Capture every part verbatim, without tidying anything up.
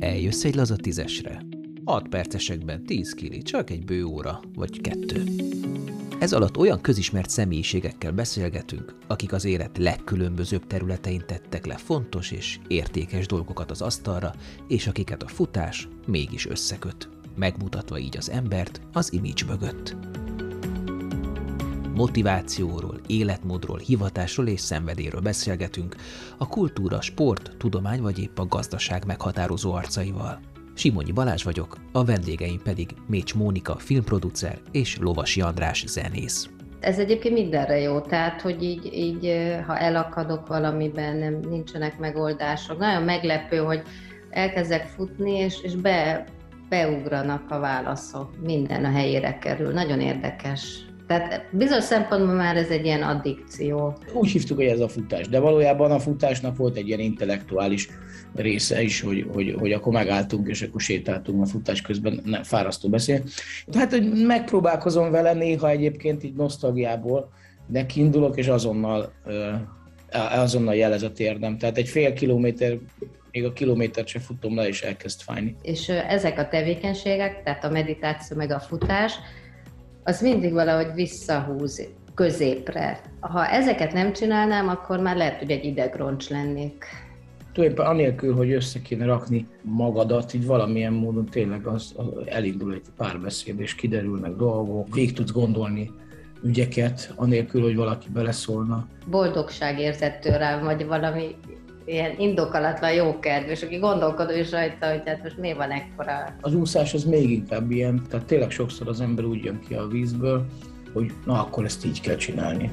Eljössz egy laza tízesre. hat percesekben tíz kili, csak egy bő óra, vagy kettő. Ez alatt olyan közismert személyiségekkel beszélgetünk, akik az élet legkülönbözőbb területein tettek le fontos és értékes dolgokat az asztalra, és akiket a futás mégis összeköt, megmutatva így az embert az image mögött. Motivációról, életmódról, hivatásról és szenvedélyről beszélgetünk a kultúra, sport, tudomány vagy épp a gazdaság meghatározó arcaival. Simonyi Balázs vagyok, a vendégeim pedig Mécs Mónika, filmproducer és Lovasi András, zenész. Ez egyébként mindenre jó, tehát hogy így, így ha elakadok valamiben, nem, nincsenek megoldások. Nagyon meglepő, hogy elkezdek futni, és, és be, beugranak a válaszok, minden a helyére kerül. Nagyon érdekes. Tehát bizonyos szempontból már ez egy ilyen addikció. Úgy hívtuk, hogy ez a futás, de valójában a futásnak volt egy ilyen intellektuális része is, hogy, hogy, hogy akkor megálltunk, és akkor sétáltunk a futás közben, nem fárasztó beszél. Tehát, hogy megpróbálkozom vele néha egyébként így nosztalgiából, de kiindulok, és azonnal, azonnal jelez a térdem. Tehát egy fél kilométer, még a kilométert se futom le, és elkezd fájni. És ezek a tevékenységek, tehát a meditáció meg a futás, az mindig valahogy visszahúz középre. Ha ezeket nem csinálnám, akkor már lehet, hogy egy idegroncs lennék. Tulajdonképpen anélkül, hogy össze kéne rakni magadat, így valamilyen módon tényleg az, az elindul egy párbeszéd, és kiderülnek dolgok, végig tudsz gondolni ügyeket, anélkül, hogy valaki beleszólna. Boldogságérzettől rám, vagy valami ilyen indokolatlan jókedv, és aki gondolkodó is rajta, hogy hát most miért van ekkora. Az úszás az még inkább ilyen, tehát tényleg sokszor az ember úgy jön ki a vízből, hogy na akkor ezt így kell csinálni.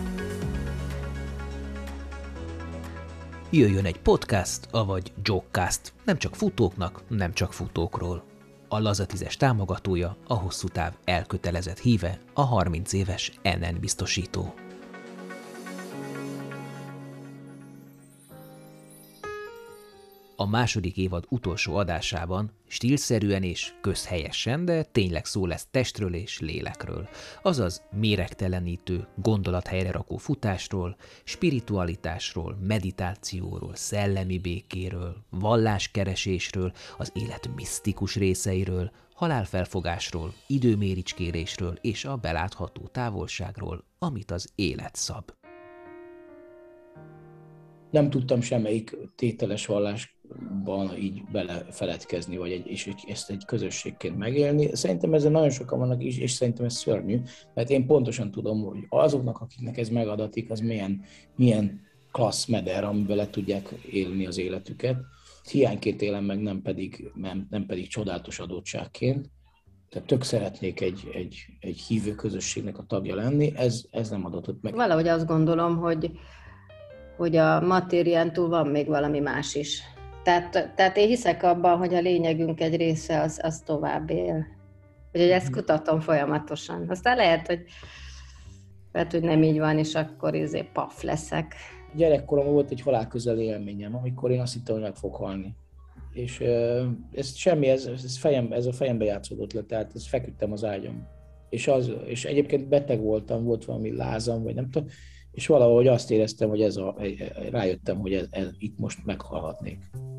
Jöjjön egy podcast, avagy jogcast, nem csak futóknak, nem csak futókról. A Laza tízes támogatója, a hosszú táv elkötelezett híve, a harminc éves en en biztosító. A második évad utolsó adásában stílszerűen és közhelyesen, de tényleg szó lesz testről és lélekről, azaz méregtelenítő, gondolathelyrerakó futásról, spiritualitásról, meditációról, szellemi békéről, valláskeresésről, az élet misztikus részeiről, halálfelfogásról, időméricskérésről és a belátható távolságról, amit az élet szab. Nem tudtam semmelyik tételes vallásban így belefeledkezni, vagy egy, és ezt egy közösségként megélni. Szerintem ezzel nagyon sokan vannak is, és szerintem ez szörnyű, mert én pontosan tudom, hogy azoknak, akiknek ez megadatik, az milyen, milyen klassz meder, amiben le tudják élni az életüket. Hiányként élem meg, nem pedig, nem, nem pedig csodálatos adottságként. Tehát tök szeretnék egy, egy, egy hívő közösségnek a tagja lenni, ez, ez nem adatott meg. Valahogy azt gondolom, hogy hogy a matérián túl van még valami más is. Tehát, tehát én hiszek abban, hogy a lényegünk egy része az, az tovább él. Úgyhogy ezt kutatom folyamatosan. Aztán lehet, hogy, lehet, hogy nem így van, és akkor izé paf leszek. Gyerekkoromban volt egy halálközeli élményem, amikor én azt hittem, hogy meg fog halni. És ez semmi, ez, ez, fejem, ez a fejembe játszódott le, tehát ez feküdtem az ágyam. És, az, és egyébként beteg voltam, volt valami lázam, vagy nem tudom, és valahogy azt éreztem, hogy ez a, rájöttem, hogy ez, ez, itt most meghalhatnék.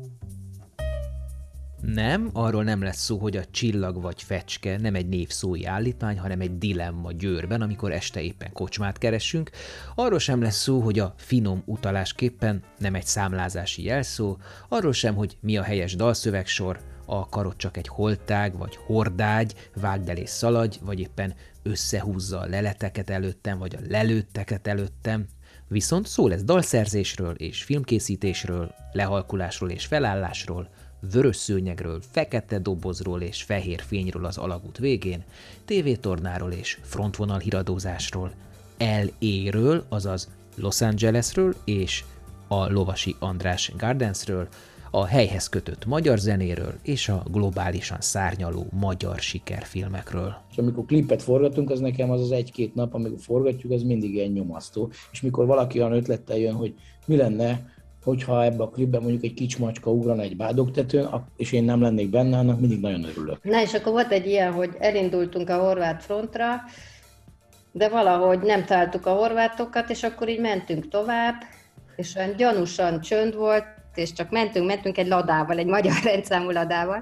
Nem, arról nem lesz szó, hogy a csillag vagy fecske nem egy névszói állítmány, hanem egy dilemma Győrben, amikor este éppen kocsmát keresünk. Arról sem lesz szó, hogy a finom utalásképpen nem egy számlázási jelszó, arról sem, hogy mi a helyes dalszövegsor, a karod csak egy holtág vagy hordágy, vágd el és szaladj, vagy éppen összehúzza a leleteket előttem, vagy a lelőtteket előttem. Viszont szó lesz dalszerzésről és filmkészítésről, lehalkulásról és felállásról, vörös szőnyegről, fekete dobozról és fehér fényről az alagút végén, tévétornáról és frontvonal híradózásról, el á-ről, azaz Los Angelesről és a Lovasi András Gardensről, a helyhez kötött magyar zenéről és a globálisan szárnyaló magyar sikerfilmekről. És amikor klipet forgatunk, az nekem az az egy-két nap, amikor forgatjuk, az mindig ilyen nyomasztó. És mikor valaki olyan ötlettel jön, hogy mi lenne, hogyha ebbe a klipben mondjuk egy kicsmacska ugrana egy bádogtetőn, és én nem lennék benne, annak mindig nagyon örülök. Na és akkor volt egy ilyen, hogy elindultunk a horvát frontra, de valahogy nem találtuk a horvátokat, és akkor így mentünk tovább, és olyan gyanúsan csönd volt, és csak mentünk, mentünk egy ladával, egy magyar rendszámú ladával,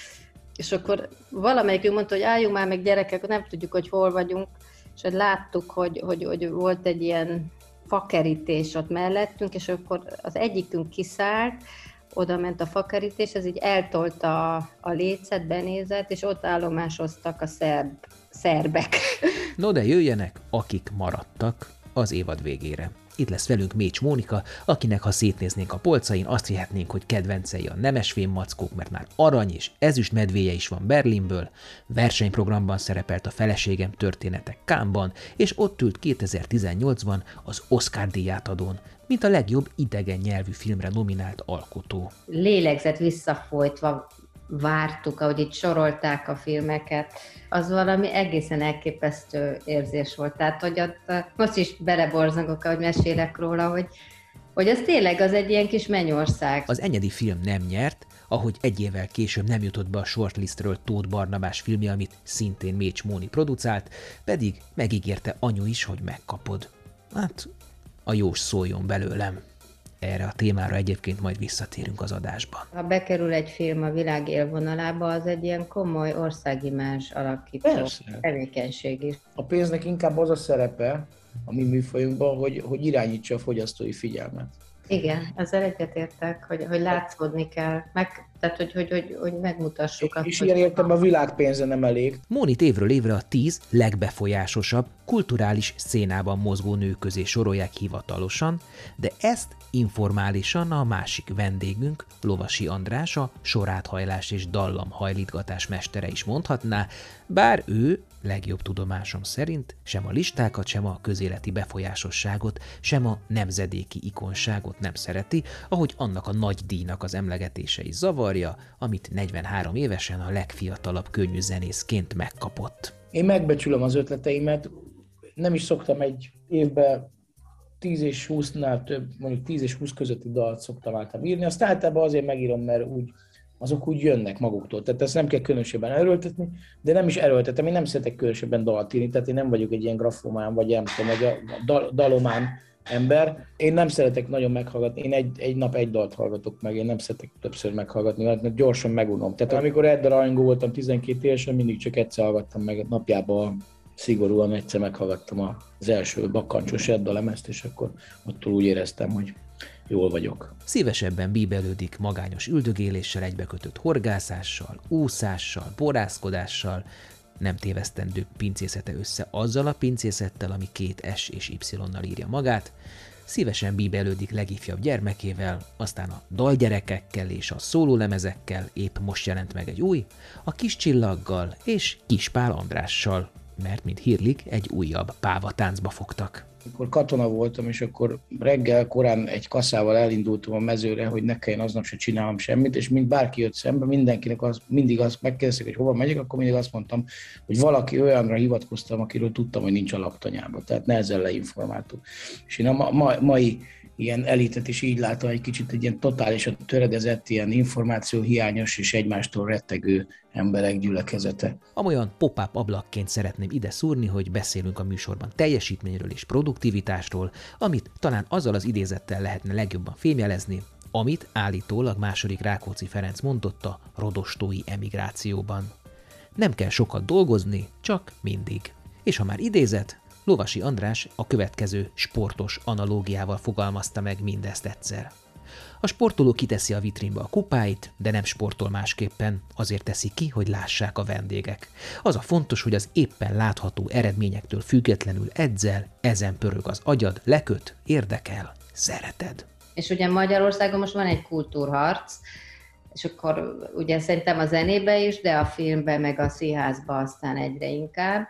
és akkor valamelyikünk mondta, hogy álljunk már meg gyerekek, nem tudjuk, hogy hol vagyunk, és hogy láttuk, hogy, hogy, hogy volt egy ilyen fakerítés ott mellettünk, és akkor az egyikünk kiszállt, oda ment a fakerítés, ez így eltolta a, a lécet, benézett, és ott állomásoztak a szerb, szerbek. No de jöjjenek, akik maradtak az évad végére. Itt lesz velünk Mécs Mónika, akinek ha szétnéznénk a polcain, azt hihetnénk, hogy kedvencei a nemesfém mackók, mert már arany és ezüst medvéje is van Berlinből, versenyprogramban szerepelt a Feleségem története Cannes-ban, és ott ült kétezer-tizennyolcban az Oscar-díját adón, mint a legjobb idegen nyelvű filmre nominált alkotó. Lélegzet visszafolytva vártuk, ahogy itt sorolták a filmeket, az valami egészen elképesztő érzés volt. Tehát, hogy ott, most is beleborzongok, ahogy mesélek róla, hogy, hogy az tényleg az egy ilyen kis mennyország. Az enyedi film nem nyert, ahogy egy évvel később nem jutott be a shortlistről Tóth Barnabás filmje, amit szintén Mécs Móni produkált, pedig megígérte anyu is, hogy megkapod. Hát, a jós szóljon belőlem. Erre a témára egyébként majd visszatérünk az adásban. Ha bekerül egy film a világ élvonalába, az egy ilyen komoly országimázs alakító Persze. tevékenység is. A pénznek inkább az a szerepe a mi műfajunkban, hogy, hogy irányítsa a fogyasztói figyelmet. Igen, ezzel egyetértek, hogy, hogy látszódni kell, meg, tehát hogy, hogy, hogy, hogy megmutassuk. És ilyen értelemben a világ pénze nem elég. Mónit évről évre a tíz legbefolyásosabb kulturális szcénában mozgó nő közé sorolják hivatalosan, de ezt informálisan a másik vendégünk, Lovasi András, a soráthajlás és dallamhajlítgatás mestere is mondhatná, bár ő, legjobb tudomásom szerint, sem a listákat, sem a közéleti befolyásosságot, sem a nemzedéki ikonságot nem szereti, ahogy annak a nagy díjnak az emlegetése is zavarja, amit negyvenhárom évesen a legfiatalabb könnyű zenészként megkapott. Én megbecsülöm az ötleteimet, nem is szoktam egy évben tíz és húsznál több, mondjuk tíz és húsz közötti dalt szoktam általában írni, azt általában azért megírom, mert úgy, azok úgy jönnek maguktól. Tehát ezt nem kell különösebben erőltetni, de nem is erőltetem, én nem szeretek különösebben dalt írni, tehát én nem vagyok egy ilyen grafomán, vagy nem tudom, vagy a dal, dalomán ember. Én nem szeretek nagyon meghallgatni, én egy, egy nap egy dalt hallgatok meg, én nem szeretek többször meghallgatni, mert gyorsan megunom. Tehát amikor Edda rajongó voltam tizenkét évesen, mindig csak egyszer hallgattam meg napjában, szigorúan egyszer meghallgattam az első Bakkancsos Edda lemezt, és akkor attól úgy éreztem, hogy jól vagyok. Szívesebben bíbelődik magányos üldögéléssel, egybekötött horgászással, úszással, borászkodással, nem tévesztendő pincészete össze azzal a pincészettel, ami két S és Y-nal írja magát, szívesen bíbelődik legifjabb gyermekével, aztán a dalgyerekekkel és a szólólemezekkel, épp most jelent meg egy új, a Kis Csillaggal és Kispál Andrással, mert, mint hírlik, egy újabb pávatáncba fogtak. Amikor katona voltam, és akkor reggel korán egy kaszával elindultam a mezőre, hogy ne kelljen aznap se csinálnom semmit, és mint bárki jött szembe, mindenkinek az, mindig azt megkérdezték, hogy hova megyek, akkor mindig azt mondtam, hogy valaki olyanra hivatkoztam, akiről tudtam, hogy nincs a laktanyában, tehát nehezen leinformáltuk. És én a ma, ma, mai ilyen elitet is így látom, egy kicsit egy ilyen totálisan töredezett, ilyen információhiányos és egymástól rettegő emberek gyülekezete. Amolyan pop-up ablakként szeretném ide szúrni, hogy beszélünk a műsorban teljesítményről és produktivitásról, amit talán azzal az idézettel lehetne legjobban fémjelezni, amit állítólag második Rákóczi Ferenc mondott a rodostói emigrációban. Nem kell sokat dolgozni, csak mindig. És ha már idézet, Lovasi András a következő sportos analógiával fogalmazta meg mindezt egyszer. A sportoló kiteszi a vitrínbe a kupáit, de nem sportol másképpen, azért teszi ki, hogy lássák a vendégek. Az a fontos, hogy az éppen látható eredményektől függetlenül edzel, ezen pörög az agyad, leköt, érdekel, szereted. És ugye Magyarországon most van egy kultúrharc, és akkor ugye szerintem a zenébe is, de a filmbe meg a színházba aztán egyre inkább.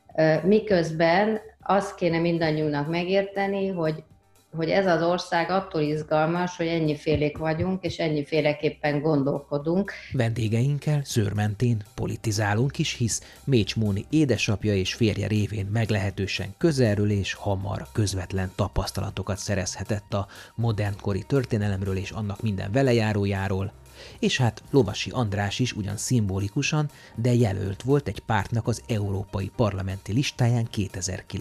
Miközben azt kéne mindannyiunknak megérteni, hogy, hogy ez az ország attól izgalmas, hogy ennyifélék vagyunk, és ennyiféleképpen gondolkodunk. Vendégeinkkel szőrmentén politizálunk is, hisz Mécs Móni édesapja és férje révén meglehetősen közelről és hamar közvetlen tapasztalatokat szerezhetett a modernkori történelemről és annak minden velejárójáról, és hát Lovasi András is ugyan szimbolikusan, de jelölt volt egy pártnak az európai parlamenti listáján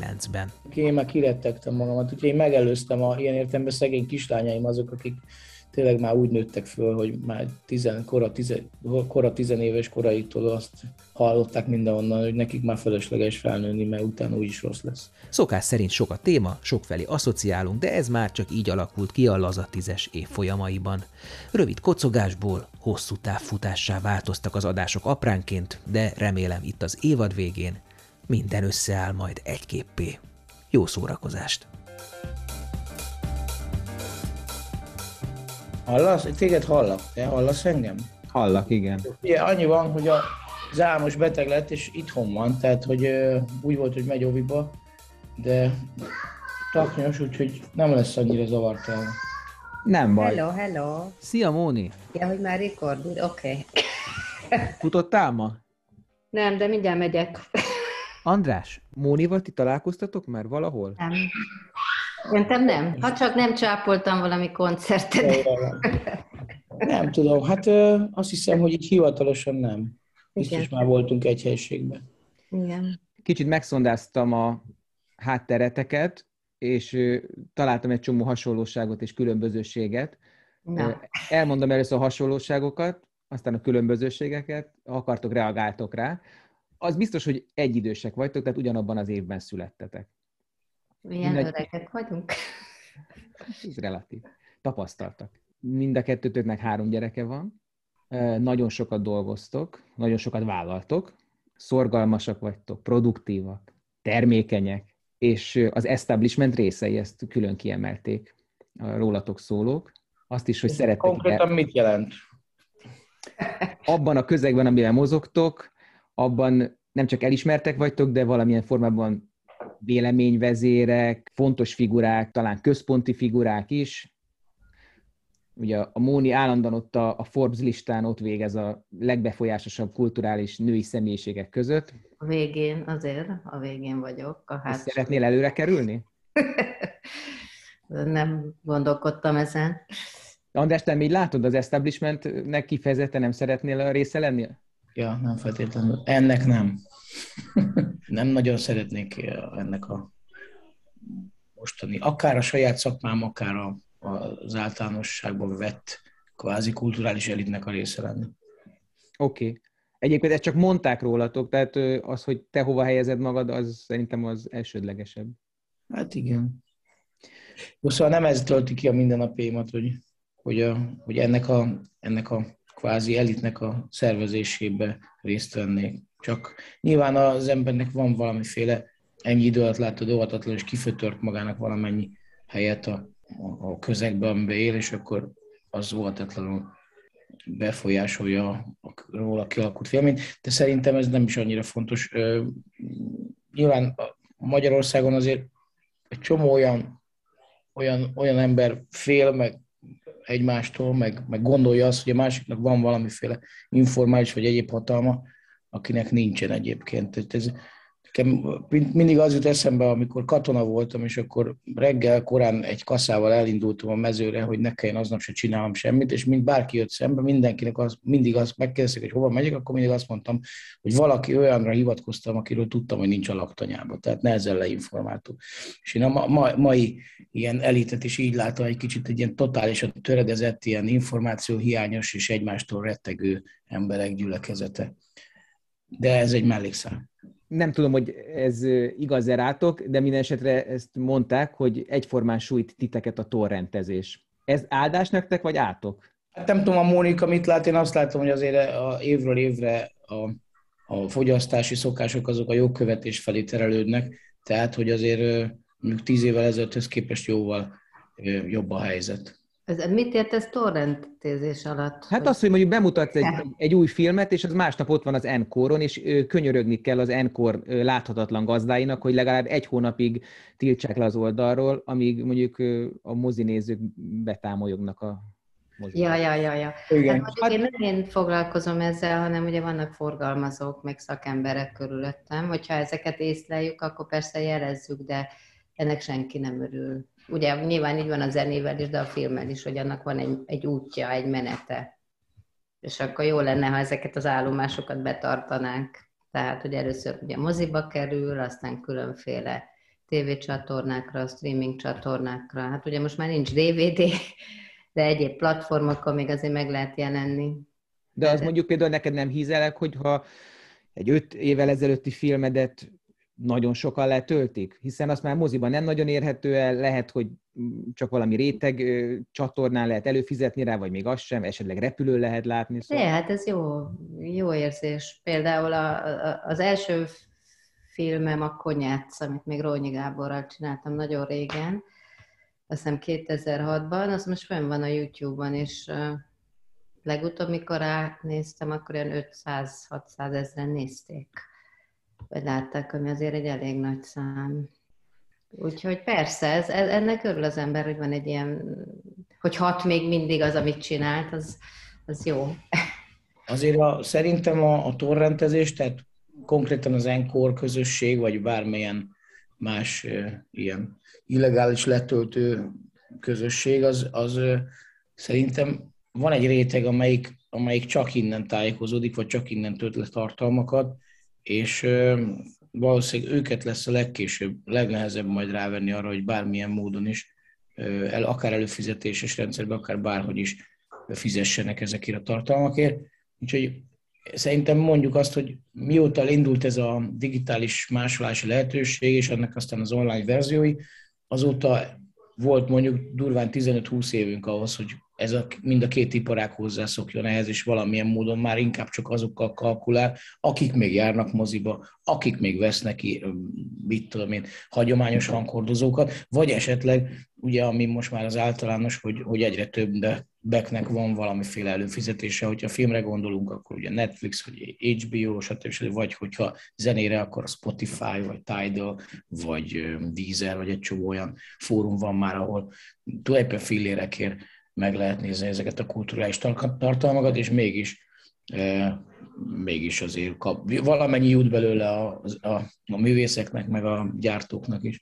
kétezer-kilencben. Én már kirettegtem magamat, úgyhogy én megelőztem a ilyen értelemben szegény kislányaim azok, akik tényleg már úgy nőttek föl, hogy már tizen, kora, tizen, kora tizenéves koraitól azt hallották mindenhonnan, hogy nekik már fölösleges felnőni, mert utána úgyis rossz lesz. Szokás szerint sok a téma, sokfelé asszociálunk, de ez már csak így alakult ki a laza tízes évfolyamaiban. Rövid kocogásból hosszú távfutássá változtak az adások apránként, de remélem itt az évad végén minden összeáll majd egy képpé. Jó szórakozást! Hallasz? Téged hallak. Te hallasz engem? Hallak, igen. Ugye, annyi van, hogy a Zámos beteg lett, és itthon van, tehát hogy ö, úgy volt, hogy megy oviba, de taknyos, úgyhogy nem lesz annyira zavartalan. Nem baj. Hello, hello. Szia, Móni! Ja, hogy már rekordul, oké. Okay. Futottál ma? Nem, de mindjárt megyek. András, Mónival ti találkoztatok már valahol? Nem. Szerintem nem. Ha csak nem csápoltam valami koncertet. Nem tudom, hát ö, azt hiszem, hogy így hivatalosan nem. Biztos Igen. már voltunk egy helységben. Igen. Kicsit megszondáztam a háttereteket, és ö, találtam egy csomó hasonlóságot és különbözőséget. Na. Ö, Elmondom először a hasonlóságokat, aztán a különbözőségeket, ha akartok, reagáltok rá. Az biztos, hogy egyidősek vagytok, tehát ugyanabban az évben születtetek. Milyen Mindegy. öregek vagyunk. Ez relatív. Tapasztaltak. Mind a kettőtöknek három gyereke van. Ö, Nagyon sokat dolgoztok, nagyon sokat vállaltok, szorgalmasak vagytok, produktívak, termékenyek, és az establishment részei, ezt külön kiemelték a rólatok szólók. Azt is, hogy szerettek Konkrétan mit jelent? abban a közegben, amiben mozogtok, abban nem csak elismertek vagytok, de valamilyen formában véleményvezérek, fontos figurák, talán központi figurák is. Ugye a Móni állandóan ott a, a Forbes listán ott végez a legbefolyásosabb kulturális női személyiségek között. A végén azért, a végén vagyok. A Hát... hátsó. Szeretnél előre kerülni? Nem gondolkodtam ezen. András, te így látod, az establishmentnek kifejezetten nem szeretnél a része lenni? Ja, nem feltétlenül. Ennek nem. Nem nagyon szeretnék ennek a mostani, akár a saját szakmám, akár a, az általánosságban vett kvázi kulturális elitnek a része lenni. Oké. Okay. Egyébként ezt csak mondták rólatok, tehát az, hogy te hova helyezed magad, az szerintem az elsődlegesebb. Hát igen. Jó, szóval nem ez tölti ki a mindennapjaimat, hogy, hogy, a, hogy ennek, a, ennek a kvázi elitnek a szervezésébe részt vennék. Csak nyilván az embernek van valamiféle, ennyi idő alatt látod óvatatlan, és kifötört magának valamennyi helyet a, a, a közegben, amiben él, és akkor az óvatatlanul befolyásolja a róla kialakult véleményt, de szerintem ez nem is annyira fontos. Nyilván Magyarországon azért egy csomó olyan, olyan, olyan ember fél meg egymástól, meg, meg gondolja azt, hogy a másiknak van valamiféle informális vagy egyéb hatalma, akinek nincsen egyébként. Tehát ez, mindig az jut eszembe, amikor katona voltam, és akkor reggel korán egy kaszával elindultam a mezőre, hogy ne kelljen aznap se csinálnom semmit, és mint bárki jött szembe, mindenkinek az, mindig azt megkérdezték, hogy hova megyek, akkor mindig azt mondtam, hogy valaki olyanra hivatkoztam, akiről tudtam, hogy nincs a laktanyában, tehát nehezen leinformáltuk. És én a ma, ma, mai ilyen elitet is így látom, egy kicsit egy ilyen totálisan töredezett, ilyen információhiányos és egymástól rettegő emberek gyülekezete. De ez egy mellékszám. Nem tudom, hogy ez igaz-e rátok, de minden esetre ezt mondták, hogy egyformán sújt titeket a torrentezés. Ez áldás nektek, vagy átok? Hát nem tudom, a Mónika mit lát, én azt látom, hogy azért a évről évre a, a fogyasztási szokások azok a jogkövetés felé terelődnek, tehát hogy azért mondjuk tíz évvel ezelőtthöz képest jóval jobb a helyzet. Ez, mit értesz torrentezés alatt? Hát hogy... az, hogy mondjuk bemutatsz egy, egy új filmet, és az másnap ott van az Encore-on, és könyörögni kell az Encore láthatatlan gazdáinak, hogy legalább egy hónapig tiltsák le az oldalról, amíg mondjuk a mozinézők betámolyognak a moziban. Ja, ja, ja, ja. Igen. Hát, hát... Én nem én foglalkozom ezzel, hanem ugye vannak forgalmazók, meg szakemberek körülöttem. Hogyha ezeket észleljük, akkor persze jelezzük, de ennek senki nem örül. Ugye nyilván így van a zenével is, de a filmmel is, hogy annak van egy, egy útja, egy menete. És akkor jó lenne, ha ezeket az állomásokat betartanánk. Tehát, hogy először ugye moziba kerül, aztán különféle tévécsatornákra, streaming csatornákra. Hát ugye most már nincs dé vé dé, de egyéb platformokon még azért meg lehet jelenni. De az mondjuk például neked nem hízelek, hogyha egy öt évvel ezelőtti filmedet nagyon sokan letöltik, hiszen azt már moziban nem nagyon érhető el, lehet, hogy csak valami réteg csatornán lehet előfizetni rá, vagy még az sem, esetleg repülő lehet látni. Szóval... De, hát ez jó, jó érzés. Például a, a, az első filmem a Konyác, amit még Rónyi Gáborral csináltam nagyon régen, azt hiszem kétezer-hatban, az most fenn van a YouTube-on, és uh, legutóbb, mikor átnéztem, akkor olyan ötszáz-hatszáz ezeren nézték, vagy látták, ami azért egy elég nagy szám. Úgyhogy persze, ez, ennek örül az ember, hogy van egy ilyen, hogy hat még mindig az, amit csinált, az, az jó. Azért a, szerintem a, a torrentezés, tehát konkrétan az Encore közösség, vagy bármilyen más e, ilyen illegális letöltő közösség, az, az e, szerintem van egy réteg, amelyik, amelyik csak innen tájékozódik, vagy csak innen tölt le tartalmakat, és e, valószínűleg őket lesz a legkésőbb, legnehezebb majd rávenni arra, hogy bármilyen módon is, el, akár előfizetéses rendszerben, akár bárhogy is fizessenek ezekért a tartalmakért. Úgyhogy szerintem mondjuk azt, hogy mióta indult ez a digitális másolási lehetőség, és ennek aztán az online verziói, azóta volt mondjuk durván tizenöt-húsz évünk ahhoz, hogy ez a, mind a két iparág hozzászokjon ehhez, és valamilyen módon már inkább csak azokkal kalkulál, akik még járnak moziba, akik még vesznek ki, mit tudom én, hagyományos hanghordozókat, vagy esetleg, ugye, ami most már az általános, hogy, hogy egyre többeknek van valamiféle előfizetése, hogyha filmre gondolunk, akkor ugye Netflix, vagy há bé o, stb. Vagy hogyha zenére, akkor a Spotify, vagy Tidal, vagy Deezer, vagy egy csomó olyan fórum van már, ahol tulajdonképpen fillérekért meg lehet nézni ezeket a kulturális tartalmakat, és mégis, e, mégis azért kap, valamennyi jut belőle a, a, a művészeknek, meg a gyártóknak is.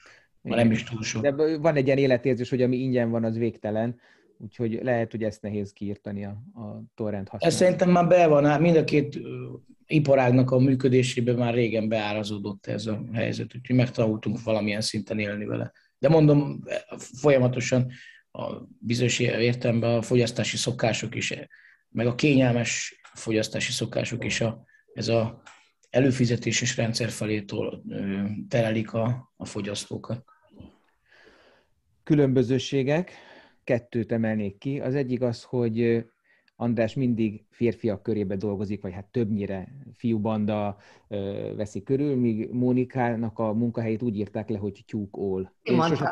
Ma nem is túl sok. De van egy ilyen életérzés, hogy ami ingyen van, az végtelen, úgyhogy lehet, hogy ezt nehéz kiírtani a, a torrent használatra. Ez szerintem már be van, mind a két uh, iparágnak a működésében már régen beárazódott ez a helyzet, úgyhogy megtanultunk valamilyen szinten élni vele. De mondom, folyamatosan a bizonyos értelemben a fogyasztási szokások is, meg a kényelmes fogyasztási szokások is a, ez a előfizetéses rendszer felé terelik a, a fogyasztókat. Különbözőségek, kettőt emelnék ki. Az egyik az, hogy András mindig férfiak körébe dolgozik, vagy hát többnyire fiúbanda ö, veszi körül, míg Mónikának a munkahelyét úgy írták le, hogy tyúk all. Ki mondta?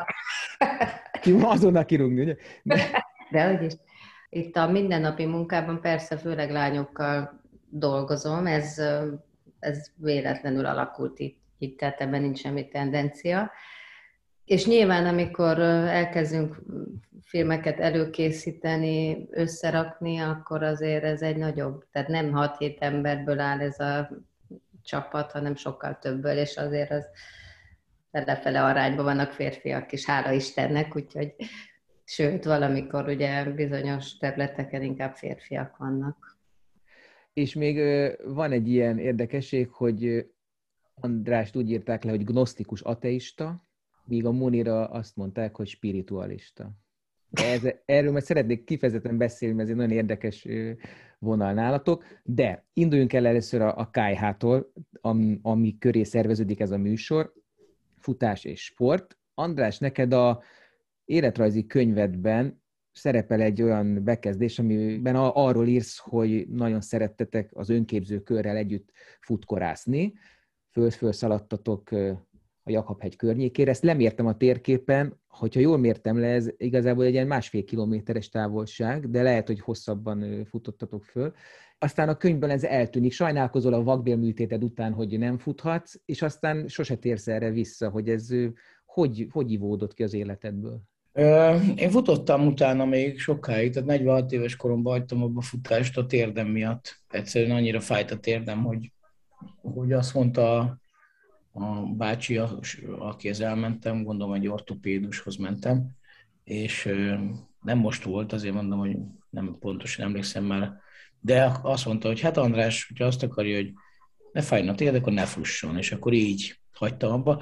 Azonnal kirúgni, ugye? De, De hogy is. Itt a mindennapi munkában persze főleg lányokkal dolgozom, ez, ez véletlenül alakult itt, itt, tehát ebben nincs semmi tendencia. És nyilván, amikor elkezdünk filmeket előkészíteni, összerakni, akkor azért ez egy nagyobb, tehát nem hat-hét emberből áll ez a csapat, hanem sokkal többből, és azért az felefele arányban vannak férfiak is, hála Istennek, úgyhogy sőt, valamikor ugye bizonyos területeken inkább férfiak vannak. És még van egy ilyen érdekesség, hogy Andrást úgy írták le, hogy gnosztikus ateista, míg a Mónira azt mondták, hogy spiritualista. Ez, erről majd szeretnék kifejezetten beszélni, mert ez egy nagyon érdekes vonal nálatok, de induljunk el először a, a ká há-tól, ami, ami köré szerveződik ez a műsor, futás és sport. András, neked a életrajzi könyvedben szerepel egy olyan bekezdés, amiben arról írsz, hogy nagyon szerettetek az önképző körrel együtt futkorászni, föl-fölszaladtatok a Jakab-hegy környékére. Ezt nem értem a térképen, hogyha jól mértem le, ez igazából egy ilyen másfél kilométeres távolság, de lehet, hogy hosszabban futottatok föl. Aztán a könyvben ez eltűnik, sajnálkozol a vakbélműtéted után, hogy nem futhatsz, és aztán sose térsz erre vissza, hogy ez hogy, hogy ivódott ki az életedből? Én futottam utána még sokáig, tehát negyvenhat éves koromban hagytam abba a futást a térdem miatt. Egyszerűen annyira fájt a térdem, hogy, hogy azt mondta a, a bácsi, akihez elmentem, gondolom egy ortopédushoz mentem, és nem most volt, azért mondom, hogy nem pontosan emlékszem már, de azt mondta, hogy hát András, hogyha azt akarja, hogy ne fájjon a térded, akkor ne fusson, és akkor így hagytam abba.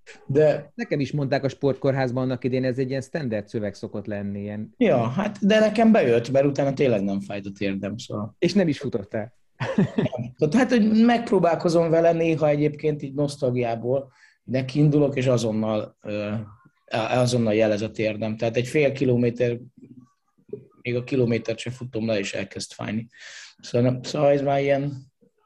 De Nekem is mondták a sportkórházban annak idén, ez egy ilyen standard szöveg szokott lenni. Ilyen. ja, hát de nekem bejött, mert utána tényleg nem fájt a térdem, szóval. És nem is futottál. Tehát, hát, hogy megpróbálkozom vele néha egyébként így nosztalgiából, de kiindulok, és azonnal, azonnal jelez a térdem. Tehát egy fél kilométer, még a kilométert sem futom le, és elkezd fájni. Szóval, szóval ez már ilyen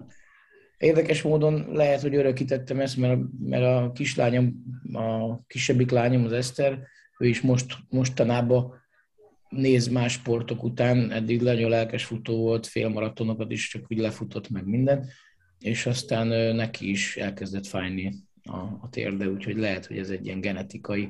érdekes módon lehet, hogy örökítettem ezt, mert, mert a kislányom, a kisebbik lányom, az Eszter, ő is most, mostanában néz más sportok után, eddig nagyon lelkes futó volt, félmaratonokat is csak úgy lefutott meg minden, és aztán neki is elkezdett fájni a, a térde, úgyhogy lehet, hogy ez egy ilyen genetikai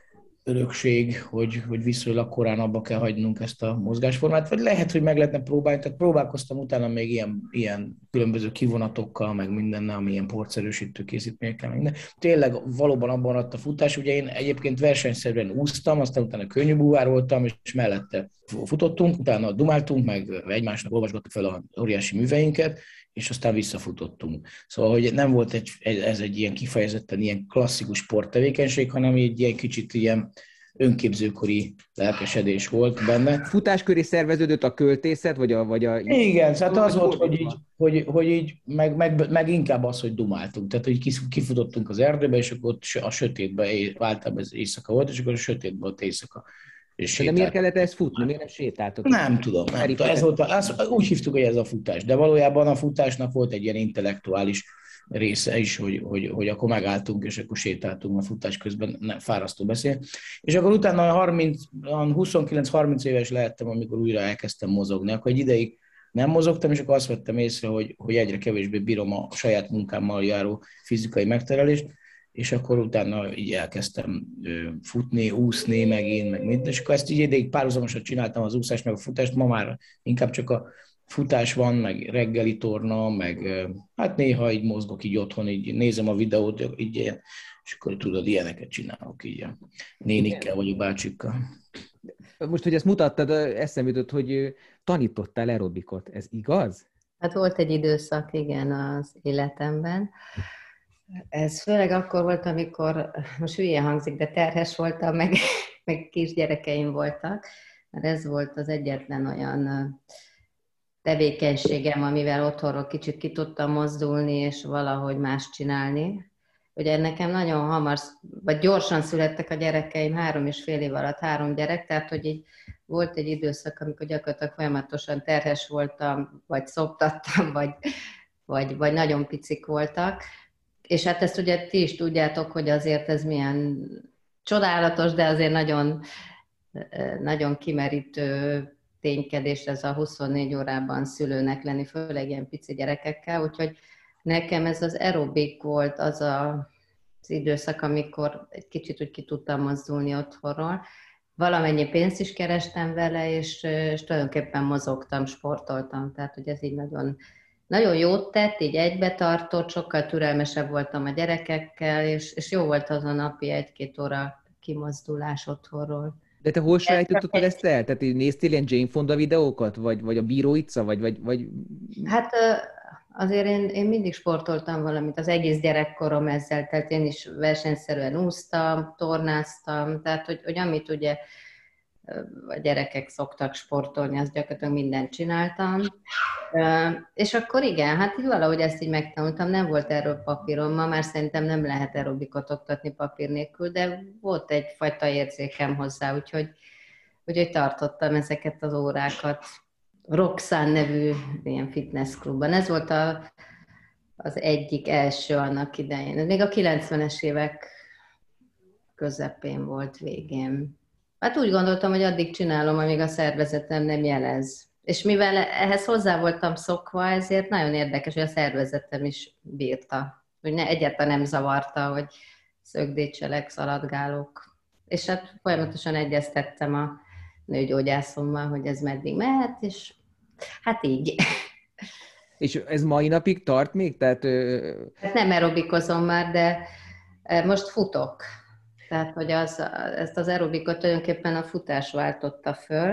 örökség, hogy, hogy viszonylag korán abba kell hagynunk ezt a mozgásformát, vagy lehet, hogy meg lehetne próbálni, tehát próbálkoztam utána még ilyen, ilyen különböző kivonatokkal, meg mindennel, ami ilyen porszerűsítő készítményekkel, meg minden. Tényleg valóban abban maradt a futás, ugye én egyébként versenyszerűen úsztam, aztán utána könnyű búvároltam, és mellette futottunk, utána dumáltunk, meg egymásnak olvasgattuk fel az óriási műveinket, és aztán visszafutottunk. Szóval, hogy nem volt egy, ez egy ilyen kifejezetten ilyen klasszikus sporttevékenység, hanem egy ilyen kicsit ilyen önképzőkori lelkesedés volt benne. Futás köré szerveződött a költészet, vagy a... Vagy a... Igen, hát az volt, hogy így, hogy, hogy így meg, meg, meg inkább az, hogy dumáltunk. Tehát, hogy kifutottunk az erdőbe, és akkor ott a sötétbe, általában ez éjszaka volt, és akkor a sötétbe ott éjszaka. De miért kellett ezt futni? Miért nem sétáltatok? Nem tudom. Nem tudom. Ez volt a, az, úgy hívtuk, hogy ez a futás. De valójában a futásnak volt egy ilyen intellektuális része is, hogy, hogy, hogy akkor megálltunk, és akkor sétáltunk a futás közben, nem, fárasztó beszél. És akkor utána huszonkilenc-harminc éves lehettem, amikor újra elkezdtem mozogni. Akkor egy ideig nem mozogtam, és akkor azt vettem észre, hogy, hogy egyre kevésbé bírom a saját munkámmal járó fizikai megterelést, és akkor utána így elkezdtem futni, úszni, meg én, meg mindent, és akkor ezt így ideig párhuzamosan csináltam az úszást, meg a futást, ma már inkább csak a futás van, meg reggeli torna, meg hát néha így mozgok így otthon, így nézem a videót, így ilyen, és akkor tudod, ilyeneket csinálok így a nénikkel vagy a bácsikkal. Most, hogy ezt mutattad, eszembe jutott, hogy tanítottál aerobikot, ez igaz? Hát volt egy időszak, igen, az életemben. Ez főleg akkor volt, amikor, most hülye hangzik, de terhes voltam, meg, meg kisgyerekeim voltak, mert ez volt az egyetlen olyan tevékenységem, amivel otthonról kicsit ki tudtam mozdulni, és valahogy más csinálni. Ugye nekem nagyon hamar, vagy gyorsan születtek a gyerekeim, három és fél év alatt három gyerek, tehát hogy így volt egy időszak, amikor gyakorlatilag folyamatosan terhes voltam, vagy szoptattam, vagy, vagy, vagy nagyon picik voltak. És hát ezt ugye ti is tudjátok, hogy azért ez milyen csodálatos, de azért nagyon, nagyon kimerítő ténykedés ez a huszonnégy órában szülőnek lenni, főleg ilyen pici gyerekekkel, úgyhogy nekem ez az aerobik volt az a, az időszak, amikor egy kicsit úgy ki tudtam mozdulni otthonról. Valamennyi pénzt is kerestem vele, és, és tulajdonképpen mozogtam, sportoltam, tehát hogy ez így nagyon, nagyon jót tett, így egybe tartott, sokkal türelmesebb voltam a gyerekekkel, és, és jó volt az a napi egy-két óra kimozdulás otthonról. De te hol sajátítottad ezt el? Tehát néztél ilyen Jane Fonda videókat? Vagy, vagy a Bíró Ica? Vagy, vagy, vagy... Hát azért én, én mindig sportoltam valamit, az egész gyerekkorom ezzel, tehát én is versenyszerűen úsztam, tornáztam, tehát hogy, hogy amit ugye a gyerekek szoktak sportolni, azt gyakorlatilag mindent csináltam. És akkor igen, hát így valahogy ezt így megtanultam, nem volt erről papírom, ma már szerintem nem lehet aerobikot oktatni papír nélkül, de volt egyfajta érzékem hozzá, úgyhogy, úgyhogy tartottam ezeket az órákat. Roxanne nevű ilyen fitnessklubban. Ez volt a, az egyik első annak idején. Ez még a kilencvenes évek közepén volt, végén. Hát úgy gondoltam, hogy addig csinálom, amíg a szervezetem nem jelez. És mivel ehhez hozzá voltam szokva, ezért nagyon érdekes, hogy a szervezetem is bírta. Hogy ne, egyáltalán nem zavarta, hogy szögdécselek, szaladgálok. És hát folyamatosan egyeztettem a nőgyógyászommal, hogy ez meddig mehet, és hát így. És ez mai napig tart még? Tehát, hát nem aerobikozom már, de most futok. Tehát, hogy az, ezt az aerobikot tulajdonképpen a futás váltotta föl.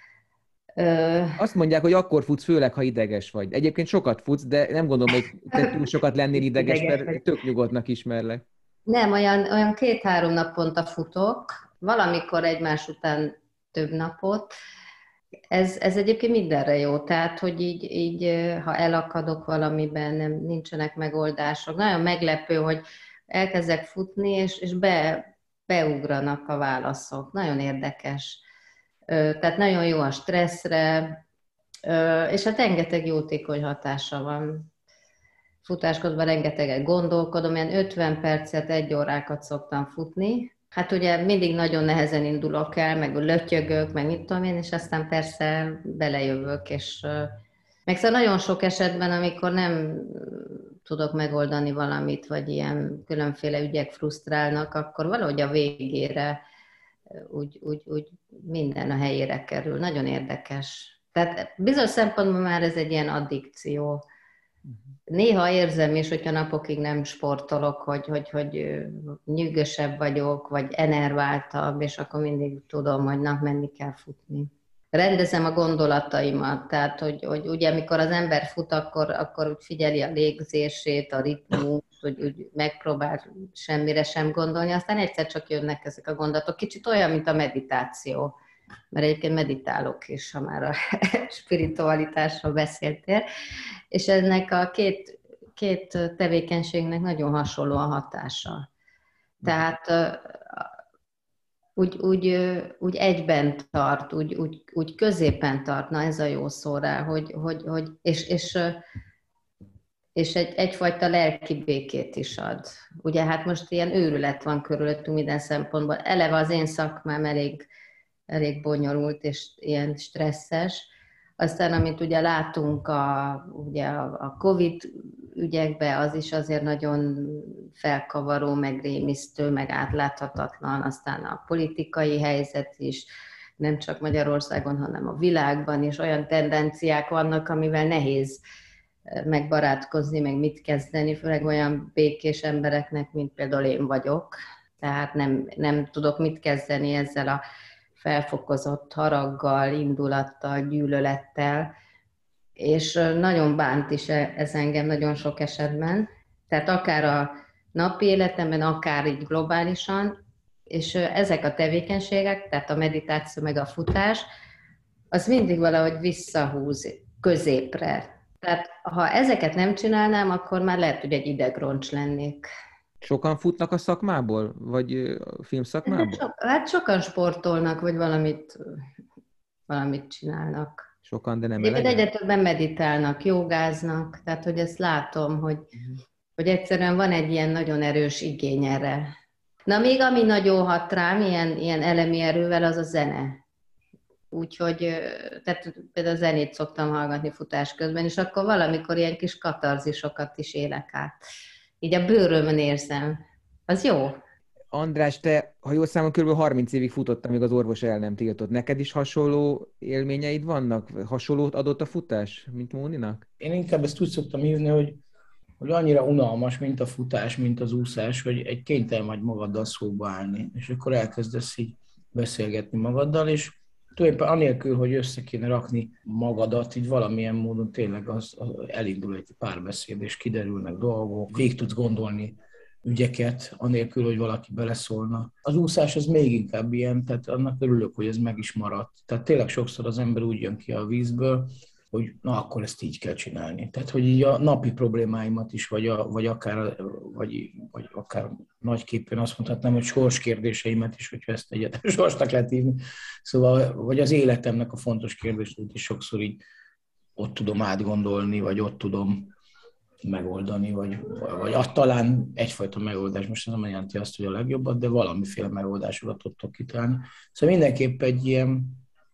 Azt mondják, hogy akkor futsz, főleg, ha ideges vagy. Egyébként sokat futsz, de nem gondolom, hogy te túl sokat lennél ideges, mert tök nyugodtnak ismerlek. Nem, olyan, olyan két-három naponta futok, valamikor egymás után több napot. Ez, ez egyébként mindenre jó, tehát, hogy így, így ha elakadok valamiben, nem, nincsenek megoldások. Nagyon meglepő, hogy elkezdek futni, és, és be, beugranak a válaszok. Nagyon érdekes. Tehát nagyon jó a stresszre, és hát rengeteg jótékony hatása van. Futás közben rengeteget gondolkodom, ilyen ötven percet, egy órákat szoktam futni. Hát ugye mindig nagyon nehezen indulok el, meg lötyögök, meg mit tudom én, és aztán persze belejövök, és meg szóval nagyon sok esetben, amikor nem tudok megoldani valamit, vagy ilyen különféle ügyek frusztrálnak, akkor valahogy a végére úgy, úgy, úgy minden a helyére kerül. Nagyon érdekes. Tehát bizonyos szempontból már ez egy ilyen addikció. Néha érzem is, hogyha napokig nem sportolok, hogy, hogy, hogy nyűgösebb vagyok, vagy enerváltabb, és akkor mindig tudom, hogy nap menni kell futni. Rendezem a gondolataimat, tehát, hogy, hogy ugye amikor az ember fut, akkor, akkor úgy figyeli a légzését, a ritmust, hogy úgy megpróbál semmire sem gondolni, aztán egyszer csak jönnek ezek a gondolatok. Kicsit olyan, mint a meditáció. Mert egyébként meditálok is, ha már a spiritualitásról beszéltél, és ennek a két, két tevékenységnek nagyon hasonló a hatása. Tehát úgy, úgy, úgy egyben tart, úgy, úgy, úgy középen tart, na ez a jó szó rá, hogy, hogy, hogy, és, és, és egy, egyfajta lelki békét is ad. Ugye hát most ilyen őrület van körülöttünk minden szempontból. Eleve az én szakmám elég elég bonyolult és ilyen stresszes. Aztán, amit ugye látunk a, ugye a Covid ügyekben, az is azért nagyon felkavaró, meg rémisztő, meg átláthatatlan. Aztán a politikai helyzet is, nem csak Magyarországon, hanem a világban is olyan tendenciák vannak, amivel nehéz megbarátkozni, meg mit kezdeni, főleg olyan békés embereknek, mint például én vagyok. Tehát nem, nem tudok mit kezdeni ezzel a felfokozott haraggal, indulattal, gyűlölettel, és nagyon bánt is ez engem nagyon sok esetben. Tehát akár a napi életemben, akár így globálisan, és ezek a tevékenységek, tehát a meditáció meg a futás, az mindig valahogy visszahúz középre. Tehát ha ezeket nem csinálnám, akkor már lehet, hogy egy idegroncs lennék. Sokan futnak a szakmából? Vagy a filmszakmából? So, hát sokan sportolnak, vagy valamit, valamit csinálnak. Sokan, de nem elegen? Egyre többen meditálnak, jogáznak, tehát hogy ezt látom, hogy, uh-huh. hogy egyszerűen van egy ilyen nagyon erős igény erre. Na még ami nagyon hat rám, ilyen, ilyen elemi erővel, az a zene. Úgyhogy, tehát például a zenét szoktam hallgatni futás közben, és akkor valamikor ilyen kis katarzisokat is élek át. Így a bőrömön érzem. Az jó. András, te, ha jól számolom, kb. harminc évig futottál, amíg az orvos el nem tiltott. Neked is hasonló élményeid vannak? Hasonlót adott a futás, mint Móninak? Én inkább ezt úgy szoktam hívni, hogy, hogy annyira unalmas, mint a futás, mint az úszás, hogy egy kénytelen vagy magaddal szóba állni. És akkor elkezdesz így beszélgetni magaddal, és tulajdonképpen anélkül, hogy össze kéne rakni magadat, így valamilyen módon tényleg az, az elindul egy párbeszéd, és kiderülnek dolgok, végig tudsz gondolni ügyeket, anélkül, hogy valaki beleszólna. Az úszás az még inkább ilyen, tehát annak örülök, hogy ez meg is maradt. Tehát tényleg sokszor az ember úgy jön ki a vízből, hogy na, akkor ezt így kell csinálni. Tehát, hogy így a napi problémáimat is, vagy, a, vagy, akár, vagy, vagy akár nagyképpen azt mondhatnám, hogy sorskérdéseimet is, hogyha ezt egyáltalán sorsnak lehet hívni. Szóval, vagy az életemnek a fontos kérdést is sokszor így ott tudom átgondolni, vagy ott tudom megoldani, vagy, vagy talán egyfajta megoldás. Most ez nem jelenti azt, hogy a legjobbat, de valamiféle megoldásokat tudtok kitalálni. Szóval mindenképp egy ilyen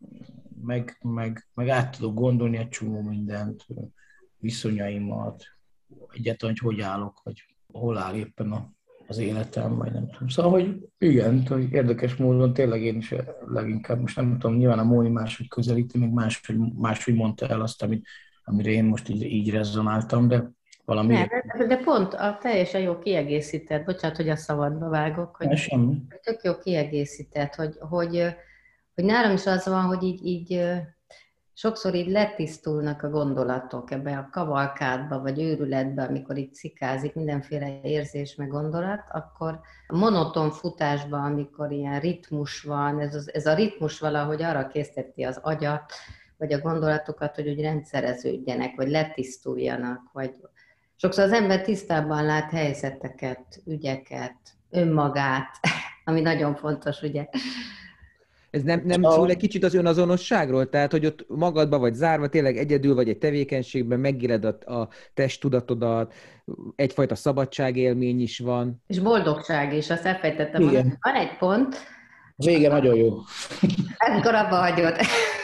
Meg, meg, meg át tudok gondolni egy csomó mindent, viszonyaimat, egyáltalán, hogy hogy állok, vagy hol áll éppen a, az életem, vagy nem tudom. Szóval, hogy igen, hogy érdekes módon tényleg én is leginkább, most nem tudom, nyilván a Móni máshogy közelíti, még máshogy, máshogy mondta el azt, amit, amire én most így, így rezonáltam, de valami... Nem, de, de pont a teljesen jó kiegészített, bocsánat, hogy a szabadba vágok, hogy semmi. Tök jó kiegészített, hogy, hogy hogy nálam is az van, hogy így, így sokszor így letisztulnak a gondolatok ebbe a kavalkádba, vagy őrületbe, amikor itt cikázik mindenféle érzés, meg gondolat, akkor a monoton futásban, amikor ilyen ritmus van, ez, az, ez a ritmus valahogy arra készteti az agyat, vagy a gondolatokat, hogy úgy rendszereződjenek, vagy letisztuljanak, vagy sokszor az ember tisztában lát helyzeteket, ügyeket, önmagát, ami nagyon fontos, ugye. Ez nem, nem szól egy kicsit az önazonosságról? Tehát, hogy ott magadba vagy zárva, tényleg egyedül vagy egy tevékenységben, megéled a, a testtudatodat, egyfajta szabadságélmény is van. És boldogság is, azt elfejtettem mondani. Van egy pont. Vége nagyon jó. Akkor abba hagyod.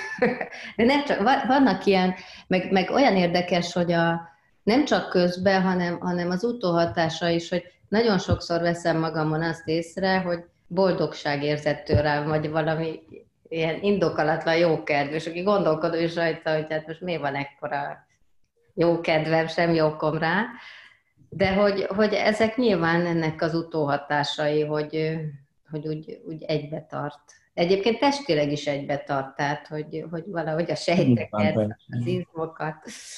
De nem csak, vannak ilyen, meg, meg olyan érdekes, hogy a, nem csak közben, hanem, hanem az utóhatása is, hogy nagyon sokszor veszem magamon azt észre, hogy boldogságérzettől rá, vagy valami ilyen indokolatlan jókedv, és aki gondolkodó is rajta, hogy hát most miért van ekkora jókedvem, semmi okom rá, de hogy, hogy ezek nyilván ennek az utóhatásai, hogy, hogy úgy, úgy egybe tart. Egyébként testileg is egybe tart, tehát hogy, hogy valahogy a sejteket, az izmokat.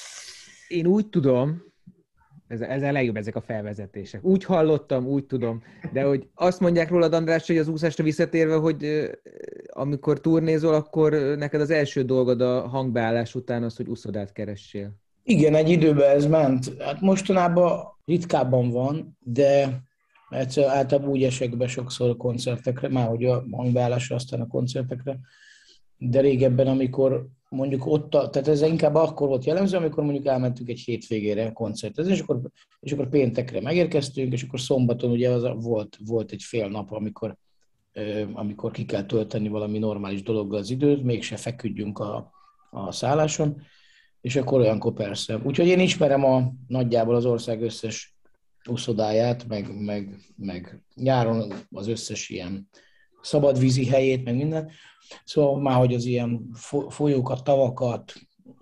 Én úgy tudom, Ez, ez a legjobb ezek a felvezetések. Úgy hallottam, úgy tudom, de hogy azt mondják rólad, András, hogy az úszásra visszatérve, hogy amikor turnézol, akkor neked az első dolgod a hangbeállás után az, hogy úszodát keressél. Igen, egy időben ez ment. Hát mostanában ritkábban van, de egyszer általában úgy esek be sokszor a koncertekre, már hogy a hangbeállásra, aztán a koncertekre, de régebben, amikor mondjuk ott, tehát ez inkább akkor volt jellemző, amikor mondjuk elmentünk egy hétvégére koncertezni, és akkor, és akkor péntekre megérkeztünk, és akkor szombaton ugye az volt, volt egy fél nap, amikor, amikor ki kell tölteni valami normális dologgal az időt, mégse feküdjünk a, a szálláson, és akkor olyankor persze. Úgyhogy én ismerem a, nagyjából az ország összes úszodáját, meg, meg, meg nyáron az összes ilyen szabadvízi helyét, meg minden. Szóval már, hogy az ilyen folyókat, tavakat,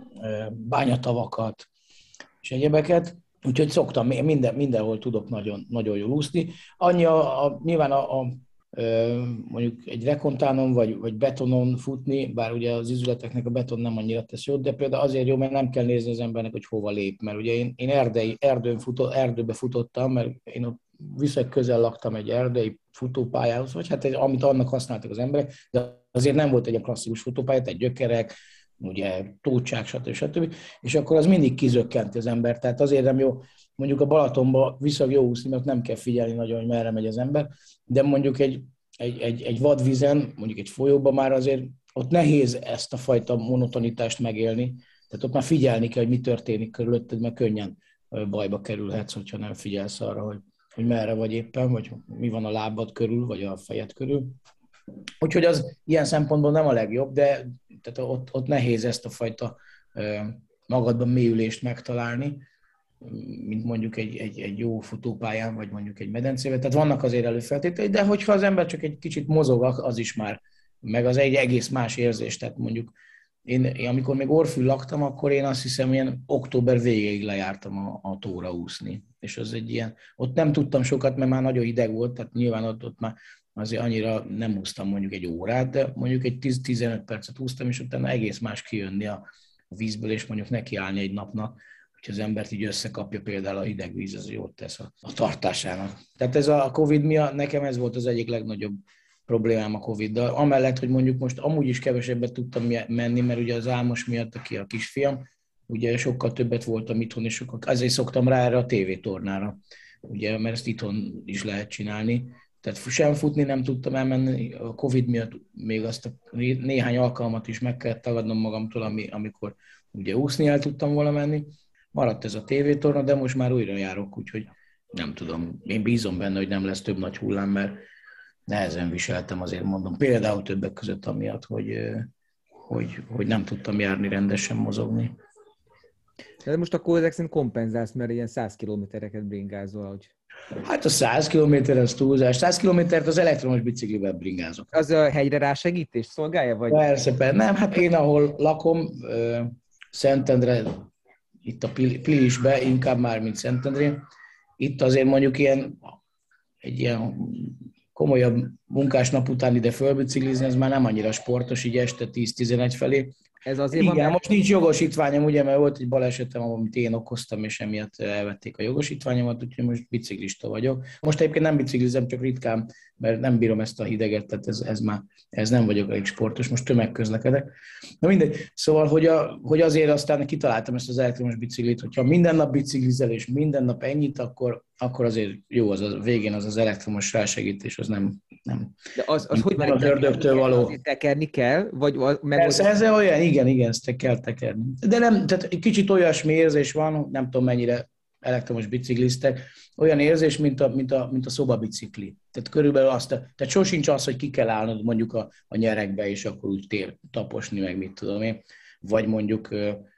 bányatavakat és egyebeket, úgyhogy szoktam, minden, mindenhol tudok nagyon, nagyon jól úszni. Annyi a, a, nyilván a, a, mondjuk egy rekontánon vagy, vagy betonon futni, bár ugye az izületeknek a beton nem annyira tesz jót, de például azért jó, mert nem kell nézni az embernek, hogy hova lép, mert ugye én, én erdei, erdőn futó, erdőbe futottam, mert én ott viszonylag közel laktam egy erdei futópályához, vagy hát egy, amit annak használtak az emberek, de azért nem volt egy klasszikus futópálya, egy gyökerek, ugye tócsák, stb. stb. És akkor az mindig kizökkenti az ember, tehát azért nem jó, mondjuk a Balatonba viszonylag jó úszni, mert nem kell figyelni nagyon, hogy merre megy az ember, de mondjuk egy, egy, egy, egy vadvízen, mondjuk egy folyóban már azért ott nehéz ezt a fajta monotonitást megélni, tehát ott már figyelni kell, hogy mi történik körülötted, mert könnyen bajba kerülhetsz, hogyha nem figyelsz arra, hogy hogy merre vagy éppen, vagy mi van a lábad körül, vagy a fejed körül. Úgyhogy az ilyen szempontból nem a legjobb, de tehát ott, ott nehéz ezt a fajta magadban mélyülést megtalálni, mint mondjuk egy, egy, egy jó futópályán, vagy mondjuk egy medencében. Tehát vannak azért előfeltételei, de hogyha az ember csak egy kicsit mozog, az is már, meg az egy egész más érzés. Tehát mondjuk én, én amikor még Orfűn laktam, akkor én azt hiszem, ilyen október végéig lejártam a, a tóra úszni. És az egy ilyen, ott nem tudtam sokat, mert már nagyon hideg volt, tehát nyilván ott, ott már azért annyira nem úsztam mondjuk egy órát, de mondjuk egy tíz-tizenöt percet úsztam, és utána egész más kijönni a vízből, és mondjuk nekiállni egy napnak, hogy az embert így összekapja például a hideg víz, az jót tesz a, a tartásának. Tehát ez a Covid miatt, nekem ez volt az egyik legnagyobb problémám a Coviddal. Amellett, hogy mondjuk most amúgy is kevesebbet tudtam menni, mert ugye az Álmos miatt, aki a kisfiam, ugye sokkal többet voltam itthon, és sokkal, azért szoktam rá erre a tévétornára, ugye, mert ezt itthon is lehet csinálni. Tehát sem futni nem tudtam elmenni, a Covid miatt még azt a néhány alkalmat is meg kellett tagadnom magamtól, ami, amikor ugye úszni el tudtam volna menni. Maradt ez a tévétorna, de most már újra járok, úgyhogy nem tudom. Én bízom benne, hogy nem lesz több nagy hullám, mert nehezen viseltem, azért mondom, például többek között amiatt, hogy, hogy, hogy nem tudtam járni, rendesen mozogni. De most akkor ezek szerint kompenzálsz, mert ilyen száz kilométereket bringázol, hogy... Hát a száz kilométer az túlzás. száz kilométert az elektromos biciklivel bringázok. Az a hegyre rásegítés szolgálja? Vagy? Persze, persze. Nem, hát én ahol lakom, Szentendre, itt a Pilisbe, inkább már, mint Szentendrén, itt azért mondjuk ilyen, egy ilyen komolyabb munkás nap után ide fölbiciklizni, ez már nem annyira sportos, így este tíz-tizenegy felé, Ez azért Igen, van, mert... most nincs jogosítványom, ugye, mert volt egy balesetem, amit én okoztam, és emiatt elvették a jogosítványomat, úgyhogy most biciklista vagyok. Most egyébként nem biciklizem, csak ritkán, mert nem bírom ezt a hideget, tehát ez, ez már ez nem vagyok elég sportos, most tömegközlekedek. Na mindegy, szóval, hogy, a, hogy azért aztán kitaláltam ezt az elektromos biciklit, hogyha minden nap biciklizel, és minden nap ennyit, akkor, akkor azért jó, az a végén az az elektromos rásegítés, az nem... nem De az, az nem, hogy nem az ördögtől való. Azért tekerni kell? Vagy meg Persze, ez olyan, igen, igen, ezt kell tekerni. De nem, tehát egy kicsit olyasmi érzés van, nem tudom mennyire elektromos bicikliztek, olyan érzés, mint a, mint a, mint a szobabicikli. Tehát körülbelül azt, tehát sosincs az, hogy ki kell állnod mondjuk a, a nyerekbe, és akkor úgy tér, taposni, meg mit tudom én, vagy mondjuk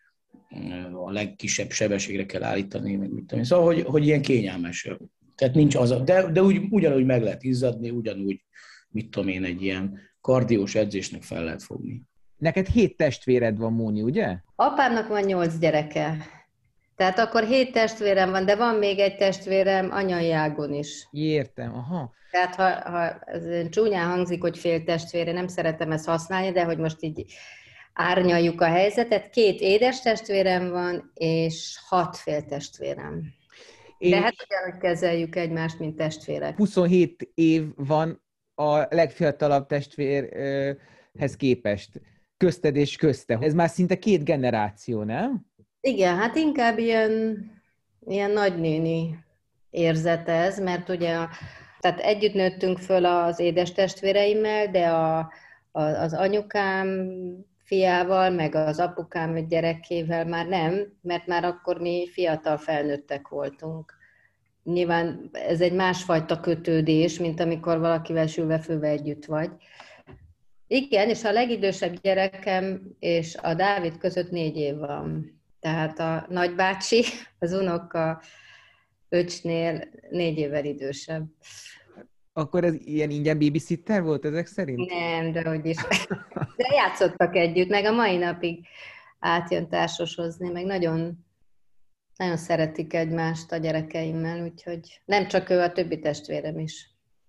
a legkisebb sebességre kell állítani, meg mit tudom én. Szóval, hogy, hogy ilyen kényelmes. Tehát nincs az, a, de, de úgy, ugyanúgy meg lehet izzadni, ugyanúgy, mit tudom én, egy ilyen kardiós edzésnek fel lehet fogni. Neked hét testvéred van, Móni, ugye? Apámnak van nyolc gyereke. Tehát akkor hét testvérem van, de van még egy testvérem anyai ágon is. Értem, aha. Tehát ha, ha ez csúnyán hangzik, hogy fél testvére, nem szeretem ezt használni, de hogy most így árnyaljuk a helyzetet. Két édes testvérem van, és hat fél testvérem. De és hát ugyanúgy kezeljük egymást, mint testvérek. huszonhét év van a legfiatalabb testvérhez képest. Közted és közte. Ez már szinte két generáció, nem? Igen, hát inkább ilyen, ilyen nagynéni érzet ez, mert ugye a, tehát együtt nőttünk föl az édes testvéreimmel, de a, a, az anyukám fiával, meg az apukám gyerekével már nem, mert már akkor mi fiatal felnőttek voltunk. Nyilván ez egy másfajta kötődés, mint amikor valakivel sülve-főve együtt vagy. Igen, és a legidősebb gyerekem és a Dávid között négy év van. Tehát a nagybácsi, az unoka öcsnél négy évvel idősebb. Akkor ez ilyen ingyen babysitter volt ezek szerint? Nem, de hogy is. De játszottak együtt, meg a mai napig átjön társashozni, meg nagyon, nagyon szeretik egymást a gyerekeimmel, úgyhogy nem csak ő, a többi testvérem is.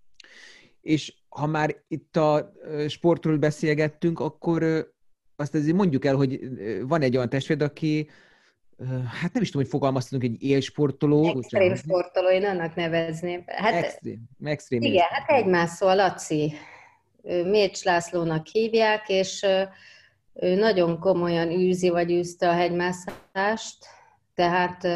És ha már itt a sportról beszélgettünk, akkor azt azért mondjuk el, hogy van egy olyan testvéred, aki, hát nem is tudom, hogy fogalmaztunk, egy élsportoló. Extrém sportoló, én annak nevezném. Hát, extrém, extrém igen, hát egymásszó a Laci. Mécs Lászlónak hívják, és ő nagyon komolyan űzi, vagy űzte a hegymászást, tehát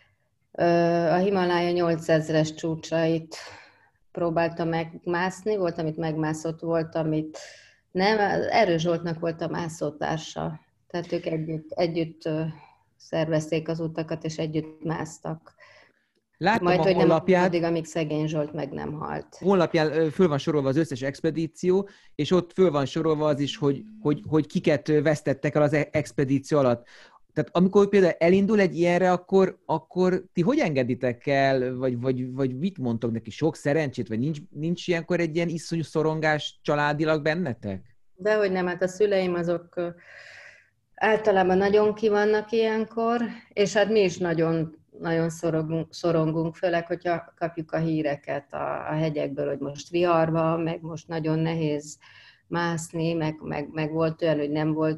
a Himalája nyolcezres csúcsait próbálta megmászni, volt, amit megmászott, volt, amit nem. Erős Zsoltnak volt a mászótársa, tehát ők együtt, együtt szervezték az utakat, és együtt másztak. Láttam Majd, a hogy honlapját, nem addig, amíg szegény Zsolt meg nem halt. Honlapján föl van sorolva az összes expedíció, és ott föl van sorolva az is, hogy, hogy, hogy kiket vesztettek el az expedíció alatt. Tehát amikor például elindul egy ilyenre, akkor, akkor ti hogy engeditek el, vagy, vagy, vagy mit mondtok neki? Sok szerencsét, vagy nincs, nincs ilyenkor egy ilyen iszonyú szorongás családilag bennetek? Dehogy nem, hát a szüleim azok általában nagyon ki vannak ilyenkor, és hát mi is nagyon, nagyon szorongunk, szorongunk, főleg, hogyha kapjuk a híreket a, a hegyekből, hogy most vihar van, meg most nagyon nehéz mászni, meg, meg, meg volt olyan, hogy nem volt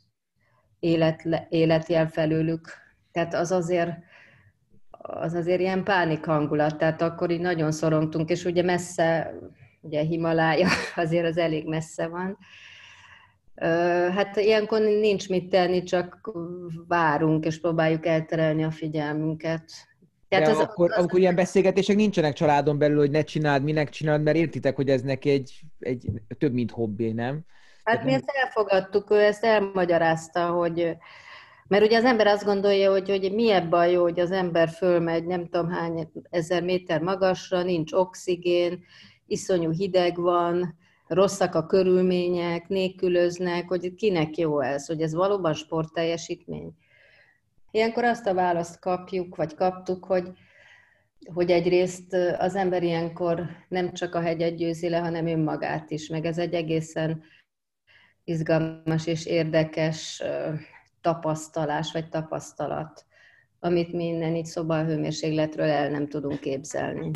élet, életjel felőlük. Tehát az azért, az azért ilyen pánik hangulat, tehát akkor így nagyon szorongtunk, és ugye messze, ugye Himalája azért az elég messze van. Hát ilyenkor nincs mit tenni, csak várunk, és próbáljuk elterelni a figyelmünket. Tehát De az, akkor, az, az akkor ilyen beszélgetések nincsenek családon belül, hogy ne csináld, minek csináld, mert értitek, hogy ez neki egy, egy több, mint hobbi, nem? Hát mi ezt elfogadtuk, ő ezt elmagyarázta, hogy... Mert ugye az ember azt gondolja, hogy, hogy mi ebben jó, hogy az ember fölmegy nem tudom hány ezer méter magasra, nincs oxigén, iszonyú hideg van, rosszak a körülmények, nélkülöznek, hogy kinek jó ez, hogy ez valóban sportteljesítmény. Ilyenkor azt a választ kapjuk, vagy kaptuk, hogy, hogy egyrészt az ember ilyenkor nem csak a hegyet győzi le, hanem önmagát is, meg ez egy egészen izgalmas és érdekes tapasztalás, vagy tapasztalat, amit mi innen így szobalhőmérsékletről el nem tudunk képzelni.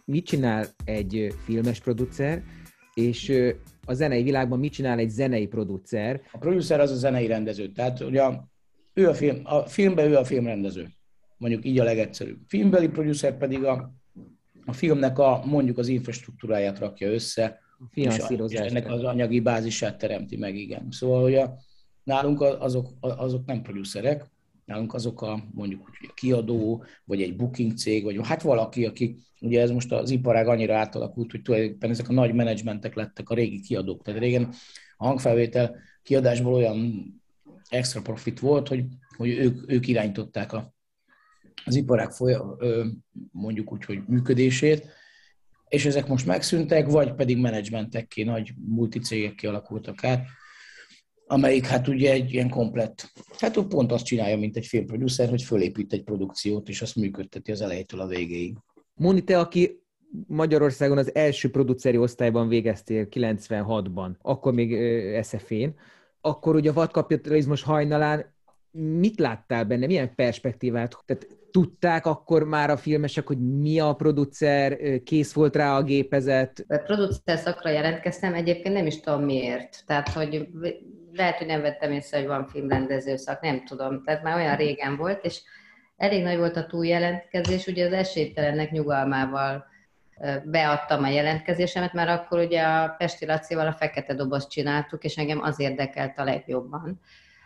mit csinál egy filmes producer, és a zenei világban mit csinál egy zenei producer? A producer az a zenei rendező, tehát ugye ő a, film, a filmben ő a filmrendező, mondjuk így a legegyszerűbb. Filmbeli producer pedig a, a filmnek a, mondjuk az infrastruktúráját rakja össze, és, a, és ennek az anyagi bázisát teremti meg, igen. Szóval ugye nálunk azok, azok nem producerek, nálunk azok a mondjuk a kiadó, vagy egy booking cég, vagy hát valaki, aki, ugye ez most az iparág annyira átalakult, hogy tulajdonképpen ezek a nagy menedzsmentek lettek a régi kiadók. Tehát régen a hangfelvétel kiadásból olyan extra profit volt, hogy, hogy ők, ők irányították a, az iparág folyam, mondjuk úgy, hogy működését, és ezek most megszűntek, vagy pedig menedzsmentekké, nagy multicégekké alakultak át, amelyik hát ugye egy ilyen komplett, hát pont azt csinálja, mint egy filmproducer, hogy fölépít egy produkciót, és azt működteti az elejétől a végéig. Móni, te, aki Magyarországon az első produceri osztályban végeztél kilencvenhatban, akkor még es ef én, akkor ugye a vadkapitalizmus hajnalán mit láttál benne, milyen perspektívát? Tehát tudták akkor már a filmesek, hogy mi a producer, kész volt rá a gépezet? A producer szakra jelentkeztem, egyébként nem is tudom miért. Tehát, hogy lehet, hogy nem vettem észre, hogy van filmrendező szak, nem tudom. Tehát már olyan régen volt, és elég nagy volt a túljelentkezés, ugye az esélytelennek nyugalmával beadtam a jelentkezésemet, mert akkor ugye a Pesti Lacival a Fekete Dobozt csináltuk, és engem az érdekelt a legjobban.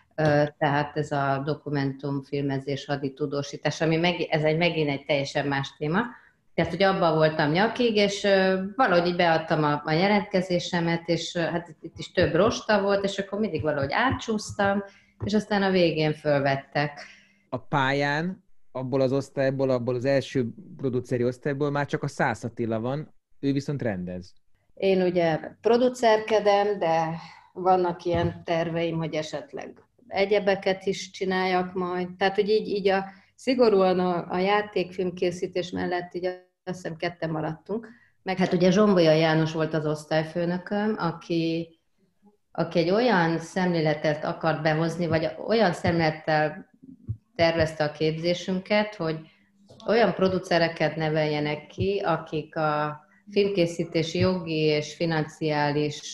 Tehát ez a dokumentumfilmezés, haditudósítás, ami meg, ez egy megint egy teljesen más téma. Tehát, hogy abban voltam nyakig, és valahogy így beadtam a, a jelentkezésemet, és hát itt is több rosta volt, és akkor mindig valahogy átcsúsztam, és aztán a végén fölvettek. A pályán, abból az osztályból, abból az első produceri osztályból már csak a Szász Attila van, ő viszont rendez. Én ugye producerkedem, de vannak ilyen terveim, hogy esetleg egyebeket is csináljak majd. Tehát, hogy így, így a, szigorúan a, a játékfilmkészítés mellett így azt hiszem ketten maradtunk. Meg hát ugye Zsombolya János volt az osztályfőnököm, aki, aki egy olyan szemléletet akart behozni, vagy olyan szemlélettel tervezte a képzésünket, hogy olyan producereket neveljenek ki, akik a filmkészítési jogi és financiális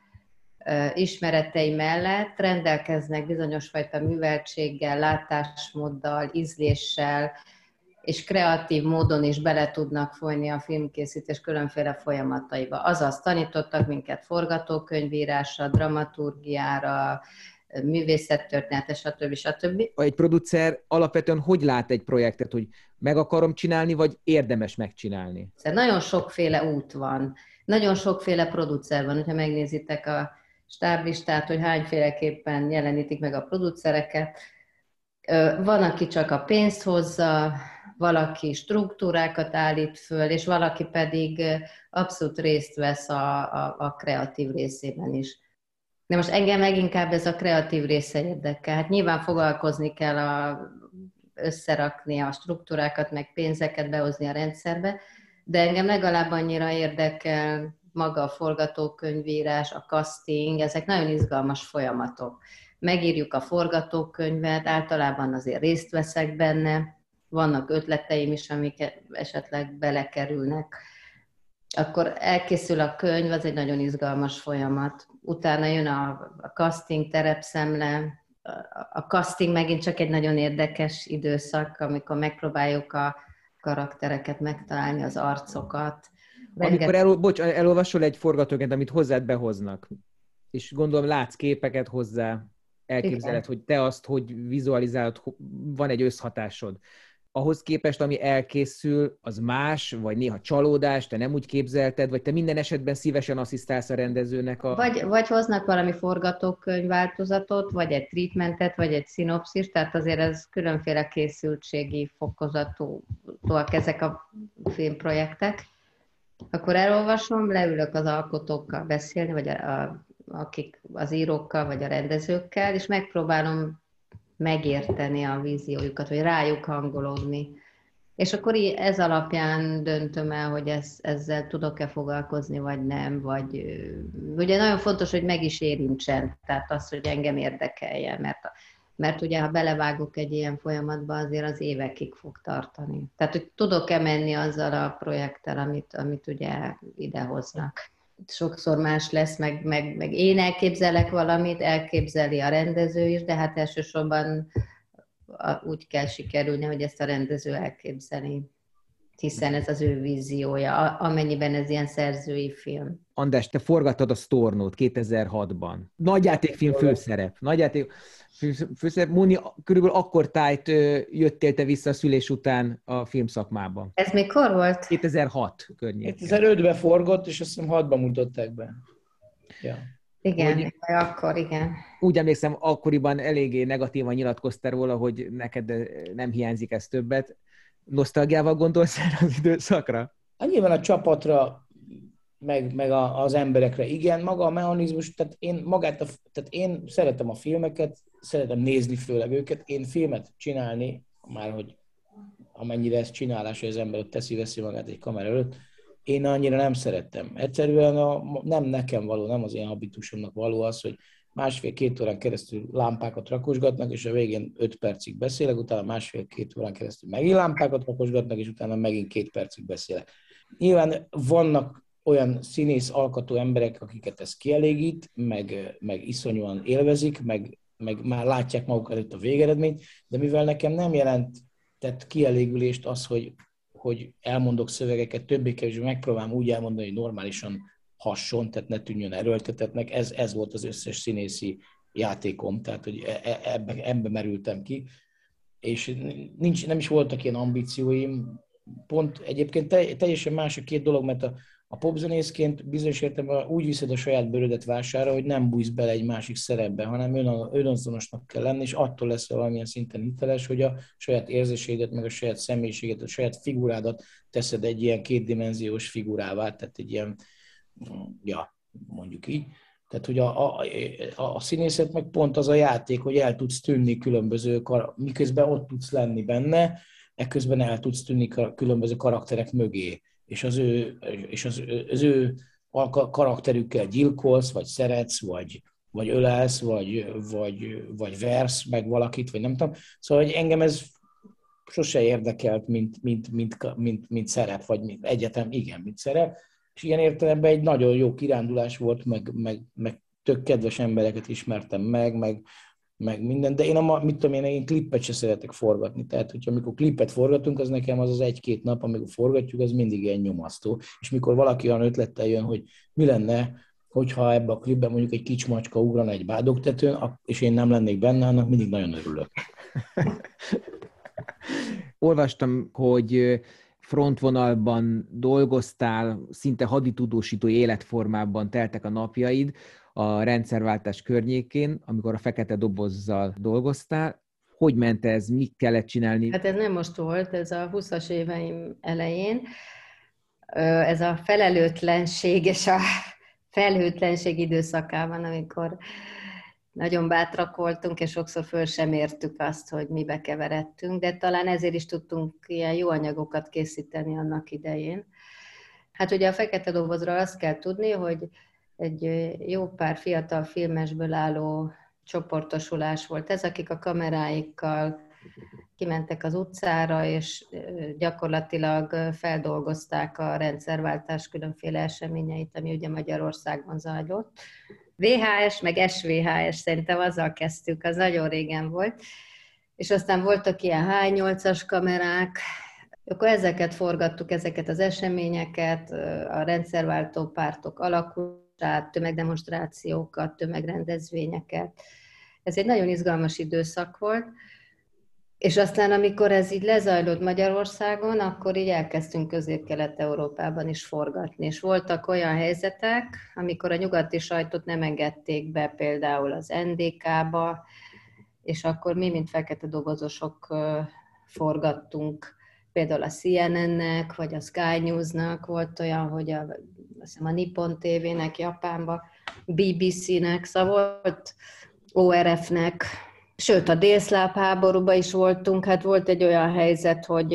ismeretei mellett rendelkeznek bizonyos fajta műveltséggel, látásmóddal, ízléssel, és kreatív módon is bele tudnak folyni a filmkészítés különféle folyamataiba. Azaz tanítottak minket forgatókönyvírásra, dramaturgiára, művészettörténetre, stb. stb. Egy producer alapvetően hogy lát egy projektet, hogy meg akarom csinálni, vagy érdemes megcsinálni? Nagyon sokféle út van, nagyon sokféle producer van, hogyha megnézitek a stáblistát, hogy hányféleképpen jelenítik meg a producereket. Van, aki csak a pénzt hozza, valaki struktúrákat állít föl, és valaki pedig abszolút részt vesz a, a, a kreatív részében is. De most engem leginkább ez a kreatív része érdekel. Hát nyilván foglalkozni kell a, összerakni a struktúrákat, meg pénzeket behozni a rendszerbe, de engem legalább annyira érdekel maga a forgatókönyvírás, a casting, ezek nagyon izgalmas folyamatok. Megírjuk a forgatókönyvet, általában azért részt veszek benne, vannak ötleteim is, amik esetleg belekerülnek. Akkor elkészül a könyv, az egy nagyon izgalmas folyamat. Utána jön a, a casting, terepszemle. A casting megint csak egy nagyon érdekes időszak, amikor megpróbáljuk a karaktereket megtalálni, az arcokat. Amikor el, bocs, elolvasol egy forgatókönyvet, amit hozzád behoznak, és gondolom látsz képeket hozzá, elképzeled, igen, hogy te azt, hogy vizualizálod, van egy összhatásod. Ahhoz képest, ami elkészül, az más, vagy néha csalódás, te nem úgy képzelted, vagy te minden esetben szívesen asszisztálsz a rendezőnek a... Vagy, vagy hoznak valami forgatókönyvváltozatot, vagy egy treatmentet, vagy egy szinopszist, tehát azért ez különféle készültségi fokozatúak ezek a filmprojektek. Akkor elolvasom, leülök az alkotókkal beszélni, vagy a, a, akik az írókkal, vagy a rendezőkkel, és megpróbálom megérteni a víziójukat, vagy rájuk hangolódni. És akkor ez alapján döntöm el, hogy ez, ezzel tudok-e foglalkozni, vagy nem, vagy ugye nagyon fontos, hogy meg is érintsen, tehát az, hogy engem érdekeljen, mert, mert ugye, ha belevágok egy ilyen folyamatba, azért az évekig fog tartani. Tehát, hogy tudok-e menni azzal a projekttel, amit, amit ugye idehoznak. Sokszor más lesz, meg, meg, meg én elképzelek valamit, elképzeli a rendező is, de hát elsősorban úgy kell sikerülni, hogy ezt a rendező elképzeli, hiszen ez az ő víziója, amennyiben ez ilyen szerzői film. András, te forgattad a Stornót kétezer-hatban. Nagyjátékfilm főszerep. Nagyjáték főszerep. Móni, körülbelül akkor tájt jöttél te vissza a szülés után a filmszakmában. Ez mikor volt? kétezer-hat környékén. kétezer-ötben forgott, és azt hiszem hatban mutatták be. Ja. Igen, hogy, akkor igen. Úgy emlékszem, akkoriban eléggé negatívan nyilatkoztál róla, hogy neked nem hiányzik ez többet. Nosztalgiával gondolsz erre az időszakra? Hát nyilván a csapatra, meg, meg a, az emberekre, igen, maga a mechanizmus, tehát én magát, a, tehát én szeretem a filmeket, szeretem nézni főleg őket, én filmet csinálni, már hogy amennyire ez csinálás, hogy az ember ott teszi-veszi magát egy kamera előtt, én annyira nem szerettem. Egyszerűen a, nem nekem való, nem az én habitusomnak való az, hogy másfél-két órán keresztül lámpákat rakosgatnak, és a végén öt percig beszélek, utána másfél-két órán keresztül megint lámpákat rakosgatnak, és utána megint két percig beszélek. Nyilván vannak olyan színész alkotó emberek, akiket ez kielégít, meg, meg iszonyúan élvezik, meg, meg már látják maguk előtt a végeredményt, de mivel nekem nem jelentett kielégülést az, hogy, hogy elmondok szövegeket, többé-kevésbé megpróbálom úgy elmondani, hogy normálisan hasson, tehát ne tűnjön erőltetetnek. Ez, ez volt az összes színészi játékom, tehát hogy ebbe, ebbe merültem ki, és nincs, nem is voltak ilyen ambícióim. Pont egyébként teljesen más a két dolog, mert a, a popzenészként bizonyos értelemben úgy viszed a saját bőrödet vására, hogy nem bújsz bele egy másik szerepbe, hanem önazonosnak kell lenni, és attól lesz valamilyen szinten hiteles, hogy a saját érzésédet, meg a saját személyiséget, a saját figurádat teszed egy ilyen kétdimenziós figurává, tehát egy ilyen, ja, mondjuk így. Tehát, hogy a, a, a színészet meg pont az a játék, hogy el tudsz tűnni különböző, miközben ott tudsz lenni benne, ekközben el tudsz tűnni különböző karakterek mögé, és az ő, és az, az ő karakterükkel gyilkolsz, vagy szeretsz, vagy, vagy ölelsz, vagy, vagy, vagy versz meg valakit, vagy nem tudom. Szóval hogy engem ez sose érdekelt, mint, mint, mint, mint, mint szerep, vagy mint egyetem, igen, mint szerep. És ilyen értelemben egy nagyon jó kirándulás volt, meg, meg, meg tök kedves embereket ismertem meg, meg, meg minden, de én, a, mit tudom én, én klippet se szeretek forgatni, tehát hogyha amikor klippet forgatunk, az nekem az az egy-két nap, amikor forgatjuk, az mindig ilyen nyomasztó, és mikor valaki olyan ötlettel jön, hogy mi lenne, hogyha ebbe a klipben mondjuk egy kicsmacska ugrana egy bádogtetőn, és én nem lennék benne, annak mindig nagyon örülök. Olvastam, hogy frontvonalban dolgoztál, szinte haditudósítói életformában teltek a napjaid a rendszerváltás környékén, amikor a Fekete Dobozzal dolgoztál. Hogy ment ez? Mit kellett csinálni? Hát ez nem most volt, ez a húszas éveim elején. Ez a felelőtlenség és a felhőtlenség időszakában, amikor nagyon bátrak voltunk, és sokszor föl sem értük azt, hogy mibe keveredtünk, de talán ezért is tudtunk ilyen jó anyagokat készíteni annak idején. Hát ugye a Fekete Dobozról azt kell tudni, hogy egy jó pár fiatal filmesből álló csoportosulás volt ez, akik a kameráikkal kimentek az utcára, és gyakorlatilag feldolgozták a rendszerváltás különféle eseményeit, ami ugye Magyarországon zajlott. vé há es, meg es vé há es, szerintem azzal kezdtük, az nagyon régen volt. És aztán voltak ilyen há nyolcas kamerák, akkor ezeket forgattuk, ezeket az eseményeket, a rendszerváltó pártok alakulását, tömegdemonstrációkat, tömegrendezvényeket. Ez egy nagyon izgalmas időszak volt. És aztán, amikor ez így lezajlott Magyarországon, akkor így elkezdtünk Közép-Kelet-Európában is forgatni. És voltak olyan helyzetek, amikor a nyugati sajtót nem engedték be például az en dé ká-ba, és akkor mi, mint Fekete Dobozosok forgattunk például a cé en en-nek, vagy a Sky News-nak, volt olyan, hogy a, azt hiszem a Nippon té vé-nek Japánba, bé bé cé-nek, szóval volt o er ef-nek, sőt, a délszláv háborúban is voltunk, hát volt egy olyan helyzet, hogy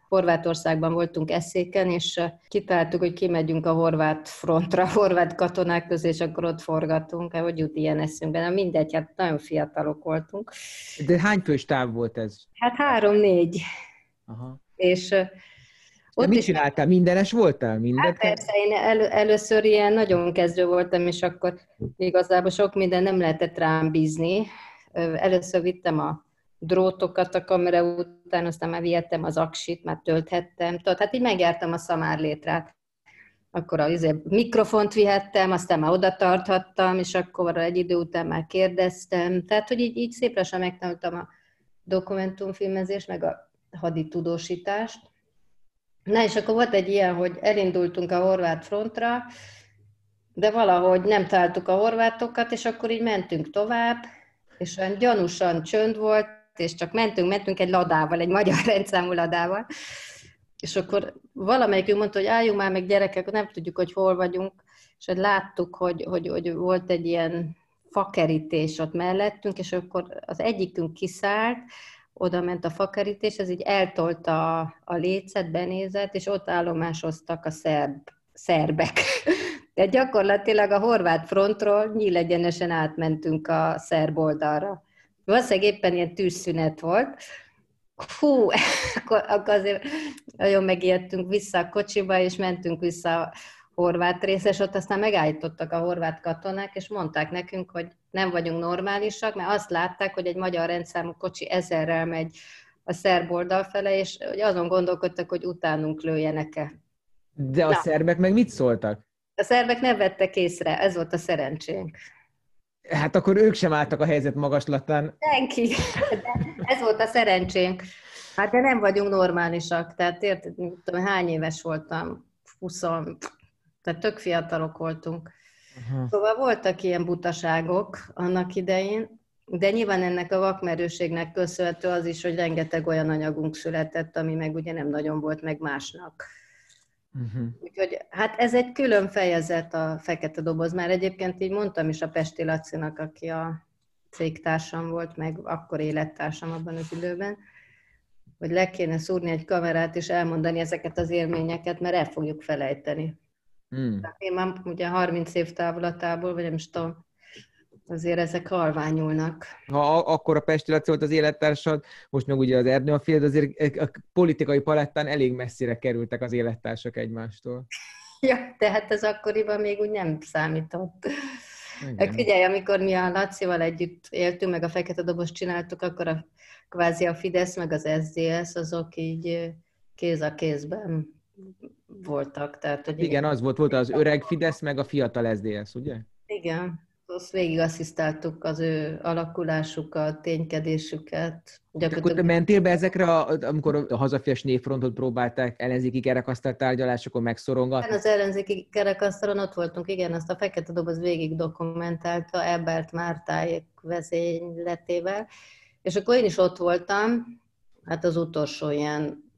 Horvátországban voltunk eszéken, és kitaláltuk, hogy kimegyünk a horvát frontra, horvát katonák közé, és akkor ott forgatunk. Hát, hogy jut ilyen eszünkbe? Na mindegy, hát nagyon fiatalok voltunk. De hány fős táv volt ez? Hát három-négy. Aha. És ott mit is csináltál? Mindenes voltál? Mindent hát persze, én elő, először ilyen nagyon kezdő voltam, és akkor igazából sok minden nem lehetett rám bízni. Először vittem a drótokat a kamera után, aztán már vihettem az aksit, már tölthettem. Tudod, hát így megjártam a szamárlétrát. Akkor a mikrofont vihettem, aztán már oda tarthattam, és akkor egy idő után már kérdeztem. Tehát, hogy így, így szép lassan megtanultam a dokumentumfilmezést, meg a haditudósítást. Na, és akkor volt egy ilyen, hogy elindultunk a horvát frontra, de valahogy nem találtuk a horvátokat, és akkor így mentünk tovább, és olyan gyanúsan csönd volt, és csak mentünk, mentünk egy ladával, egy magyar rendszámú ladával, és akkor valamelyikünk mondta, hogy álljunk már meg gyerekek, nem tudjuk, hogy hol vagyunk, és hogy láttuk, hogy, hogy, hogy volt egy ilyen fakerítés ott mellettünk, és akkor az egyikünk kiszállt, oda ment a fakerítés, ez így eltolta a, a lécet, benézett, és ott állomásoztak a szerb, szerbek. De gyakorlatilag a horvát frontról nyílegyenesen átmentünk a szerb oldalra. Valószínűleg éppen ilyen tűzszünet volt. Hú, akkor, akkor azért nagyon megijedtünk vissza a kocsiba, és mentünk vissza a horvát része, és ott aztán megállítottak a horvát katonák, és mondták nekünk, hogy nem vagyunk normálisak, mert azt látták, hogy egy magyar rendszámú kocsi ezerrel megy a szerb oldal fele, és hogy azon gondolkodtak, hogy utánunk lőjenek-e. De a Na. szerbek meg mit szóltak? A szerbek nem vettek észre, ez volt a szerencsénk. Hát akkor ők sem álltak a helyzet magaslatán. Senki, de ez volt a szerencsénk. Hát de nem vagyunk normálisak, tehát érted, tudom, hány éves voltam? húsz, tehát tök fiatalok voltunk. Aha. Szóval voltak ilyen butaságok annak idején, de nyilván ennek a vakmerőségnek köszönhető az is, hogy rengeteg olyan anyagunk született, ami meg ugye nem nagyon volt meg másnak. Uh-huh. Úgyhogy hát ez egy külön fejezet a Fekete Doboz. Már egyébként így mondtam is a Pesti Lacinak, aki a cégtársam volt, meg akkor élettársam abban az időben, hogy le kéne szúrni egy kamerát és elmondani ezeket az élményeket, mert el fogjuk felejteni. Mm. Én már ugye harminc év távlatából, vagy nem is tudom, azért ezek halványulnak. Ha akkor a Pesti Laci volt az élettársad, most meg ugye az Erdő a fiad, azért a politikai palettán elég messzire kerültek az élettársak egymástól. Ja, tehát ez akkoriban még úgy nem számított. Figyelj, amikor mi a Lacival együtt éltünk, meg a Fekete Dobozt csináltuk, akkor a, kvázi a Fidesz, meg az es zé dé es, azok így kéz a kézben voltak. Tehát, hogy igen, az volt, volt az öreg Fidesz, meg a fiatal es zé dé es, ugye? Igen. Azt végig asszisztáltuk az ő alakulásukat, ténykedésüket. Akkor te mentél be ezekre, amikor a hazafias névfrontot próbálták ellenzéki kerekasztal tárgyalásokon megszorongatni? Az ellenzéki kerekasztalon ott voltunk, igen, azt a Fekete Doboz végig dokumentálta Ebert Mártáék vezényletével, és akkor én is ott voltam, hát az utolsó ilyen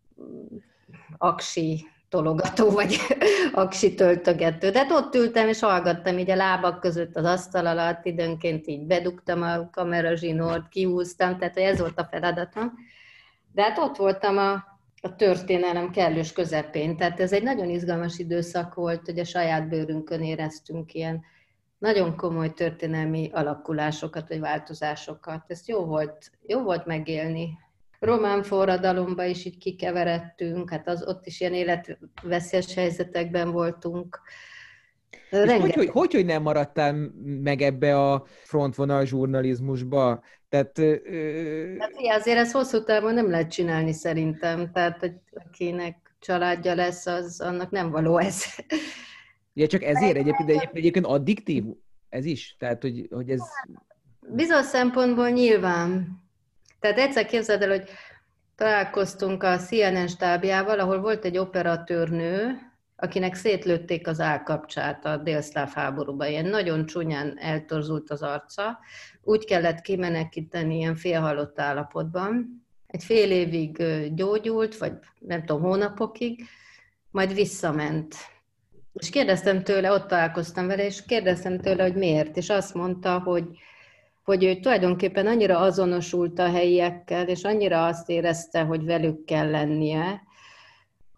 aksi tologató, vagy aksi töltögető. De hát ott ültem, és hallgattam így a lábak között az asztal alatt, időnként így bedugtam a kamerazsinort, kihúztam, tehát ez volt a feladatom. De hát ott voltam a, a történelem kellős közepén, tehát ez egy nagyon izgalmas időszak volt, hogy a saját bőrünkön éreztünk ilyen nagyon komoly történelmi alakulásokat, vagy változásokat. Ezt jó volt, jó volt megélni. Román forradalomba is így kikeveredtünk, hát az, ott is ilyen életveszélyes helyzetekben voltunk. Hogy, hogy, hogy, hogy nem maradtál meg ebbe a frontvonal zsurnalizmusba? Tehát, ö... hát, azért ez hosszú távon nem lehet csinálni szerintem, tehát hogy akinek családja lesz, az annak nem való ez. Ja, csak ezért egyébként, egyébként, egyébként addiktív ez is? Tehát, hogy, hogy ez... Bizonyos szempontból nyilván. Tehát egyszer képzeld el, hogy találkoztunk a C N N stábjával, ahol volt egy operatőrnő, akinek szétlőtték az állkapcsát a délszláv háborúban. Ilyen nagyon csúnyán eltorzult az arca. Úgy kellett kimenekíteni ilyen félhalott állapotban. Egy fél évig gyógyult, vagy nem tudom, hónapokig, majd visszament. És kérdeztem tőle, ott találkoztam vele, és kérdeztem tőle, hogy miért. És azt mondta, hogy hogy ő tulajdonképpen annyira azonosult a helyiekkel, és annyira azt érezte, hogy velük kell lennie,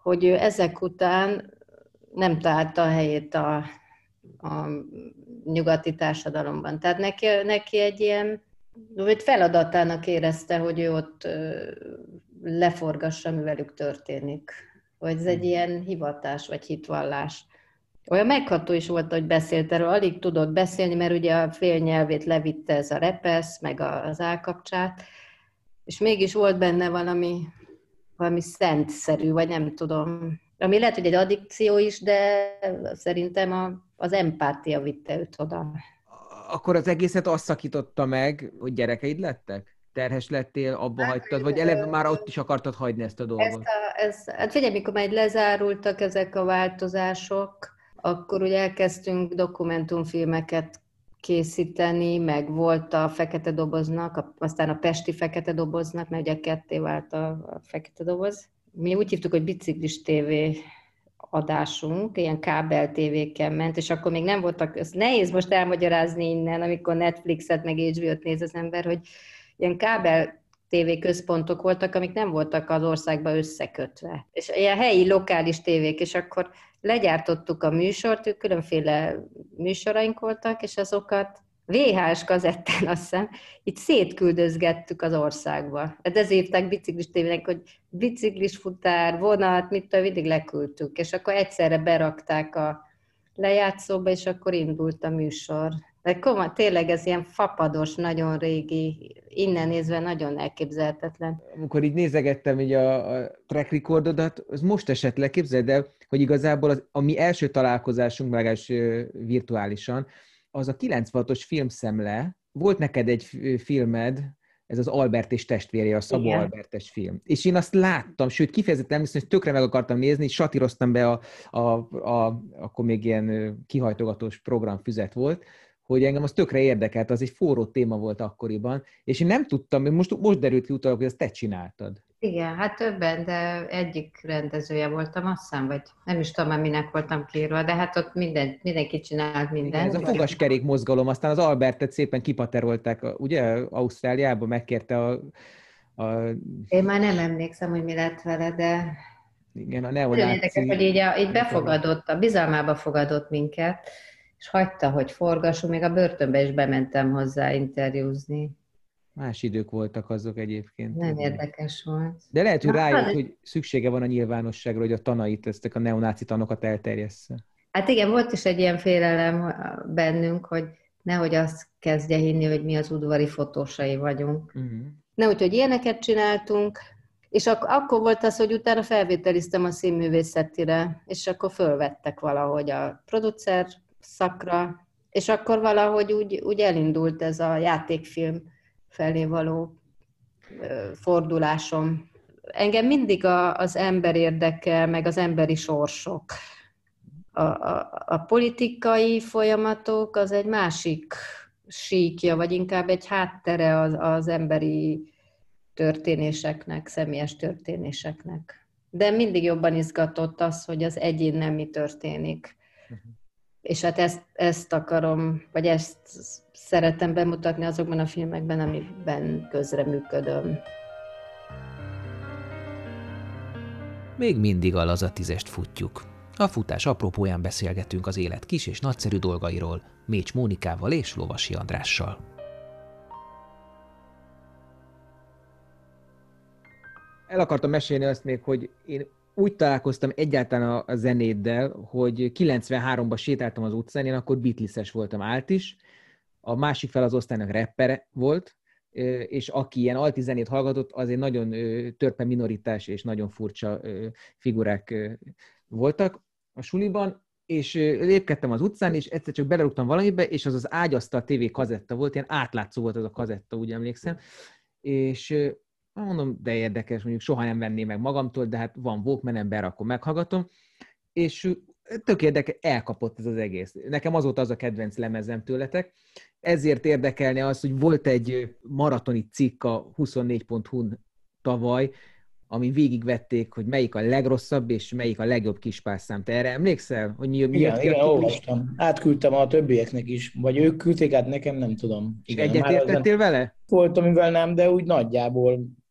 hogy ő ezek után nem találta a helyét a, a nyugati társadalomban. Tehát neki, neki egy ilyen, vagy feladatának érezte, hogy ő ott leforgassa, mi velük történik. Vagy ez egy ilyen hivatás, vagy hitvallás. Olyan megható is volt, hogy beszélt erről, alig tudott beszélni, mert ugye a félnyelvét levitte ez a repesz, meg az állkapcsát, és mégis volt benne valami, valami szentszerű, vagy nem tudom, ami lehet, hogy egy addikció is, de szerintem a, az empátia vitte őt oda. Akkor az egészet azt szakította meg, hogy gyerekeid lettek? Terhes lettél, abba hát, hagytad, vagy eleve már ott is akartad hagyni ezt a dolgot? Ezt a, ez, hát figyelj, mikor már lezárultak ezek a változások, akkor ugye elkezdtünk dokumentumfilmeket készíteni, meg volt a Fekete Doboznak, aztán a Pesti Fekete Doboznak, mert ugye ketté vált a, a Fekete Doboz. Mi úgy hívtuk, hogy Biciklis tévé adásunk, ilyen kábel tévéken ment, és akkor még nem voltak, ez nehéz most elmagyarázni innen, amikor Netflixet meg há bé ó-t néz az ember, hogy ilyen kábel tévé központok voltak, amik nem voltak az országban összekötve. És ilyen helyi, lokális tévék, és akkor legyártottuk a műsort, különféle műsoraink voltak, és azokat vé há es kazettán, azt hiszem, itt szétküldözgettük az országba. Ez hívták biciklis tévének, hogy biciklis futár, vonat, mit tudom, mindig leküldtük, és akkor egyszerre berakták a lejátszóba, és akkor indult a műsor. De komoly, tényleg ez ilyen fapados, nagyon régi, innen nézve nagyon elképzelhetetlen. Amikor így nézegettem így a, a track recordodat, az most esett le, képzeld el, hogy igazából az, a mi első találkozásunk, legalábbis virtuálisan, az a kilencvenhatos filmszemle, volt neked egy filmed, ez az Albert és testvérje, a Szabó Albertes film. És én azt láttam, sőt kifejezetten emlékszem, hogy tökre meg akartam nézni, és satíroztam be, a, a, a, akkor még ilyen kihajtogatós programfüzet volt, hogy engem az tökre érdekelt, az egy forró téma volt akkoriban, és én nem tudtam, most, most derült ki utána, hogy ezt te csináltad. Igen, hát többen, de egyik rendezője voltam, azt hiszem, vagy nem is tudom, minek voltam kiírva, de hát ott minden, mindenki csinált mindent. Igen, ez a fogaskerék mozgalom, aztán az Albertet szépen kipaterolták, ugye, Ausztráliába megkérte a, a... Én már nem emlékszem, hogy mi lett vele, de... Igen, a neonáci... Nagyon érdekes, hogy így, a, így befogadott, a bizalmába fogadott minket, és hagyta, hogy forgassunk, még a börtönbe is bementem hozzá interjúzni. Más idők voltak azok egyébként. Nem érdekes volt. De lehet, hogy rájött, hogy szüksége van a nyilvánosságra, hogy a tanait, eztek a neonáci tanokat elterjessze. Hát igen, volt is egy ilyen félelem bennünk, hogy nehogy azt kezdje hinni, hogy mi az udvari fotósai vagyunk. Uh-huh. Nehogy, hogy ilyeneket csináltunk, és ak- akkor volt az, hogy utána felvételiztem a színművészetire, és akkor fölvettek valahogy a producer szakra, és akkor valahogy úgy, úgy elindult ez a játékfilm felé való fordulásom. Engem mindig a, az ember érdekel, meg az emberi sorsok. A, a, a politikai folyamatok az egy másik síkja, vagy inkább egy háttere az, az emberi történéseknek, személyes történéseknek. De mindig jobban izgatott az, hogy az egyénnel mi történik. Uh-huh. És hát ezt, ezt akarom, vagy ezt szeretem bemutatni azokban a filmekben, amiben közreműködöm. Még mindig a laza tízest futjuk. A futás apropóján beszélgetünk az élet kis és nagyszerű dolgairól, Mécs Mónikával és Lovasi Andrással. El akartam mesélni azt még, hogy én úgy találkoztam egyáltalán a zenéddel, hogy kilencvenháromban sétáltam az utcán, én akkor Beatles-es voltam, ált is, a másik fel az osztálynak rapper volt, és aki ilyen alti zenét hallgatott, azért nagyon törpe minoritás és nagyon furcsa figurák voltak a suliban, és lépkedtem az utcán, és egyszer csak belerúgtam valamibe, és az az ágyasztal té vé kazetta volt, ilyen átlátszó volt az a kazetta, úgy emlékszem, és mondom, de érdekes, mondjuk soha nem venném meg magamtól, de hát van Walkmanem, berakom, meghallgatom, és tök érdekes, elkapott ez az egész. Nekem azóta az a kedvenc lemezem tőletek. Ezért érdekelne az, hogy volt egy maratoni cikk a huszonnégy pont hu-n tavaly, ami végigvették, hogy melyik a legrosszabb, és melyik a legjobb kispásszám. Te erre emlékszel? Hogy mi, mi igen, igen, olvastam. Átküldtem a többieknek is, vagy ők küldték át nekem, nem tudom. Igen, egyetértettél vele? Volt, amivel nem, de úgy nagyjából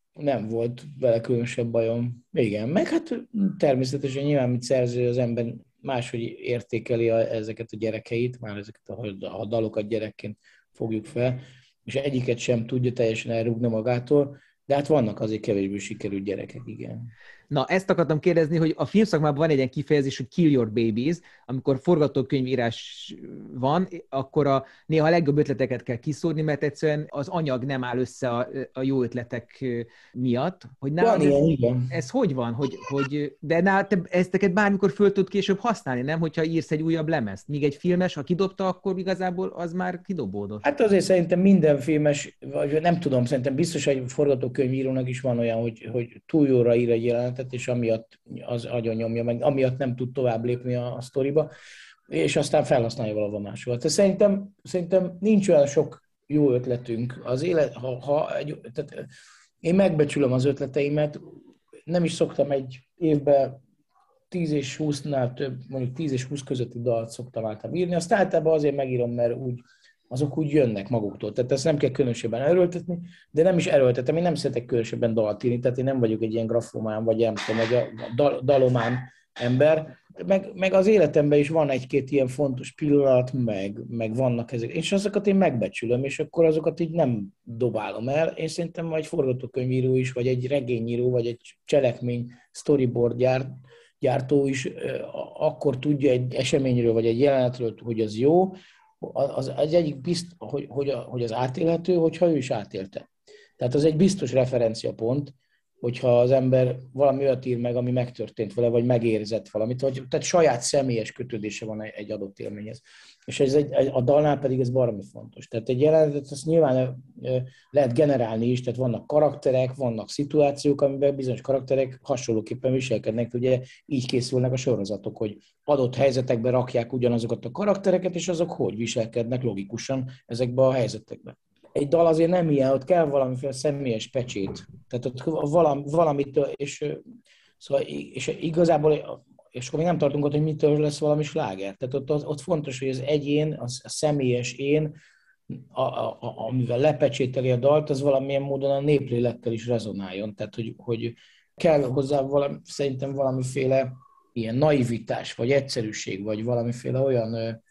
nem volt vele különösebb bajom. Igen, meg hát természetesen nyilván, mint szerző, az ember máshogy értékeli a, ezeket a gyerekeit, már ezeket a, a dalokat gyerekként fogjuk fel, és egyiket sem tudja teljesen elrúgni magától, de hát vannak azért kevésbé sikerült gyerekek, igen. Na, ezt akartam kérdezni, hogy a filmszakmában van egy ilyen kifejezés, hogy kill your babies, amikor forgatókönyvírás van, akkor a, néha a legjobb ötleteket kell kiszórni, mert egyszerűen az anyag nem áll össze a, a jó ötletek miatt. Hogy Van ilyen, ez, igen. ez hogy van? Hogy, hogy, de nálad te ezteket bármikor föl tud később használni, nem? Hogyha írsz egy újabb lemezt. Míg egy filmes, ha kidobta, akkor igazából az már kidobódott. Hát azért szerintem minden filmes, vagy nem tudom, szerintem biztos, hogy forgatókönyvírónak is van olyan, hogy, hogy túl jóra ír egy jelenetet, és amiatt az agyon nyomja meg, amiatt nem tud tovább lépni a, a sztoriba, és aztán felhasználja valahol máshol. Tehát szerintem, szerintem nincs olyan sok jó ötletünk. Az élet, ha, ha egy, tehát én megbecsülöm az ötleteimet, nem is szoktam egy évben tíz és húsznál több, mondjuk tíz és húsz közötti dalt szoktam általában írni, azt általában azért megírom, mert úgy, azok úgy jönnek maguktól. Tehát ezt nem kell különösebben erőltetni, de nem is erőltetem. Én nem szeretek különösebben dalt írni, tehát én nem vagyok egy ilyen grafomán, vagy nem tudom, vagy a dal, dalomán ember. Meg, meg az életemben is van egy-két ilyen fontos pillanat, meg, meg vannak ezek. És azokat én megbecsülöm, és akkor azokat így nem dobálom el. Én szerintem majd forgatókönyvíró is, vagy egy regényíró, vagy egy cselekmény storyboard gyárt, gyártó is akkor tudja egy eseményről, vagy egy jelenetről, hogy az jó, az, az egyik bizt, hogy, hogy, a, hogy az átélhető, hogyha ő is átélte. Tehát az egy biztos referenciapont, hogyha az ember valami olyat ír meg, ami megtörtént vele, vagy megérzett valamit, vagy tehát saját személyes kötődése van egy adott élményhez. És ez egy, a dalnál pedig ez baromi fontos. Tehát egy jelenetet azt nyilván lehet generálni is, tehát vannak karakterek, vannak szituációk, amiben bizonyos karakterek hasonlóképpen viselkednek, ugye így készülnek a sorozatok, hogy adott helyzetekben rakják ugyanazokat a karaktereket, és azok hogy viselkednek logikusan ezekben a helyzetekben. Egy dal azért nem ilyen, ott kell valamiféle személyes pecsét. Tehát ott valami, valamit, és, szóval, és igazából, és akkor még nem tartunk ott, hogy mitől lesz valami sláger. Tehát ott, ott fontos, hogy az egyén, az a személyes én, a, a, a, amivel lepecsételi a dalt, az valamilyen módon a néplélekkel is rezonáljon. Tehát, hogy, hogy kell hozzá valami, szerintem valamiféle ilyen naivitás, vagy egyszerűség, vagy valamiféle olyan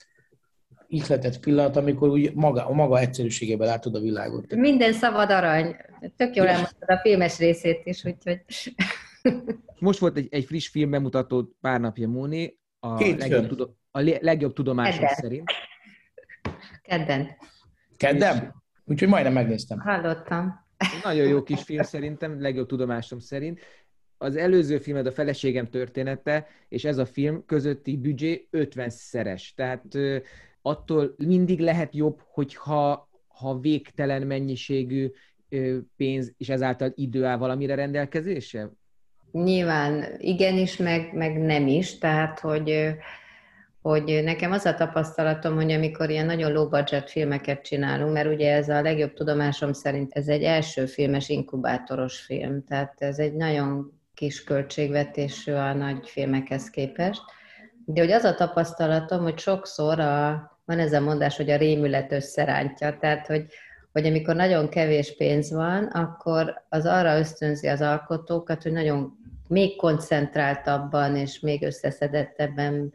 ihletett pillanat, amikor úgy maga, a maga egyszerűségében látod a világot. Minden szabad arany. Tök jól elmondtad a filmes részét is, úgyhogy... Most volt egy, egy friss film bemutató pár napja, Móni, a, legjobb, tudo, a legjobb tudomásom Kedden. szerint. Kedden. Kedden? Úgyhogy majdnem megnéztem. Hallottam. Nagyon jó kis film szerintem, legjobb tudomásom szerint. Az előző filmed a Feleségem története, és ez a film közötti büdzsé ötvenszeres. Tehát attól mindig lehet jobb, hogyha ha végtelen mennyiségű pénz, és ezáltal idő áll valamire rendelkezésre? Nyilván igenis, meg, meg nem is, tehát hogy, hogy nekem az a tapasztalatom, hogy amikor ilyen nagyon low budget filmeket csinálunk, mert ugye ez a legjobb tudomásom szerint ez egy első filmes inkubátoros film, tehát ez egy nagyon kis költségvetésű a nagy filmekhez képest, de hogy az a tapasztalatom, hogy sokszor a, van ez a mondás, hogy a rémület összerántja, tehát hogy hogy amikor nagyon kevés pénz van, akkor az arra ösztönzi az alkotókat, hogy nagyon még koncentráltabban és még összeszedettebben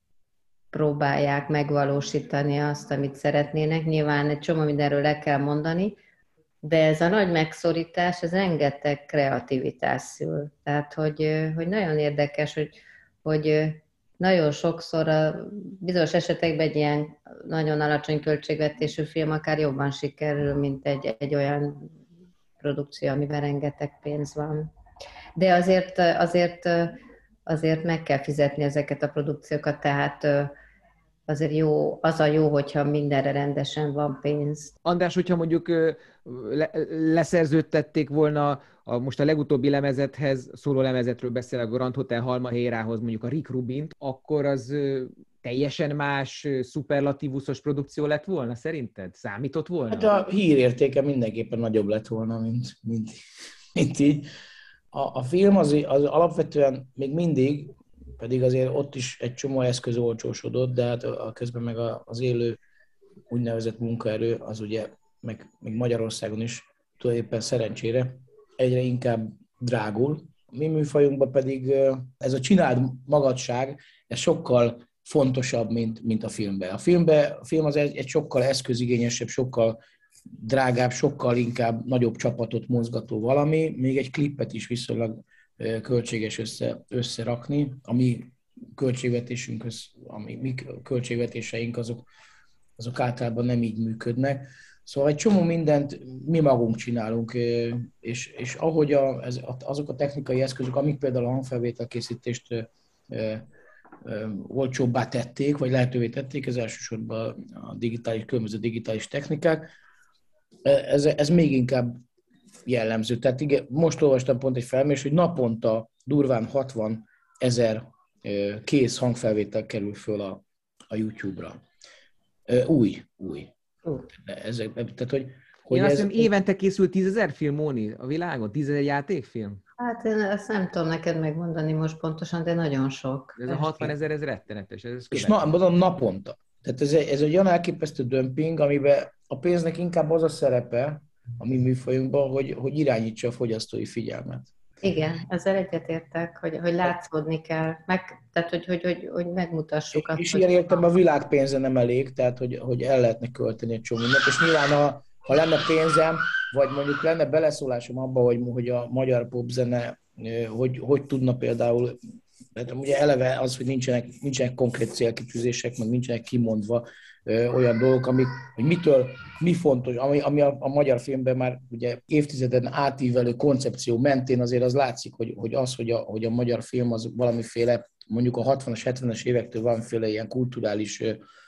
próbálják megvalósítani azt, amit szeretnének. Nyilván egy csomó mindenről le kell mondani, de ez a nagy megszorítás, ez rengeteg kreativitás szül. Tehát, hogy, hogy nagyon érdekes, hogy, hogy nagyon sokszor a bizonyos esetekben egy ilyen nagyon alacsony költségvetésű film akár jobban sikerül, mint egy, egy olyan produkció, amiben rengeteg pénz van. De azért, azért, azért meg kell fizetni ezeket a produkciókat, tehát azért jó, az a jó, hogyha mindenre rendesen van pénz. András, hogyha mondjuk le, leszerződtették volna a, most a legutóbbi lemezethez, szóló lemezetről beszélek, a Grand Hotel Halmahérához mondjuk a Rick Rubint, akkor az teljesen más, szuperlatívuszos produkció lett volna, szerinted? Számított volna? Hát a hírértéke mindenképpen nagyobb lett volna, mint, mint, mint így. A, a film az, az alapvetően még mindig, pedig azért ott is egy csomó eszköz olcsósodott, de hát a, a közben meg a, az élő úgynevezett munkaerő, az ugye, meg még Magyarországon is tulajdonképpen szerencsére egyre inkább drágul. Mi műfajunkban pedig ez a csináld magadság, ez sokkal fontosabb, mint, mint a filmben. A filmben, a film az egy, egy sokkal eszközigényesebb, sokkal drágább, sokkal inkább nagyobb csapatot mozgató valami, még egy klippet is viszonylag költséges össze, összerakni, ami költségvetésünk, ami mi költségvetéseink azok, azok általában nem így működnek. Szóval egy csomó mindent mi magunk csinálunk, és, és ahogy a, ez, azok a technikai eszközök, amik például a hangfelvételkészítést e, e, olcsóbbá tették, vagy lehetővé tették, ez elsősorban a digitális, különböző digitális technikák, ez, ez még inkább jellemző. Tehát igen, most olvastam pont egy felmérést, hogy naponta durván hatvan ezer kész hangfelvétel kerül föl a, a YouTube-ra. Új, új. Ezek, tehát, hogy, hogy Én ez... azt hiszem, évente készül tízezer film, Móni, a világon? Tízezer játékfilm? Hát én ezt nem tudom neked megmondani most pontosan, de nagyon sok. Ez a hatvanezer, ez rettenetes. Ez és na, mondom, naponta. Tehát ez egy, ez egy olyan elképesztő dömping, amiben a pénznek inkább az a szerepe a mi műfajunkban, hogy, hogy irányítsa a fogyasztói figyelmet. Igen, ezzel egyetértek, hogy, hogy látszódni kell, meg, tehát hogy, hogy, hogy, hogy megmutassuk. És, és ilyen értelemben a világ pénze nem elég, tehát hogy, hogy el lehetne költeni egy csomó mindent, és nyilván ha, ha lenne pénzem, vagy mondjuk lenne beleszólásom abba, hogy, hogy a magyar popzene hogy, hogy tudna például, hát ugye eleve az, hogy nincsenek, nincsenek konkrét célkitűzések, meg nincsenek kimondva ö, olyan dolgok, amik, hogy mitől, mi fontos, ami, ami a, a magyar filmben már ugye évtizeden átívelő koncepció mentén azért az látszik, hogy, hogy az, hogy a, hogy a magyar film az valamiféle, mondjuk a hatvanas, hetvenes évektől valamiféle ilyen kulturális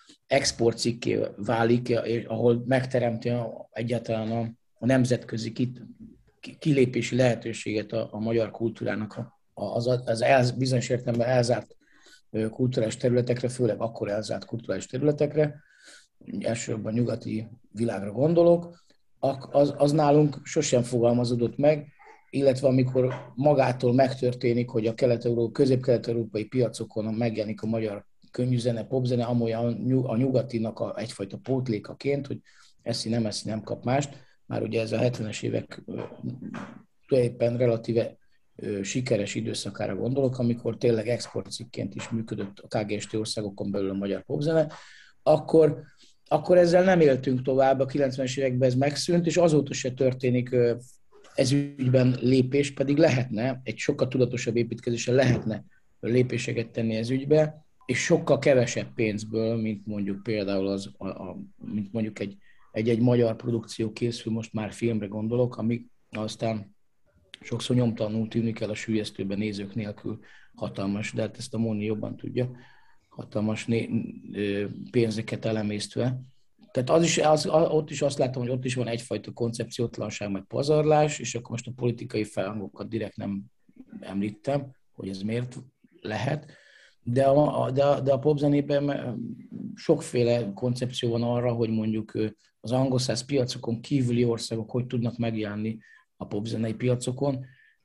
exportcikké válik, ahol megteremti egyáltalán a, a nemzetközi kit, kilépési lehetőséget a, a magyar kultúrának a, az, az el, bizonyos értelemben elzárt kulturális területekre, főleg akkor elzárt kulturális területekre, elsősorban a nyugati világra gondolok, az, az nálunk sosem fogalmazódott meg, illetve amikor magától megtörténik, hogy a kelet-euró, közép-kelet-európai piacokon megjelenik a magyar könnyűzene, popzene, amolyan a nyugatinak a, egyfajta pótlékaként, hogy eszi, nem eszi, nem kap mást. Már ugye ez a hetvenes évek tulajdonképpen relatíve sikeres időszakára gondolok, amikor tényleg exportcikként is működött a ká gé es té országokon belül a magyar popzene, akkor, akkor ezzel nem éltünk tovább, a kilencvenes években ez megszűnt, és azóta se történik ez ügyben lépés, pedig lehetne, egy sokkal tudatosabb építkezéssel lehetne lépéseket tenni ez ügybe, és sokkal kevesebb pénzből, mint mondjuk például az, a, a, mint mondjuk egy, egy, egy magyar produkció készül, most már filmre gondolok, ami aztán sokszor nyomtalanul tűnik el a süllyesztőben nézők nélkül hatalmas, de hát ezt a Móni jobban tudja, hatalmas né- pénzeket elemésztve. Tehát az is, az, ott is azt látom, hogy ott is van egyfajta koncepciótlanság, meg pazarlás, és akkor most a politikai felhangokat direkt nem említem, hogy ez miért lehet, de a, de a, de a popzenében sokféle koncepció van arra, hogy mondjuk az angol száz piacokon kívüli országok hogy tudnak megjelenni a popzenei piacokon.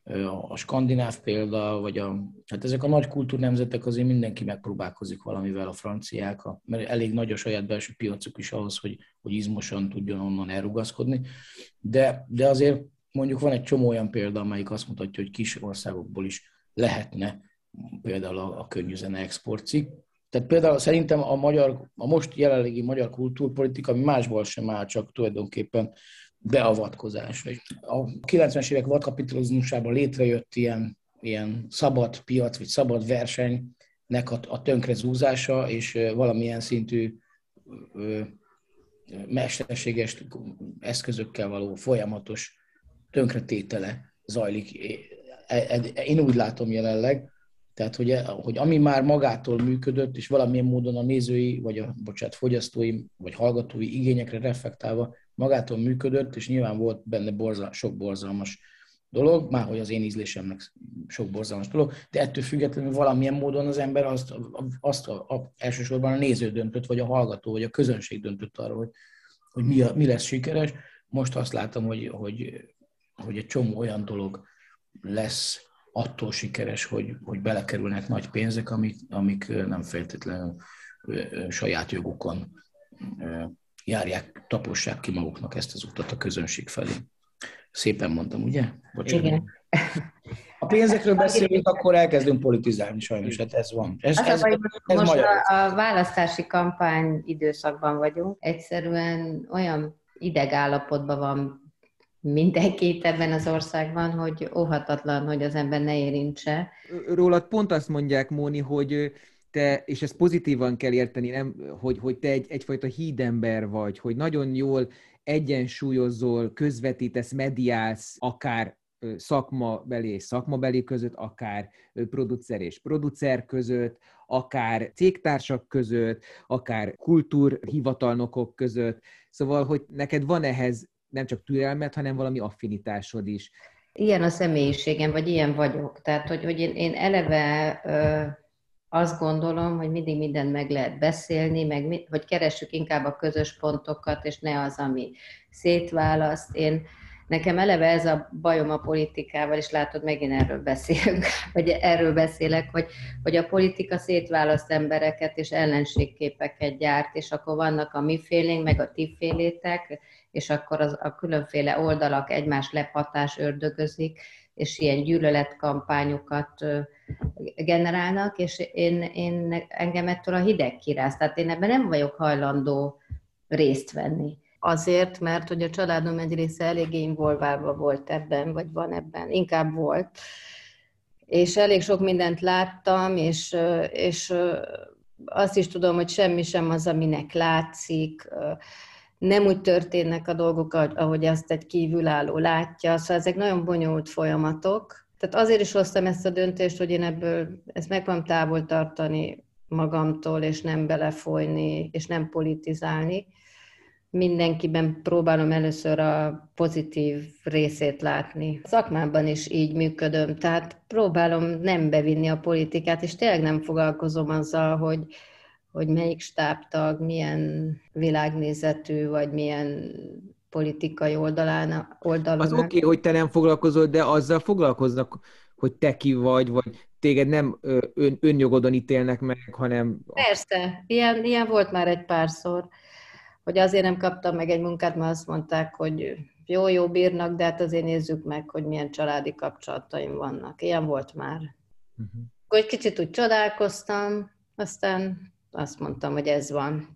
A skandináv példa, vagy a, hát ezek a nagy kultúrnemzetek azért mindenki megpróbálkozik valamivel, a franciák, a, mert elég nagy a saját belső piacuk is ahhoz, hogy, hogy izmosan tudjon onnan elrugaszkodni. De, de azért mondjuk van egy csomó olyan példa, amelyik azt mutatja, hogy kis országokból is lehetne például a, a könnyűzene exportcik. Tehát például szerintem a, magyar, a most jelenlegi magyar kultúrpolitika másból sem áll, csak tulajdonképpen beavatkozás. A kilencvenes évek vadkapitalizmusában létrejött ilyen, ilyen szabad piac, vagy szabad versenynek a, a tönkrezúzása, és valamilyen szintű ö, mesterséges eszközökkel való folyamatos tönkretétele zajlik. Én úgy látom jelenleg, tehát, hogy, hogy ami már magától működött, és valamilyen módon a nézői, vagy a bocsánat, fogyasztói, vagy hallgatói igényekre reflektálva magától működött, és nyilván volt benne borzal, sok borzalmas dolog, már hogy az én ízlésemnek sok borzalmas dolog, de ettől függetlenül valamilyen módon az ember azt, azt a, a, elsősorban a néző döntött, vagy a hallgató, vagy a közönség döntött arról, hogy, hogy mi, a, mi lesz sikeres. Most azt látom, hogy, hogy, hogy egy csomó olyan dolog lesz attól sikeres, hogy, hogy belekerülnek nagy pénzek, amik, amik nem feltétlenül saját jogukon járják, tapossák ki maguknak ezt az utat a közönség felé. Szépen mondtam, ugye? Bocsánat. Igen. Ha pénzekről beszélünk, akkor elkezdünk politizálni, sajnos, hát ez van. Ez, Az ez, a baj, ez most magyar. a, a választási kampány időszakban vagyunk. Egyszerűen olyan idegállapotban van mindenki itt ebben az országban, hogy óhatatlan, hogy az ember ne érintse. Rólad pont azt mondják, Móni, hogy te, és ezt pozitívan kell érteni, nem, hogy, hogy te egy, egyfajta hídember vagy, hogy nagyon jól egyensúlyozol, közvetítesz, mediálsz, akár szakmabeli és szakmabeli között, akár producer és producer között, akár cégtársak között, akár kultúrhivatalnokok között. Szóval, hogy neked van ehhez nem csak türelmet, hanem valami affinitásod is. Ilyen a személyiségem, vagy ilyen vagyok. Tehát, hogy, hogy én, én eleve ö, azt gondolom, hogy mindig mindent meg lehet beszélni, meg mi, hogy keressük inkább a közös pontokat, és ne az, ami szétválaszt. Én Nekem eleve ez a bajom a politikával, és látod, megint erről beszélünk, vagy erről beszélek, hogy, hogy a politika szétválaszt embereket, és ellenségképeket gyárt, és akkor vannak a mi félénk, meg a ti félétek, és akkor az, a különféle oldalak egymás lephatás ördögözik, és ilyen gyűlöletkampányokat generálnak, és én, én engem ettől a hideg kiráz, tehát én ebben nem vagyok hajlandó részt venni. Azért, mert hogy a családom egy része eléggé involválva volt ebben, vagy van ebben, inkább volt. És elég sok mindent láttam, és, és azt is tudom, hogy semmi sem az, aminek látszik. Nem úgy történnek a dolgok, ahogy azt egy kívülálló látja. Szóval ezek nagyon bonyolult folyamatok. Tehát azért is hoztam ezt a döntést, hogy én ebből ezt meg tudom távol tartani magamtól, és nem belefolyni, és nem politizálni. Mindenkiben próbálom először a pozitív részét látni. A szakmában is így működöm, tehát próbálom nem bevinni a politikát, és tényleg nem foglalkozom azzal, hogy, hogy melyik stábtag, milyen világnézetű, vagy milyen politikai oldalán. oldalon. Az oké, okay, hogy te nem foglalkozol, de azzal foglalkoznak, hogy te ki vagy, vagy téged nem ön, önjogodon ítélnek meg, hanem... Persze, ilyen, ilyen volt már egy párszor, hogy azért nem kaptam meg egy munkát, mert azt mondták, hogy jó-jó bírnak, de hát azért nézzük meg, hogy milyen családi kapcsolataim vannak. Ilyen volt már. Uh-huh. Akkor egy kicsit úgy csodálkoztam, aztán azt mondtam, hogy ez van.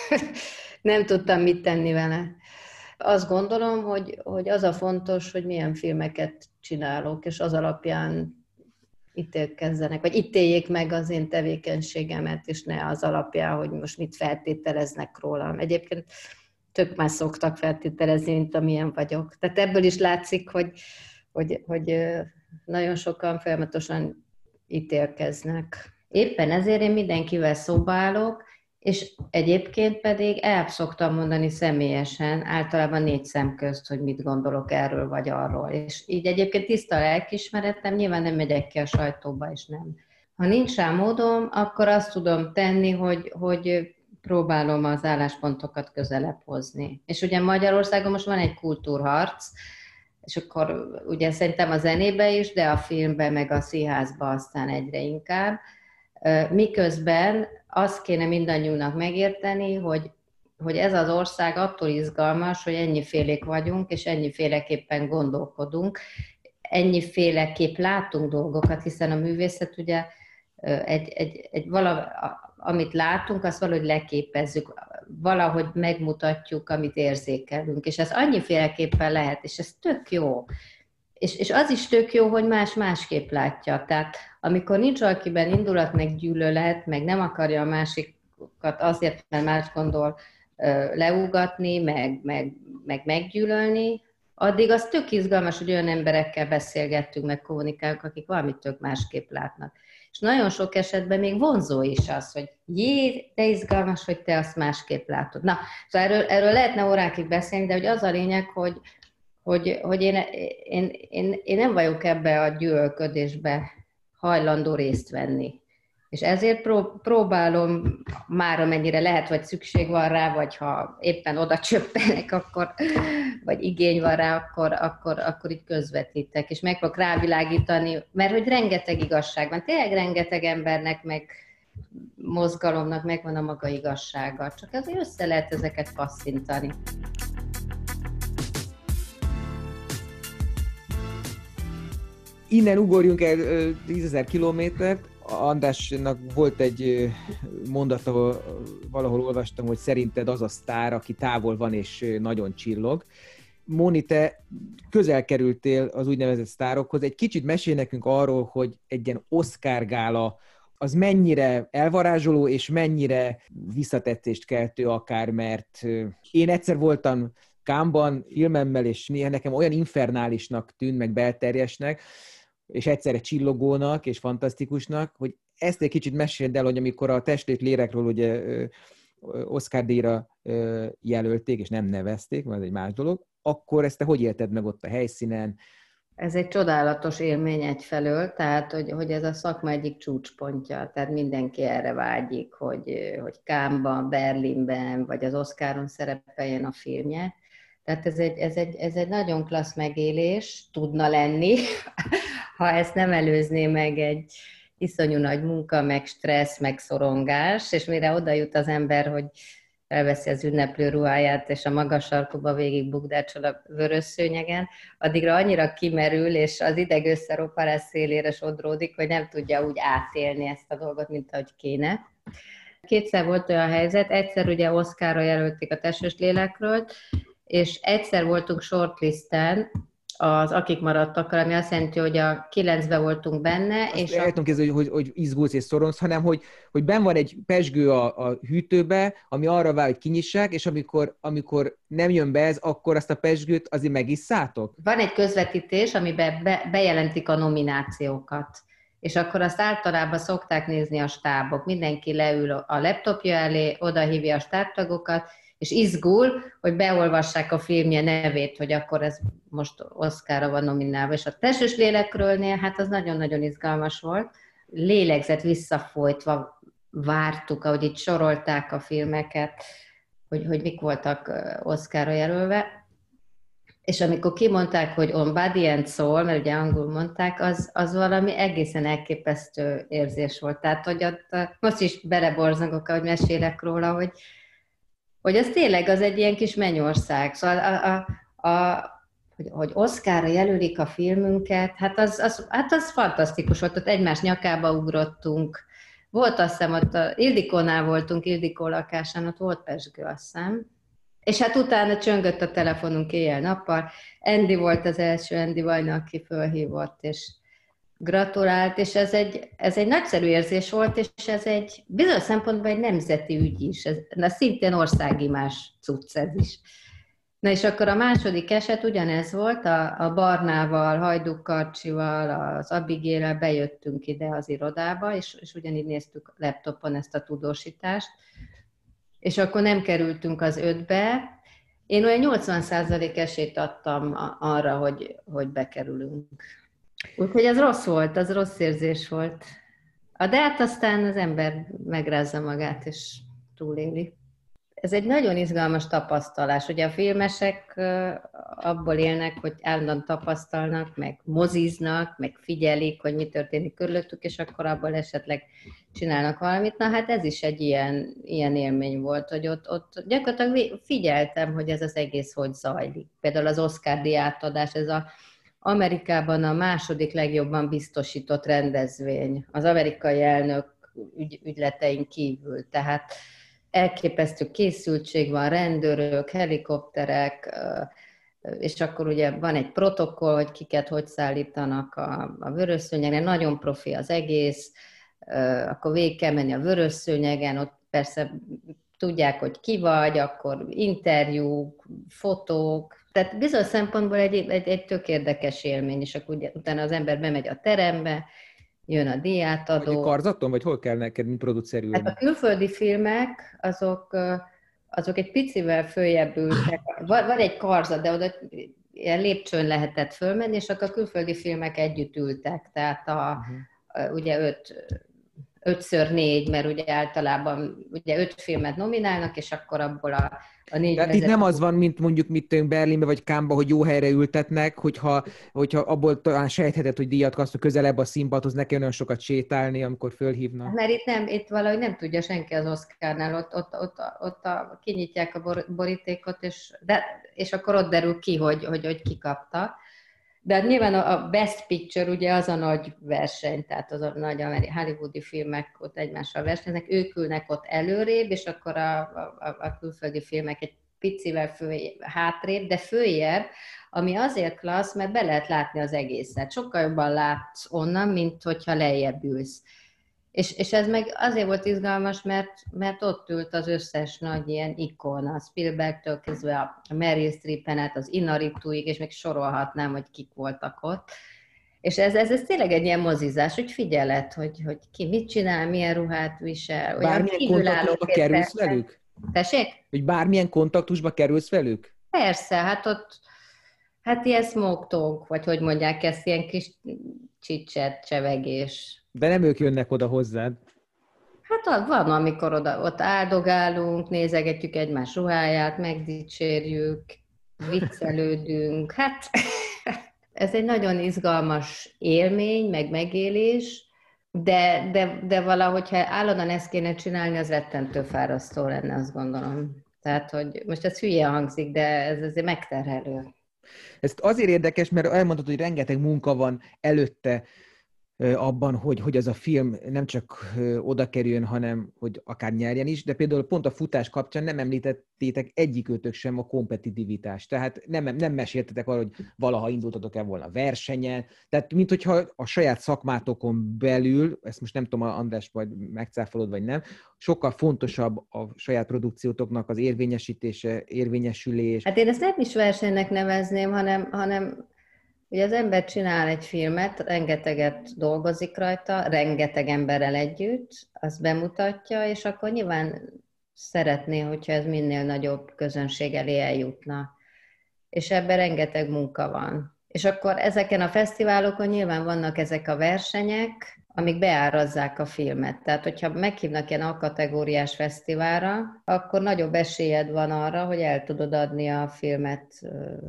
Nem tudtam mit tenni vele. Azt gondolom, hogy, hogy az a fontos, hogy milyen filmeket csinálok, és az alapján ítélkezzenek, vagy ítéljék meg az én tevékenységemet, és ne az alapján, hogy most mit feltételeznek rólam. Egyébként tök más szoktak feltételezni, mint amilyen vagyok. Tehát ebből is látszik, hogy, hogy, hogy nagyon sokan folyamatosan ítélkeznek. Éppen ezért én mindenkivel szóba állok, és egyébként pedig el szoktam mondani személyesen, általában négy szem közt, hogy mit gondolok erről vagy arról. És így egyébként tiszta lelkiismeretem, nyilván nem megyek ki a sajtóba, és nem. Ha nincs rá módom, akkor azt tudom tenni, hogy, hogy próbálom az álláspontokat közelebb hozni. És ugye Magyarországon most van egy kultúrharc, és akkor ugye szerintem a zenébe is, de a filmbe meg a színházba aztán egyre inkább. Miközben azt kéne mindannyiunknak megérteni, hogy, hogy ez az ország attól izgalmas, hogy ennyifélék vagyunk, és ennyiféleképpen gondolkodunk, ennyiféleképp látunk dolgokat, hiszen a művészet ugye egy, egy, egy vala, amit látunk, azt valahogy leképezzük, valahogy megmutatjuk, amit érzékelünk, és ez annyiféleképpen lehet, és ez tök jó. És, és az is tök jó, hogy más másképp látja. Tehát amikor nincs valakiben indulat, meg gyűlölet, meg nem akarja a másikat azért, mert más gondol leúgatni, meg, meg, meg meggyűlölni, addig az tök izgalmas, hogy olyan emberekkel beszélgettünk, meg kommunikálunk, akik valamit tök másképp látnak. És nagyon sok esetben még vonzó is az, hogy jé, de izgalmas, hogy te azt másképp látod. Na, szóval erről, erről lehetne órákig beszélni, de hogy az a lényeg, hogy hogy, hogy én, én, én, én nem vagyok ebbe a gyűlölködésbe hajlandó részt venni. És ezért pró, próbálom már, amennyire lehet, vagy szükség van rá, vagy ha éppen oda csöppenek, akkor, vagy igény van rá, akkor, akkor, akkor így közvetítek, és meg fogok rávilágítani, mert hogy rengeteg igazság van. Tényleg rengeteg embernek, meg mozgalomnak megvan a maga igazsága, csak azért össze lehet ezeket passzintani. Innen ugorjunk el tízezer kilométert. Andrásnak volt egy mondata, valahol olvastam, hogy szerinted az a sztár, aki távol van és nagyon csillog. Móni, te közel kerültél az úgynevezett sztárokhoz. Egy kicsit mesélj nekünk arról, hogy egy ilyen Oscar gála az mennyire elvarázsoló, és mennyire visszatetszést keltő akár, mert én egyszer voltam Cannes-ban filmemmel, és néha nekem olyan infernálisnak tűnt, meg belterjesnek, és egyszerre csillogónak, és fantasztikusnak, hogy ezt egy kicsit meséld el, hogy amikor a Testlét lélekről ugye Oscar-díjra jelölték, és nem nevezték, mert ez egy más dolog, akkor ezt te hogy élted meg ott a helyszínen? Ez egy csodálatos élmény egyfelől, tehát hogy, hogy ez a szakma egyik csúcspontja, tehát mindenki erre vágyik, hogy, hogy Cannes-ban, Berlinben, vagy az Oscaron szerepeljen a filmje. Tehát ez egy, ez, egy, ez egy nagyon klassz megélés tudna lenni, ha ezt nem előzné meg egy iszonyú nagy munka, meg stressz, meg szorongás, és mire oda jut az ember, hogy felveszi az ünneplő ruháját, és a magas sarkuba végig bukdácsol a vörös szőnyegen, addigra annyira kimerül, és az ideg összeroppanás szélére sodródik, hogy nem tudja úgy átélni ezt a dolgot, mint ahogy kéne. Kétszer volt olyan helyzet, egyszer ugye Oscarra jelölték a Testős lélekről, és egyszer voltunk shortlisten, az akik maradtak, ami azt jelenti, hogy a kilencbe voltunk benne. Azt és el tudom képzelni, hogy, hogy izgulsz és szorongsz, hanem hogy, hogy benn van egy pezsgő a, a hűtőbe, ami arra vár, hogy kinyissák, és amikor, amikor nem jön be ez, akkor azt a pezsgőt azért megisszátok? Van egy közvetítés, amiben be, bejelentik a nominációkat. És akkor azt általában szokták nézni a stábok. Mindenki leül a laptopja elé, odahívja a stábtagokat, és izgul, hogy beolvassák a filmje nevét, hogy akkor ez most Oscarra van nominálva. És a Testős lélekrőlnél, hát az nagyon-nagyon izgalmas volt. Lélegzet visszafolytva vártuk, ahogy itt sorolták a filmeket, hogy, hogy mik voltak Oscarra jelölve. És amikor kimondták, hogy On Body and Soul, mert ugye angolul mondták, az, az valami egészen elképesztő érzés volt. Tehát, hogy ott, most is beleborzongok, ahogy mesélek róla, hogy hogy az tényleg az egy ilyen kis mennyország. Szóval, a, a, a, hogy, hogy Oscarra jelölik a filmünket, hát az, az, hát az fantasztikus volt, ott egymás nyakába ugrottunk. Volt azt hiszem, ott a Ildikónál voltunk, Ildikó lakásán, ott volt pezsgő, azt hiszem. És hát utána csöngött a telefonunk éjjel-nappal. Andy volt az első, Andy Vajna, aki fölhívott, és gratulált, és ez egy, ez egy nagyszerű érzés volt, és ez egy bizonyos szempontból egy nemzeti ügy is, ez, de szintén országimás cucc ez is. Na és akkor a második eset ugyanez volt, a, a Barnával, Hajduk Karcsival, az Abigail-el bejöttünk ide az irodába, és, és ugyanígy néztük laptopon ezt a tudósítást, és akkor nem kerültünk az ötbe. Én olyan nyolcvan százalék esélyt adtam arra, hogy, hogy bekerülünk. Úgyhogy az rossz volt, az rossz érzés volt. De hát aztán az ember megrázza magát, és túléli. Ez egy nagyon izgalmas tapasztalás. Ugye a filmesek abból élnek, hogy állandóan tapasztalnak, meg moziznak, meg figyelik, hogy mi történik körülöttük, és akkor abból esetleg csinálnak valamit. Na hát ez is egy ilyen, ilyen élmény volt, hogy ott, ott gyakorlatilag figyeltem, hogy ez az egész hogy zajlik. Például az Oscar-díj átadás, ez a Amerikában a második legjobban biztosított rendezvény, az amerikai elnök ügy, ügyletein kívül. Tehát elképesztő készültség van, rendőrök, helikopterek, és akkor ugye van egy protokoll, hogy kiket hogy szállítanak a, a vörösszőnyegen, nagyon profi az egész, akkor végig kell menni a vörösszőnyegen, ott persze tudják, hogy ki vagy, akkor interjúk, fotók, tehát bizonyos szempontból egy, egy, egy tök érdekes élmény, és akkor ugye, utána az ember bemegy a terembe, jön a díjátadó. Vagy a karzaton, vagy hol kell neked, mint producer ülni? Hát a külföldi filmek, azok, azok egy picivel följebb ültek. Van egy karzat, de oda ilyen lépcsőn lehetett fölmenni, és akkor a külföldi filmek együtt ültek, tehát a, uh-huh. ugye öt, ötször négy, mert ugye általában ugye öt filmet nominálnak, és akkor abból a A négy Tehát vezető... itt nem az van, mint mondjuk mit Berlinbe vagy Cannes-ba, hogy jó helyre ültetnek, hogyha, hogyha abból talán sejtheted, hogy díjat kapsz, közelebb a színpadhoz, ne kell olyan sokat sétálni, amikor fölhívnak. Mert itt, nem, itt valahogy nem tudja senki az Oscarnál, ott, ott, ott, ott a, kinyitják a borítékot, és, de, és akkor ott derül ki, hogy, hogy, hogy ki kapta. De nyilván a Best Picture ugye az a nagy verseny, tehát az a nagy hollywoodi filmek ott egymással versenyeznek, ők ülnek ott előrébb, és akkor a, a, a külföldi filmek egy picivel föl, hátrébb, de följebb, ami azért klassz, mert be lehet látni az egészet. Sokkal jobban látsz onnan, mint hogyha lejjebb ülsz. És, és ez meg azért volt izgalmas, mert, mert ott ült az összes nagy ilyen ikon, a Spielbergtől kezdve a Meryl Streepen át az Inarrituig, és még sorolhatnám, hogy kik voltak ott. És ez, ez, ez tényleg egy ilyen mozizás, hogy figyeled, hogy, hogy ki mit csinál, milyen ruhát visel. Bármilyen kontaktusba kerülsz velük? Tessék? Hogy bármilyen kontaktusba kerülsz velük? Persze, hát ott hát ilyen smoke talk, vagy hogy mondják ezt, ilyen kis csicset, csevegés. De nem ők jönnek oda hozzád. Hát van, amikor oda, ott áldogálunk, nézegetjük egymás ruháját, megdicsérjük, viccelődünk. Hát ez egy nagyon izgalmas élmény, meg megélés, de, de, de valahogy, ha állandóan ezt kéne csinálni, az rettentő fárasztó lenne, azt gondolom. Tehát, hogy most ez hülye hangzik, de ez azért megterhelő. Ez azért érdekes, mert elmondtad, hogy rengeteg munka van előtte abban, hogy, hogy az a film nem csak oda kerüljön, hanem hogy akár nyerjen is, de például pont a futás kapcsán nem említettétek egyikőtök sem a kompetitivitást. Tehát nem, nem meséltetek arra, hogy valaha indultatok-e volna versenyen. Tehát mint hogyha a saját szakmátokon belül, ezt most nem tudom, András, majd megcáfolod, vagy nem, sokkal fontosabb a saját produkciótoknak az érvényesítése, érvényesülés. Hát én ezt nem is versenynek nevezném, hanem, hanem ugye az ember csinál egy filmet, rengeteget dolgozik rajta, rengeteg emberrel együtt, azt bemutatja, és akkor nyilván szeretné, hogyha ez minél nagyobb közönség elé eljutna. És ebben rengeteg munka van. És akkor ezeken a fesztiválokon nyilván vannak ezek a versenyek, amik beárazzák a filmet. Tehát, hogyha meghívnak ilyen alkategóriás fesztiválra, akkor nagyobb esélyed van arra, hogy el tudod adni a filmet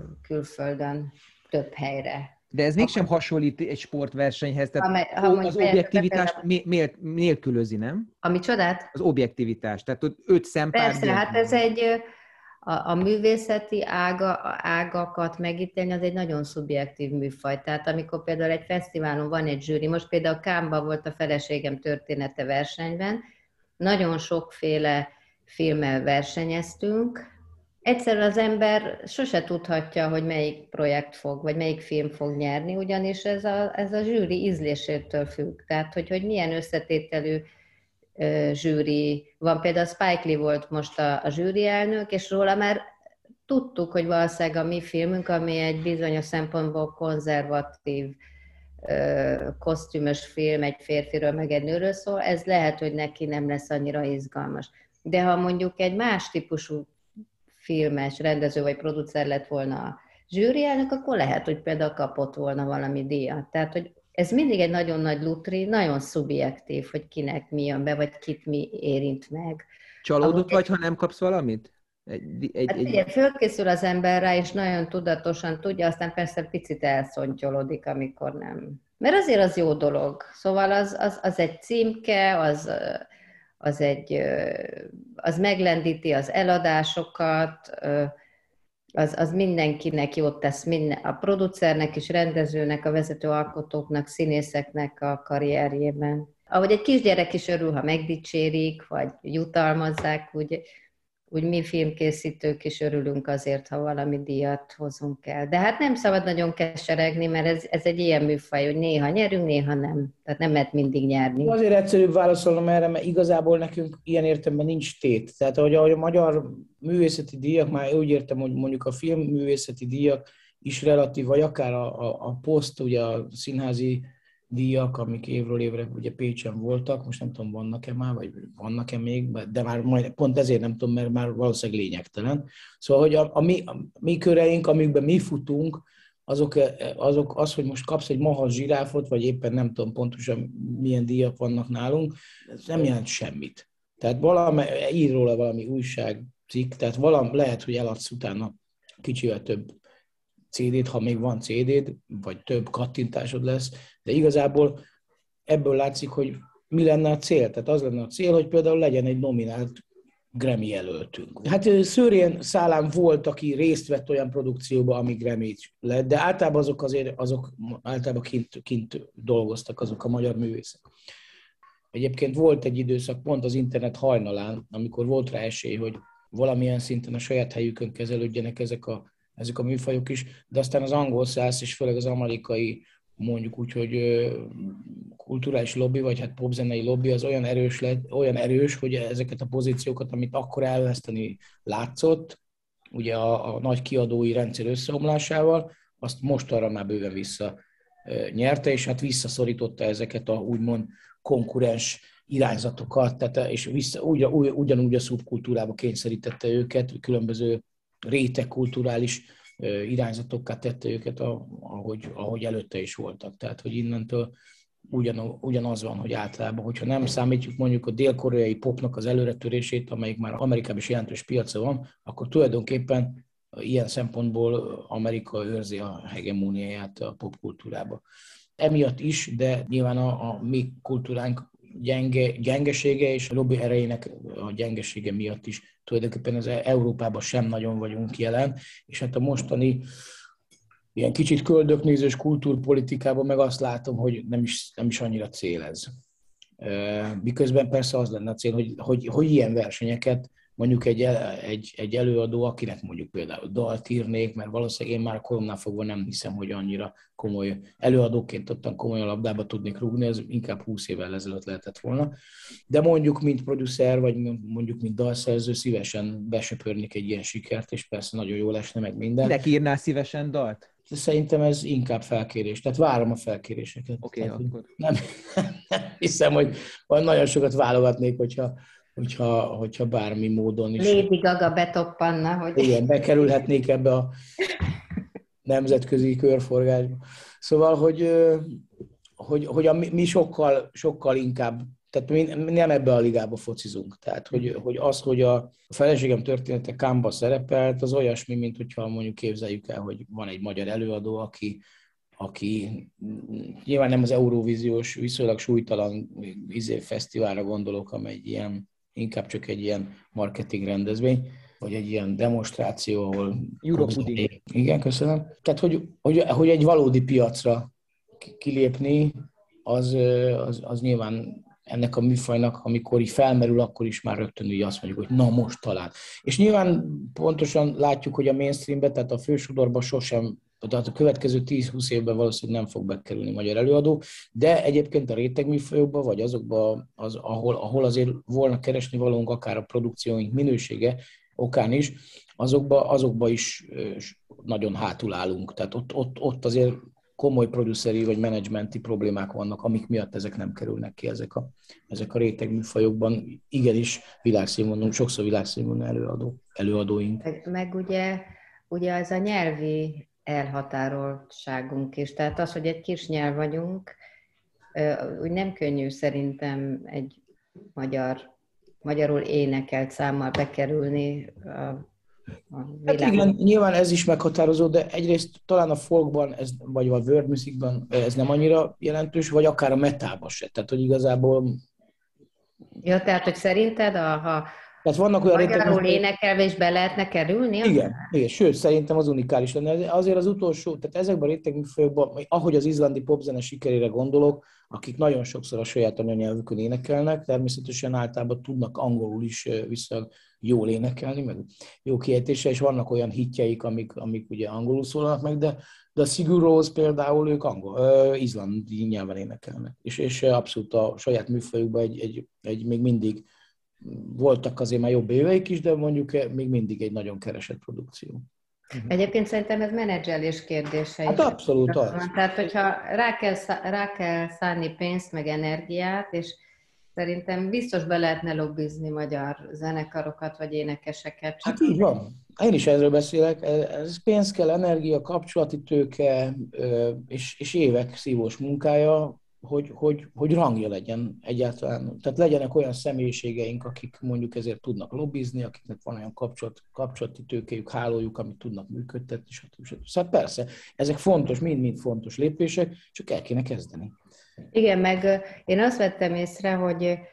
külföldön több helyre. De ez mégsem hasonlít egy sportversenyhez, tehát ha, ha az objektivitást például nélkülözi, nem? Ami csodát? Az objektivitást, tehát ott öt szempár. Persze, hát ez egy, a, a művészeti ága, ágakat megítélni, az egy nagyon szubjektív műfaj. Tehát amikor például egy fesztiválon van egy zsűri, most például Cannes-ban volt a feleségem története versenyben, nagyon sokféle filmmel versenyeztünk. Egyszerűen az ember sose tudhatja, hogy melyik projekt fog, vagy melyik film fog nyerni, ugyanis ez a, ez a zsűri ízlésétől függ. Tehát, hogy, hogy milyen összetételű uh, zsűri van. Például Spike Lee volt most a, a zsűri elnök, és róla már tudtuk, hogy valószínűleg a mi filmünk, ami egy bizonyos szempontból konzervatív, uh, kosztümös film, egy férfiről meg egy nőről szól, ez lehet, hogy neki nem lesz annyira izgalmas. De ha mondjuk egy más típusú filmes rendező vagy producer lett volna a zsűri elnök, akkor lehet, hogy például kapott volna valami díjat. Tehát, hogy ez mindig egy nagyon nagy lutri, nagyon szubjektív, hogy kinek mi jön be, vagy kit mi érint meg. Csalódott vagy, egy... ha nem kapsz valamit? Egy, egy, hát egy... ugye, fölkészül az ember rá, és nagyon tudatosan tudja, aztán persze picit elszontyolódik, amikor nem. Mert azért az jó dolog. Szóval az, az, az egy címke, az... az, egy, az meglendíti az eladásokat, az, az mindenkinek jót tesz, minden, a producernek és rendezőnek, a vezető alkotóknak, színészeknek a karrierjében. Ahogy egy kisgyerek is örül, ha megdicsérik, vagy jutalmazzák, úgy, úgy mi filmkészítők is örülünk azért, ha valami díjat hozunk el. De hát nem szabad nagyon keseregni, mert ez, ez egy ilyen műfaj, hogy néha nyerünk, néha nem. Tehát nem lehet mindig nyerni. Azért egyszerűbb válaszolnom erre, mert igazából nekünk ilyen értelemben nincs tét. Tehát ahogy a magyar művészeti díjak, már úgy értem, hogy mondjuk a filmművészeti díjak is relatív, vagy akár a, a, a poszt, ugye a színházi díjak, amik évről évre ugye Pécsen voltak, most nem tudom, vannak-e már, vagy vannak-e még, de már majd, pont ezért nem tudom, mert már valószínűleg lényegtelen. Szóval, hogy a, a, mi, a mi köreink, amikben mi futunk, azok, azok az, hogy most kapsz egy mahas zsiráfot, vagy éppen nem tudom pontosan milyen díjak vannak nálunk, ez nem jelent semmit. Tehát valami, ír róla valami újságcikk, tehát valami, lehet, hogy eladsz utána kicsivel több cé dét, ha még van cé déd, vagy több kattintásod lesz, de igazából ebből látszik, hogy mi lenne a cél. Tehát az lenne a cél, hogy például legyen egy nominált Grammy jelöltünk. Hát Szőrén Szálán volt, aki részt vett olyan produkcióba, ami Grammy lett, de általában azok azért, azok általában kint, kint dolgoztak azok a magyar művészek. Egyébként volt egy időszak pont az internet hajnalán, amikor volt rá esély, hogy valamilyen szinten a saját helyükön kezelődjenek ezek a, ezek a műfajok is, de aztán az angol száz és főleg az amerikai, mondjuk úgy, hogy kulturális lobby, vagy hát popzenei lobby az olyan erős, lett, olyan erős, hogy ezeket a pozíciókat, amit akkor elveszteni látszott, ugye a, a nagy kiadói rendszer összeomlásával, azt most arra már bőven vissza nyerte, és hát visszaszorította ezeket a úgymond konkurens irányzatokat, tehát, és vissza, ugy, ugyanúgy a szubkultúrába kényszerítette őket, különböző réteg kulturális irányzatokká tette őket, ahogy, ahogy előtte is voltak. Tehát, hogy innentől ugyan, ugyanaz van, hogy általában, hogyha nem számítjuk mondjuk a dél-koreai popnak az előretörését, amelyik már Amerikában is jelentős piaca van, akkor tulajdonképpen ilyen szempontból Amerika őrzi a hegemóniáját a popkultúrába. Emiatt is, de nyilván a, a mi kultúránk gyenge, gyengesége és a lobby erejének a gyengesége miatt is tulajdonképpen az Európában sem nagyon vagyunk jelen, és hát a mostani ilyen kicsit köldöknézős kultúrpolitikában meg azt látom, hogy nem is, nem is annyira cél ez. Miközben persze az lenne a cél, hogy, hogy, hogy ilyen versenyeket mondjuk egy, egy, egy előadó, akinek mondjuk például dalt írnék, mert valószínűleg én már a koromnál fogva nem hiszem, hogy annyira komoly előadóként ottan komoly a labdába tudnék rúgni, ez inkább húsz évvel ezelőtt lehetett volna. De mondjuk, mint producer, vagy mondjuk, mint dalszerző, szívesen besöpörnék egy ilyen sikert, és persze nagyon jól esne meg minden. Kinek írnál szívesen dalt? De szerintem ez inkább felkérés, tehát várom a felkéréseket. Oké, okay, akkor. Nem, nem hiszem, hogy nagyon sokat válogatnék, hogyha Hogyha, hogyha bármi módon is... Lady Gaga betoppanna, hogy... Igen, bekerülhetnék ebbe a nemzetközi körforgásba. Szóval, hogy, hogy, hogy a, mi sokkal, sokkal inkább, tehát mi nem ebbe a ligába focizunk. Tehát, hogy, hogy az, hogy a feleségem története Cannes-ba szerepelt, az olyasmi, mint hogyha mondjuk képzeljük el, hogy van egy magyar előadó, aki, aki nyilván nem az Eurovíziós, viszonylag súlytalan izé fesztiválra gondolok, amely egy ilyen inkább csak egy ilyen marketing rendezvény, vagy egy ilyen demonstráció, ahol... Eurofooding. Igen, köszönöm. Tehát, hogy, hogy, hogy egy valódi piacra kilépni, az, az, az nyilván ennek a műfajnak, amikor így felmerül, akkor is már rögtön így azt mondjuk, hogy na most talán. És nyilván pontosan látjuk, hogy a mainstreambe, tehát a fősodorba sosem, tehát a következő tíz-húsz évben valószínűleg nem fog bekerülni magyar előadó, de egyébként a rétegműfajokban, vagy azokban, az, ahol, ahol azért volna keresni valónk, akár a produkcióink minősége okán is, azokba, azokba is nagyon hátul állunk. Tehát ott, ott, ott azért komoly produceri vagy menedzsmenti problémák vannak, amik miatt ezek nem kerülnek ki, ezek a, ezek a rétegműfajokban. Igenis világszínvonalú, sokszor világszínvonalú előadó, előadóink. Meg, meg ugye, ugye ez a nyelvi elhatároltságunk is. Tehát az, hogy egy kis nyelv vagyunk, úgy nem könnyű szerintem egy magyar, magyarul énekelt számmal bekerülni a Hát igen, nyilván ez is meghatározó, de egyrészt talán a folkban, ez, vagy a world musicban ez nem annyira jelentős, vagy akár a metalban se. Tehát, hogy igazából... Ja, tehát, hogy szerinted, a, ha tehát vannak olyan magyarul énekelve is be lehetne kerülni? Igen, igen, sőt, szerintem az unikális lenne. Azért az utolsó, tehát ezekben a rétegműfajokban, ahogy az izlandi popzene sikerére gondolok, akik nagyon sokszor a saját anyanyelvükön énekelnek, természetesen általában tudnak angolul is viszonylag jól énekelni, meg jó kiejtése, és vannak olyan hitjeik, amik, amik ugye angolul szólalnak meg, de, de a Sigur Rós például ők angol, izlandi nyelven énekelnek. És, és abszolút a saját műfajukban egy, egy, egy még mindig voltak azért már jobb éveik is, de mondjuk még mindig egy nagyon keresett produkció. Egyébként szerintem ez menedzselés kérdése. Hát abszolút az. Tehát, hogyha rá kell, rá kell szánni pénzt, meg energiát, és szerintem biztos be lehetne lobbizni magyar zenekarokat, vagy énekeseket. Hát így van. Én is erről beszélek. Ez pénz kell, energia, kapcsolati tőke, és, és évek szívós munkája, hogy, hogy, hogy rangja legyen egyáltalán. Tehát legyenek olyan személyiségeink, akik mondjuk ezért tudnak lobbizni, akiknek van olyan kapcsolat, kapcsolati tőkéjük, hálójuk, amit tudnak működtetni, stb. Szóval persze, ezek fontos, mind-mind fontos lépések, csak el kéne kezdeni. Igen, meg én azt vettem észre, hogy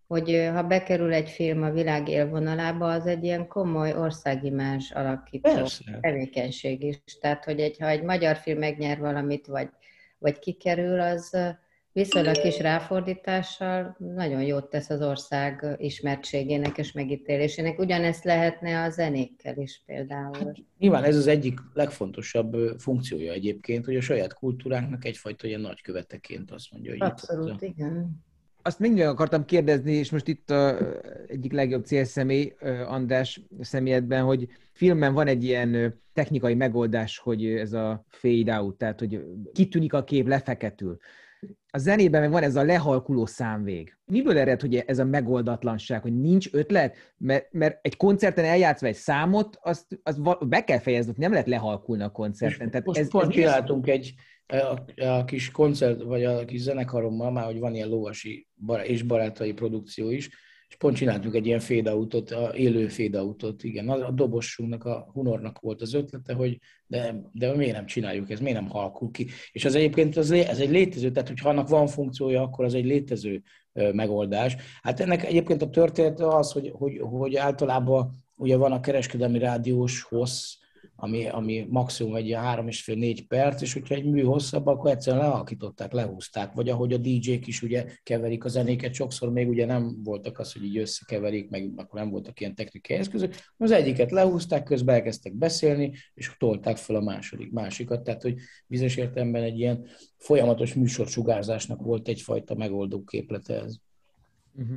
hogy ha bekerül egy film a világ élvonalába, az egy ilyen komoly országimázs alakító Persze. tevékenység is. Tehát, hogy egy, ha egy magyar film megnyer valamit, vagy, vagy kikerül, az viszonylag kis ráfordítással nagyon jót tesz az ország ismertségének és megítélésének. Ugyanezt lehetne a zenékkel is például. Hát, nyilván ez az egyik legfontosabb funkciója egyébként, hogy a saját kultúránknak egyfajta ilyen nagyköveteként azt mondja, hogy abszolút, itt igen. Azt még akartam kérdezni, és most itt a egyik legjobb célszemély, András személyedben, hogy filmben van egy ilyen technikai megoldás, hogy ez a fade out, tehát hogy kitűnik a kép, lefeketül. A zenében meg van ez a lehalkuló számvég. Miből ered, hogy ez a megoldatlanság, hogy nincs ötlet? Mert, mert egy koncerten eljátszva egy számot, azt, azt be kell fejezni, nem lehet lehalkulni a koncerten. Tehát most ez, pont ez csináltunk egy a, a kis koncert, vagy a kis zenekarommal, már hogy van ilyen Lovasi és barátai produkció is, és pont csináltunk egy ilyen fade-outot, a élő fade-outot, igen. A dobosunknak, a Hunornak volt az ötlete, hogy de, de miért nem csináljuk ezt, miért nem halkul ki. És az egyébként az, ez egy létező, tehát hogyha annak van funkciója, akkor az egy létező megoldás. Hát ennek egyébként a története az, hogy, hogy, hogy általában ugye van a kereskedelmi rádiós hossz, ami, ami maximum egy három és fél négy perc, és hogyha egy mű hosszabb, akkor egyszerűen lehalkították, lehúzták, vagy ahogy a dé dzsék is ugye keverik a zenéket, sokszor még ugye nem voltak az, hogy így összekeverik, meg akkor nem voltak ilyen technikai eszközök, az egyiket lehúzták, közben elkezdtek beszélni, és tolták fel a második másikat, tehát hogy bizonyos értelemben egy ilyen folyamatos műsorsugárzásnak volt egyfajta megoldó képlete ez. Uh-huh.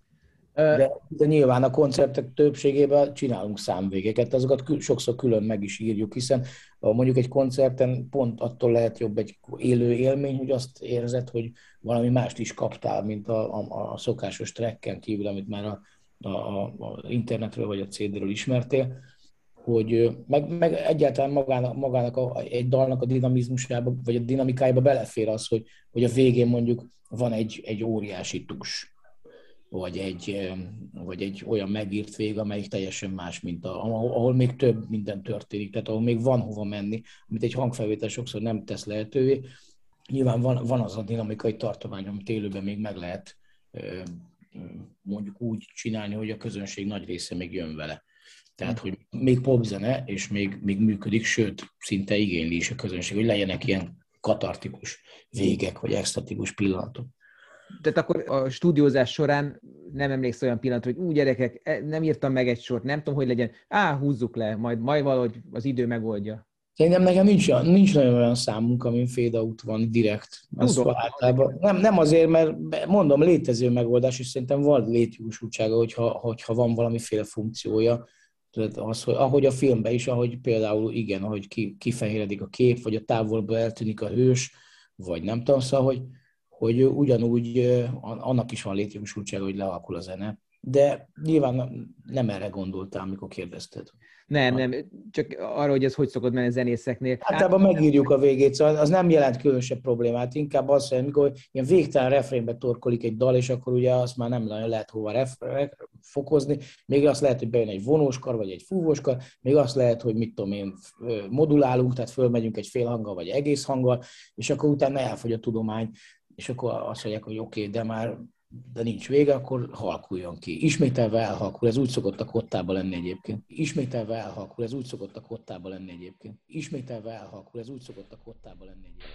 De, de nyilván a koncertek többségében csinálunk számvégeket, azokat kül, sokszor külön meg is írjuk, hiszen mondjuk egy koncerten pont attól lehet jobb egy élő élmény, hogy azt érzed, hogy valami mást is kaptál, mint a, a, a szokásos tracken kívül, amit már a, a, a internetről vagy a cé dé-ről ismertél, hogy meg, meg egyáltalán magának, magának a, egy dalnak a dinamizmusába, vagy a dinamikájába belefér az, hogy, hogy a végén mondjuk van egy, egy óriási tus, vagy egy, vagy egy olyan megírt vég, amelyik teljesen más, mint a, ahol, ahol még több minden történik, tehát ahol még van hova menni, amit egy hangfelvétel sokszor nem tesz lehetővé. Nyilván van, van az a dinamikai tartomány, amit élőben még meg lehet mondjuk úgy csinálni, hogy a közönség nagy része még jön vele. Tehát, hogy még popzene, és még, még működik, sőt, szinte igényli is a közönség, hogy legyenek ilyen katartikus végek, vagy extatikus pillanatok. Tehát akkor a stúdiózás során nem emlékszel olyan pillanat, hogy úgy gyerekek, nem írtam meg egy sort, nem tudom, hogy legyen, á, húzzuk le, majd, majd valahogy az idő megoldja. Szerintem nekem nincs, nincs nagyon olyan számunk, amin fade out van direkt. Az Tudom, általában, nem, nem azért, mert mondom, létező megoldás, és szerintem van létjogosultsága, hogyha, hogyha van valamiféle funkciója. Tehát az, hogy ahogy a filmben is, ahogy például igen, ahogy ki, kifehéredik a kép, vagy a távolba eltűnik a hős, vagy nem tudom, szóval, hogy hogy ugyanúgy annak is van létjogosultsága, hogy lealakul a zene. De nyilván nem erre gondoltál, amikor kérdezted. Nem, nem, csak arra, hogy ez hogy szokott menni a zenészeknél. Általában megírjuk a végét, szóval az nem jelent különösebb problémát. Inkább az, hogy amikor ilyen végtelen refrénbe torkolik egy dal, és akkor ugye azt már nem nagyon lehet hova ref- fokozni. Még azt lehet, hogy bejön egy vonóskar, vagy egy fúvóskar, még azt lehet, hogy mit tudom én, modulálunk, tehát fölmegyünk egy fél hanggal, vagy egész hanggal, és akkor utána elfogy a tudomány, és akkor azt mondják, hogy oké, okay, de már de nincs vége, akkor halkuljon ki. Ismételve elhalkul, ez úgy szokott a kottában lenni egyébként. Ismételve elhalkul, ez úgy szokott a kottában lenni egyébként. Ismételve elhalkul, ez úgy szokott a kottában lenni egyébként.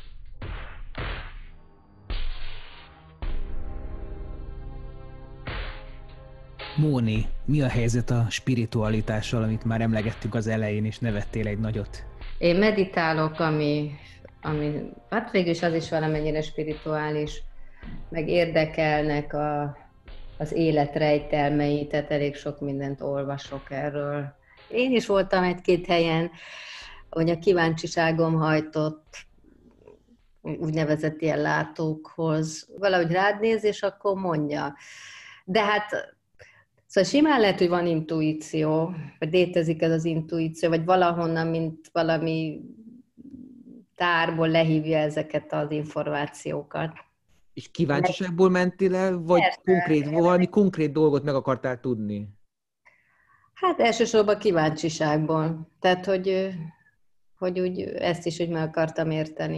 Móni, mi a helyzet a spiritualitással, amit már emlegettük az elején, és nevettél egy nagyot? Én meditálok, ami, ami hát végülis az is valamennyire spirituális, meg érdekelnek a, az élet rejtelmei, tehát elég sok mindent olvasok erről. Én is voltam egy-két helyen, hogy a kíváncsiságom hajtott úgynevezett ilyen látókhoz. Valahogy rád néz, és akkor mondja. De hát szóval simán lehet, hogy van intuíció, vagy létezik ez az intuíció, vagy valahonnan, mint valami tárból lehívja ezeket az információkat. És kíváncsiságból mentél el, vagy Persze, konkrét, valami konkrét dolgot meg akartál tudni? Hát elsősorban kíváncsiságból. Tehát, hogy, hogy úgy ezt is úgy meg akartam érteni.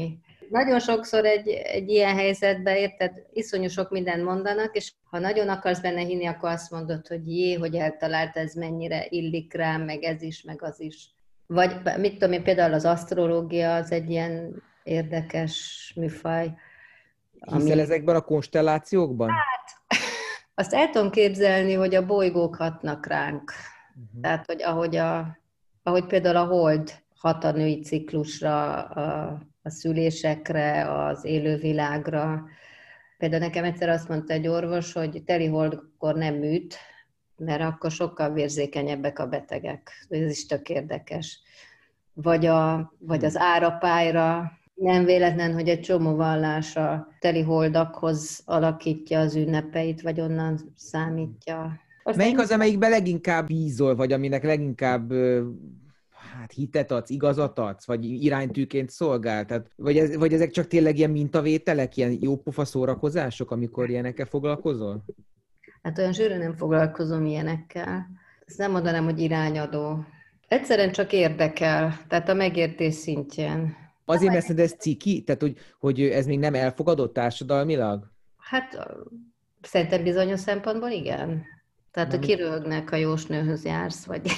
nagyon sokszor egy, egy ilyen helyzetben, érted, iszonyú sok mindent mondanak, és ha nagyon akarsz benne hinni, akkor azt mondod, hogy jé, hogy eltalált, ez mennyire illik rám, meg ez is, meg az is. Vagy mit tudom én, például az asztrológia az egy ilyen érdekes műfaj. Hiszel ami... ezekben a konstellációkban? Hát, azt el tudom képzelni, hogy a bolygók hatnak ránk. Uh-huh. Tehát, hogy ahogy, a, ahogy például a hold hat a női ciklusra, a, a szülésekre, az élővilágra. Például nekem egyszer azt mondta egy orvos, hogy teli holdkor nem műt, mert akkor sokkal vérzékenyebbek a betegek. Ez is tök érdekes. Vagy, a, vagy az árapályra. Nem véletlen, hogy egy csomó vallás a teli holdakhoz alakítja az ünnepeit, vagy onnan számítja. Azt Melyik az, amelyikben leginkább bízol, vagy aminek leginkább hát, hitet adsz, igazat adsz, vagy iránytűként szolgál? Tehát, vagy, ez, vagy ezek csak tényleg ilyen mintavételek, ilyen jópofa szórakozások, amikor ilyenekkel foglalkozol? Hát olyan sűrűn nem foglalkozom ilyenekkel. Ezt nem mondanám, hogy irányadó. Egyszerűen csak érdekel, tehát a megértés szintjén. Azért, mert ez ciki? Tehát, hogy, hogy ez még nem elfogadott társadalmilag? Hát szerintem bizonyos szempontból igen. Tehát, hogy kiröhögnek, ha jósnőhöz jársz, vagy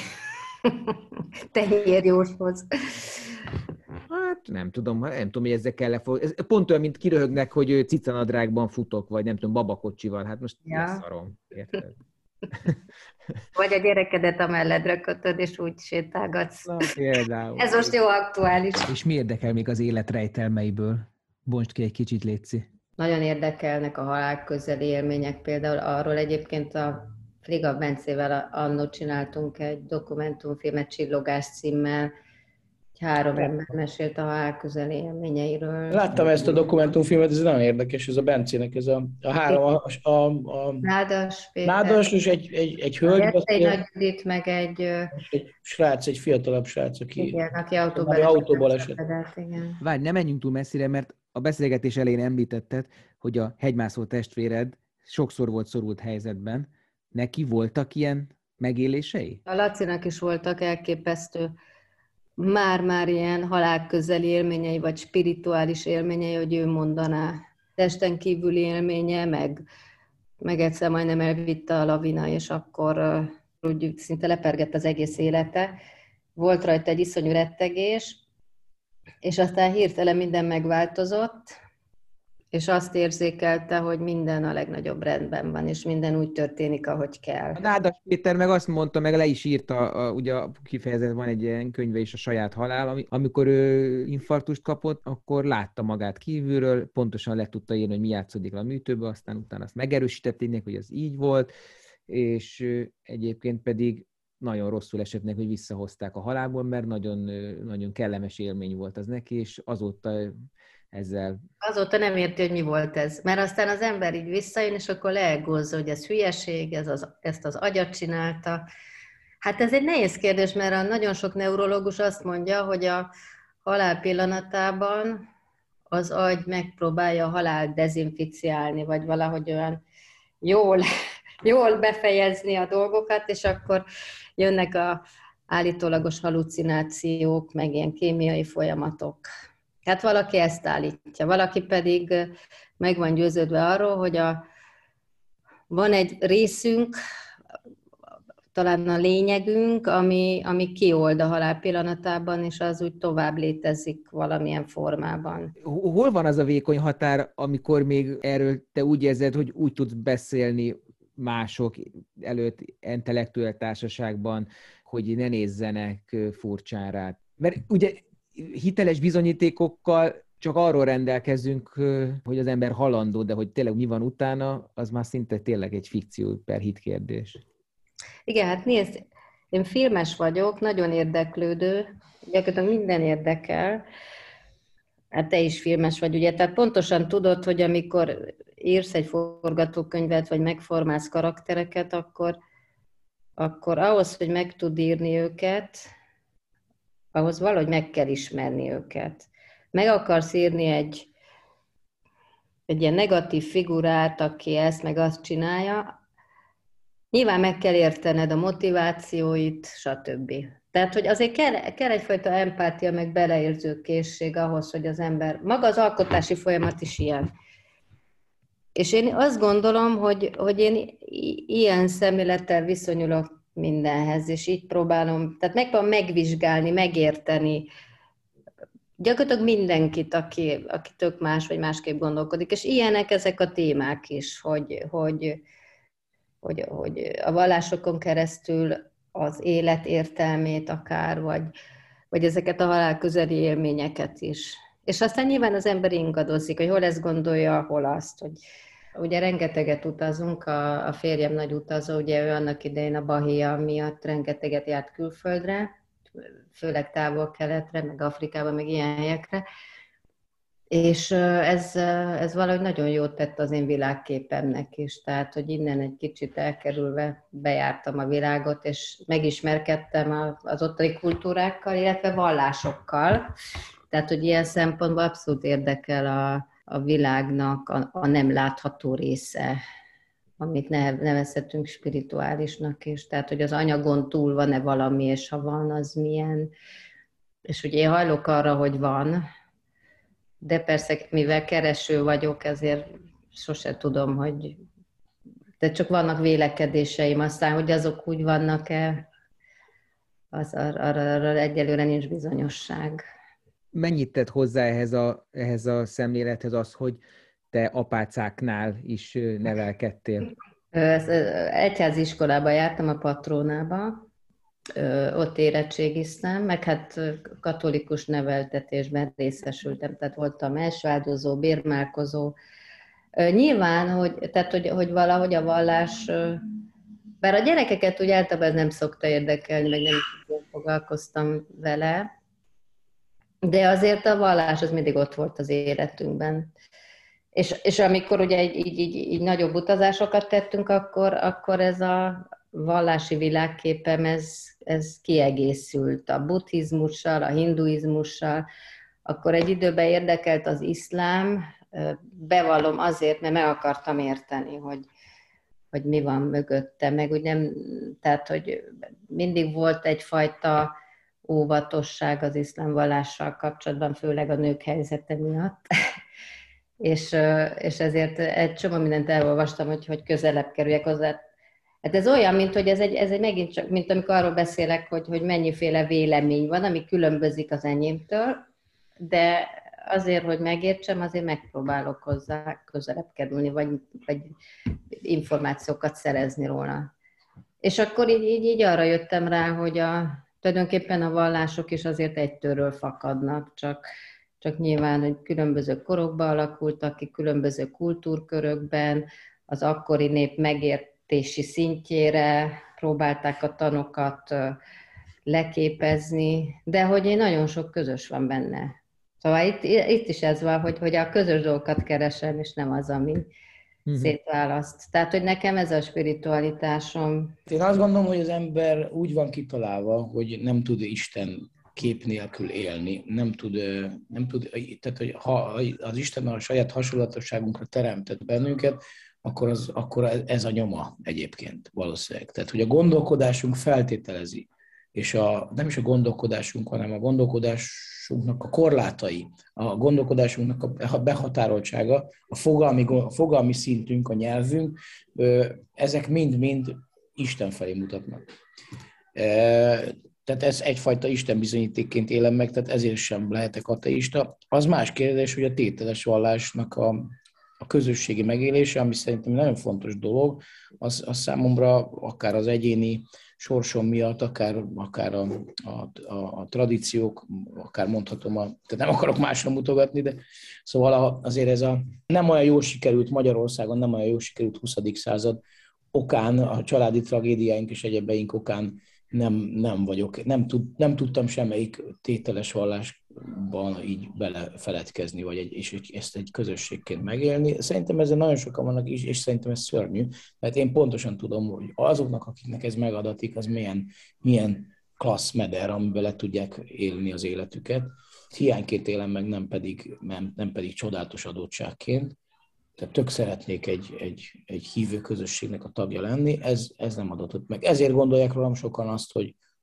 tenyérjóshoz. Hát nem tudom, nem tudom, hogy ezzel kell lefog... Ez pont olyan, mint kiröhögnek, hogy cicanadrágban futok, vagy nem tudom, babakocsival. Hát most ja. Szarom, érted? Vagy a gyerekedet a melledre kötöd, és úgy sétálgatsz. Na, például. Ez most jó aktuális. És mi érdekel még az élet rejtelmeiből? Bontsd ki egy kicsit, létszi. Nagyon érdekelnek a halál közeli élmények. Például arról egyébként a Friga Bencével annó csináltunk egy dokumentumfilmet Csillogás címmel, három ember mesélt a halál közeli élményeiről. Láttam ezt a dokumentumfilmet, ez nagyon érdekes, ez a Bencének, ez a, a három, a, a, a Nádas Péter. Nádas, és egy, egy, egy hölgy. Egy Nagy Judit, meg egy... Egy srác, egy fiatalabb srác, aki... Igen, aki autóbaleset. autóbaleset. Várj, ne menjünk túl messzire, mert a beszélgetés elején említetted, hogy a hegymászó testvéred sokszor volt szorult helyzetben. Neki voltak ilyen megélései? A Lacinak is voltak elképesztő már-már ilyen halálközeli élményei, vagy spirituális élményei, hogy ő mondaná. Testen kívüli élménye, meg, meg egyszer majdnem elvitte a lavina, és akkor úgy szinte lepergett az egész élete. Volt rajta egy iszonyú rettegés, és aztán hirtelen minden megváltozott, és azt érzékelte, hogy minden a legnagyobb rendben van, és minden úgy történik, ahogy kell. A Nádas Péter meg azt mondta, meg le is írta, a, ugye kifejezetten van egy ilyen könyve is, a saját halál, ami, amikor ő infarktust kapott, akkor látta magát kívülről, pontosan le tudta írni, hogy mi játszódik a műtőbe, aztán utána azt megerősítették, hogy az így volt, és egyébként pedig nagyon rosszul esett neki, hogy visszahozták a halálból, mert nagyon, nagyon kellemes élmény volt az neki, és azóta ezzel... Azóta nem érti, hogy mi volt ez. Mert aztán az ember így visszajön, és akkor leegózza, hogy ez hülyeség, ez az, ezt az agyat csinálta. Hát ez egy nehéz kérdés, mert a nagyon sok neurológus azt mondja, hogy a halál pillanatában az agy megpróbálja a halált dezinficiálni, vagy valahogy olyan jól, jól befejezni a dolgokat, és akkor jönnek a állítólagos halucinációk, meg ilyen kémiai folyamatok. Hát valaki ezt állítja, valaki pedig meg van győződve arról, hogy a, van egy részünk, talán a lényegünk, ami, ami kiold a halál pillanatában, és az úgy tovább létezik valamilyen formában. Hol van az a vékony határ, amikor még erről te úgy érzed, hogy úgy tudsz beszélni mások előtt intellektuális társaságban, hogy ne nézzenek furcsán rád? Mert ugye hiteles bizonyítékokkal csak arról rendelkezünk, hogy az ember halandó, de hogy tényleg mi van utána, az már szinte tényleg egy fikció per hit kérdés. Igen, hát nézd, én filmes vagyok, nagyon érdeklődő, gyakorlatilag minden érdekel, hát te is filmes vagy, ugye, tehát pontosan tudod, hogy amikor írsz egy forgatókönyvet, vagy megformálsz karaktereket, akkor, akkor ahhoz, hogy meg tud írni őket, ahhoz valahogy meg kell ismerni őket. Meg akarsz írni egy, egy ilyen negatív figurát, aki ezt meg azt csinálja, nyilván meg kell értened a motivációit, stb. Tehát, hogy azért kell, kell egyfajta empátia, meg beleérző készség ahhoz, hogy az ember, maga az alkotási folyamat is ilyen. És én azt gondolom, hogy, hogy én ilyen szemlélettel viszonyulok mindenhez, és így próbálom, tehát megpróbálom megvizsgálni, megérteni gyakorlatilag mindenkit, aki, aki tök más vagy másképp gondolkodik. És ilyenek ezek a témák is, hogy, hogy, hogy, hogy a vallásokon keresztül az élet értelmét akár, vagy, vagy ezeket a halál közeli élményeket is. És aztán nyilván az ember ingadozik, hogy hol ezt gondolja, hol azt, hogy ugye rengeteget utazunk, a, a férjem nagy utazó, ugye ő annak idején a Bahia miatt rengeteget járt külföldre, főleg távol-keletre, meg Afrikába, meg ilyen helyekre, és ez, ez valahogy nagyon jót tett az én világképemnek is, tehát, hogy innen egy kicsit elkerülve bejártam a világot, és megismerkedtem az ottani kultúrákkal, illetve vallásokkal, tehát, hogy ilyen szempontból abszolút érdekel a, a világnak a, a nem látható része, amit nevezhetünk spirituálisnak is, tehát, hogy az anyagon túl van-e valami, és ha van, az milyen. És ugye én hajlok arra, hogy van, de persze, mivel kereső vagyok, ezért sose tudom, hogy... De csak vannak vélekedéseim, aztán, hogy azok úgy vannak-e, az arra, arra egyelőre nincs bizonyosság. Mennyit tett hozzá ehhez a, ehhez a szemlélethez az, hogy te apácáknál is nevelkedtél? Egyházi iskolába jártam, a Patrónába, ott érettségiztem, meg hát katolikus neveltetésben részesültem, tehát voltam elsőáldozó, bérmálkozó. Nyilván, hogy, tehát, hogy, hogy valahogy a vallás, bár a gyerekeket úgy általában nem szokta érdekelni, meg nem foglalkoztam vele, de azért a vallás az mindig ott volt az életünkben. És, és amikor ugye így, így, így, így nagyobb utazásokat tettünk, akkor, akkor ez a vallási világképem, ez, ez kiegészült a buddhizmussal, a hinduizmussal. Akkor egy időben érdekelt az iszlám, bevallom azért, mert meg akartam érteni, hogy, hogy mi van mögötte, meg úgy nem, tehát, hogy mindig volt egyfajta óvatosság az iszlám vallással kapcsolatban, főleg a nők helyzete miatt. és, és ezért egy csomó mindent elolvastam, hogy, hogy közelebb kerüljek hozzá. Hát ez olyan, mint hogy ez egy, ez egy megint csak, mint amikor arról beszélek, hogy, hogy mennyiféle vélemény van, ami különbözik az enyémtől, de azért, hogy megértsem, azért megpróbálok hozzá közelebb kerülni, vagy, vagy információkat szerezni róla. És akkor így, így, így arra jöttem rá, hogy a, tulajdonképpen a vallások is azért egytőről fakadnak, csak, csak nyilván, hogy különböző korokban alakultak ki, különböző kultúrkörökben, az akkori nép megértési szintjére próbálták a tanokat leképezni, de hogy én nagyon sok közös van benne. Szóval itt, itt is ez van, hogy, hogy a közös dolgokat keresem, és nem az, ami uh-huh. szétválaszt. Tehát, hogy nekem ez a spiritualitásom. Én azt gondolom, hogy az ember úgy van kitalálva, hogy nem tud Isten kép nélkül élni, nem tud, nem tud tehát, hogy ha az Isten a saját hasonlatosságunkra teremtett bennünket, akkor, az, akkor ez a nyoma egyébként valószínűleg. Tehát, hogy a gondolkodásunk feltételezi, és a, nem is a gondolkodásunk, hanem a gondolkodásunknak a korlátai, a gondolkodásunknak a behatároltsága, a fogalmi, a fogalmi szintünk, a nyelvünk, ezek mind-mind Isten felé mutatnak. Tehát ez egyfajta Isten bizonyítékként élem meg, tehát ezért sem lehetek ateista. Az más kérdés, hogy a tételes vallásnak a, a közösségi megélése, ami szerintem nagyon fontos dolog, az, az számomra akár az egyéni sorsom miatt, akár, akár a, a, a, a tradíciók, akár mondhatom, a, tehát nem akarok másra mutogatni, de szóval azért ez a nem olyan jól sikerült Magyarországon, nem olyan jól sikerült huszadik század okán, a családi tragédiáink és egyebeink okán nem, nem vagyok, nem, tud, nem tudtam semmelyik tételes vallásban így belefeledkezni, vagy egy, és ezt egy közösségként megélni. Szerintem ezzel nagyon sokan vannak is, és szerintem ez szörnyű, mert én pontosan tudom, hogy azoknak, akiknek ez megadatik, az milyen, milyen klassz meder, amiben le tudják élni az életüket. Hiányként élem meg, nem pedig, nem, nem pedig csodálatos adottságként. Tehát tök szeretnék egy, egy, egy hívő közösségnek a tagja lenni, ez, ez nem adatott meg. Ezért gondolják rólam sokan azt, hogy,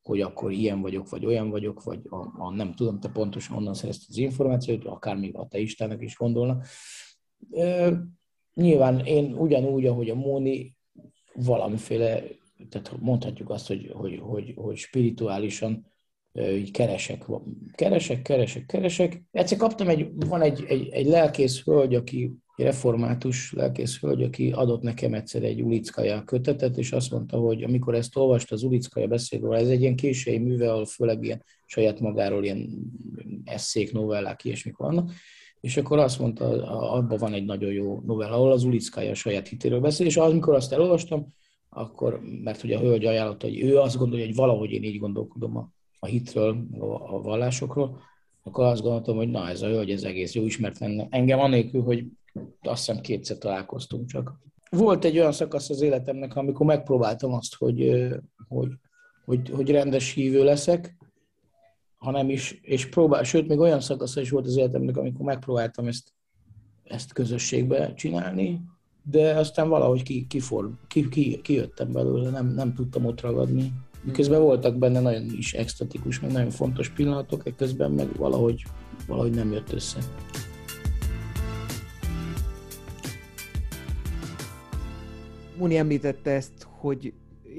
hogy akkor ilyen vagyok, vagy olyan vagyok, vagy a, a, nem tudom, te pontosan honnan szerezted az információt, akár még ateistának is gondolna. E, nyilván én ugyanúgy, ahogy a Móni, valamiféle, tehát mondhatjuk azt, hogy, hogy, hogy, hogy spirituálisan így keresek, keresek, keresek, keresek. Egyszer kaptam egy, van egy, egy, egy lelkész hölgy, aki egy református lelkész hölgy, aki adott nekem egyszer egy Ulickaja kötetet, és azt mondta, hogy amikor ezt olvasta, az Ulickaja beszél róla, ez egy ilyen késői műve, ahol főleg ilyen saját magáról ilyen esszék, novellák, ilyesmik vannak, és akkor azt mondta, abban van egy nagyon jó novella, ahol az Ulickaja saját hitéről beszél, és amikor azt elolvastam, akkor, mert ugye a hölgy ajánlotta, hogy ő azt gondolja, hogy valahogy én így gondolkodom a, a hitről, a, a vallásokról, akkor azt gondoltam, hogy na, ez a hölgy, ez egész jó, ismert engem anélkül, hogy azt hiszem kétszer találkoztunk csak. Volt egy olyan szakasz az életemnek, amikor megpróbáltam azt, hogy, hogy, hogy, hogy rendes hívő leszek, hanem is, és próbál, sőt, még olyan szakasz is volt az életemnek, amikor megpróbáltam ezt, ezt közösségbe csinálni, de aztán valahogy ki, kifor, ki, ki, kijöttem belőle, nem, nem tudtam ott ragadni. Miközben voltak benne nagyon is extatikus, meg nagyon fontos pillanatok, közben meg valahogy, valahogy nem jött össze. Móni említette ezt, hogy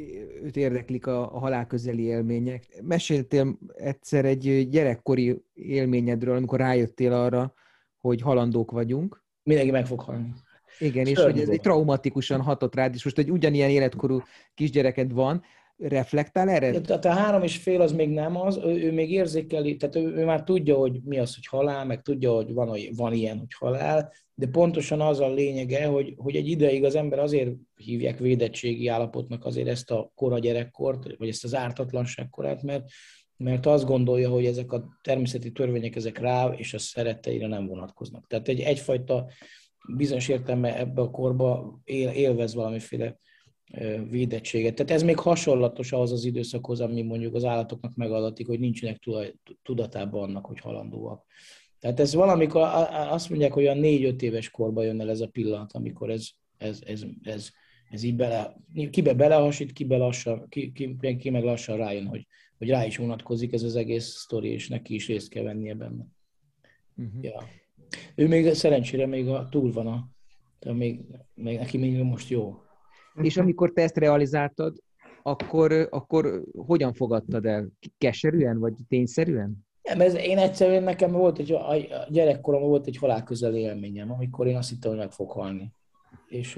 őt érdeklik a, a halálközeli élmények. Meséltél egyszer egy gyerekkori élményedről, amikor rájöttél arra, hogy halandók vagyunk. Mindenki meg fog halni. Igen, és hogy ez egy traumatikusan hatott rád, és most egy ugyanilyen életkorú kisgyereked van, reflektál erre? Tehát a három és fél az még nem az, ő, ő még érzékeli, tehát ő, ő már tudja, hogy mi az, hogy halál, meg tudja, hogy van, van ilyen, hogy halál, de pontosan az a lényege, hogy, hogy egy ideig az ember azért hívják védettségi állapotnak azért ezt a kora gyerekkort, vagy ezt az ártatlanságkorát, mert, mert azt gondolja, hogy ezek a természeti törvények ezek rá és a szeretteire nem vonatkoznak. Tehát egy, egyfajta bizonyos értelme ebbe a korba él, élvez valamiféle védettséget. Tehát ez még hasonlatos ahhoz az időszakhoz, ami mondjuk az állatoknak megadatik, hogy nincsenek tudatában annak, hogy halandóak. Tehát ez valamikor, azt mondják, hogy olyan négy-öt éves korban jön el ez a pillanat, amikor ez, ez, ez, ez, ez így bele, kibe belehasít, ki, lassan, ki, ki, ki meg lassan rájön, hogy, hogy rá is vonatkozik ez az egész sztori, és neki is részt kell vennie benne. Uh-huh. Ja. Ő még szerencsére még a, túl van, a, tehát még, még, neki még most jó. És amikor te ezt realizáltad, akkor, akkor hogyan fogadtad el? Keserűen, vagy tényszerűen? Nem, ez, én egyszerűen nekem volt egy, a gyerekkoromban volt egy halálközeli élményem, amikor én azt hittem, hogy meg fog halni. És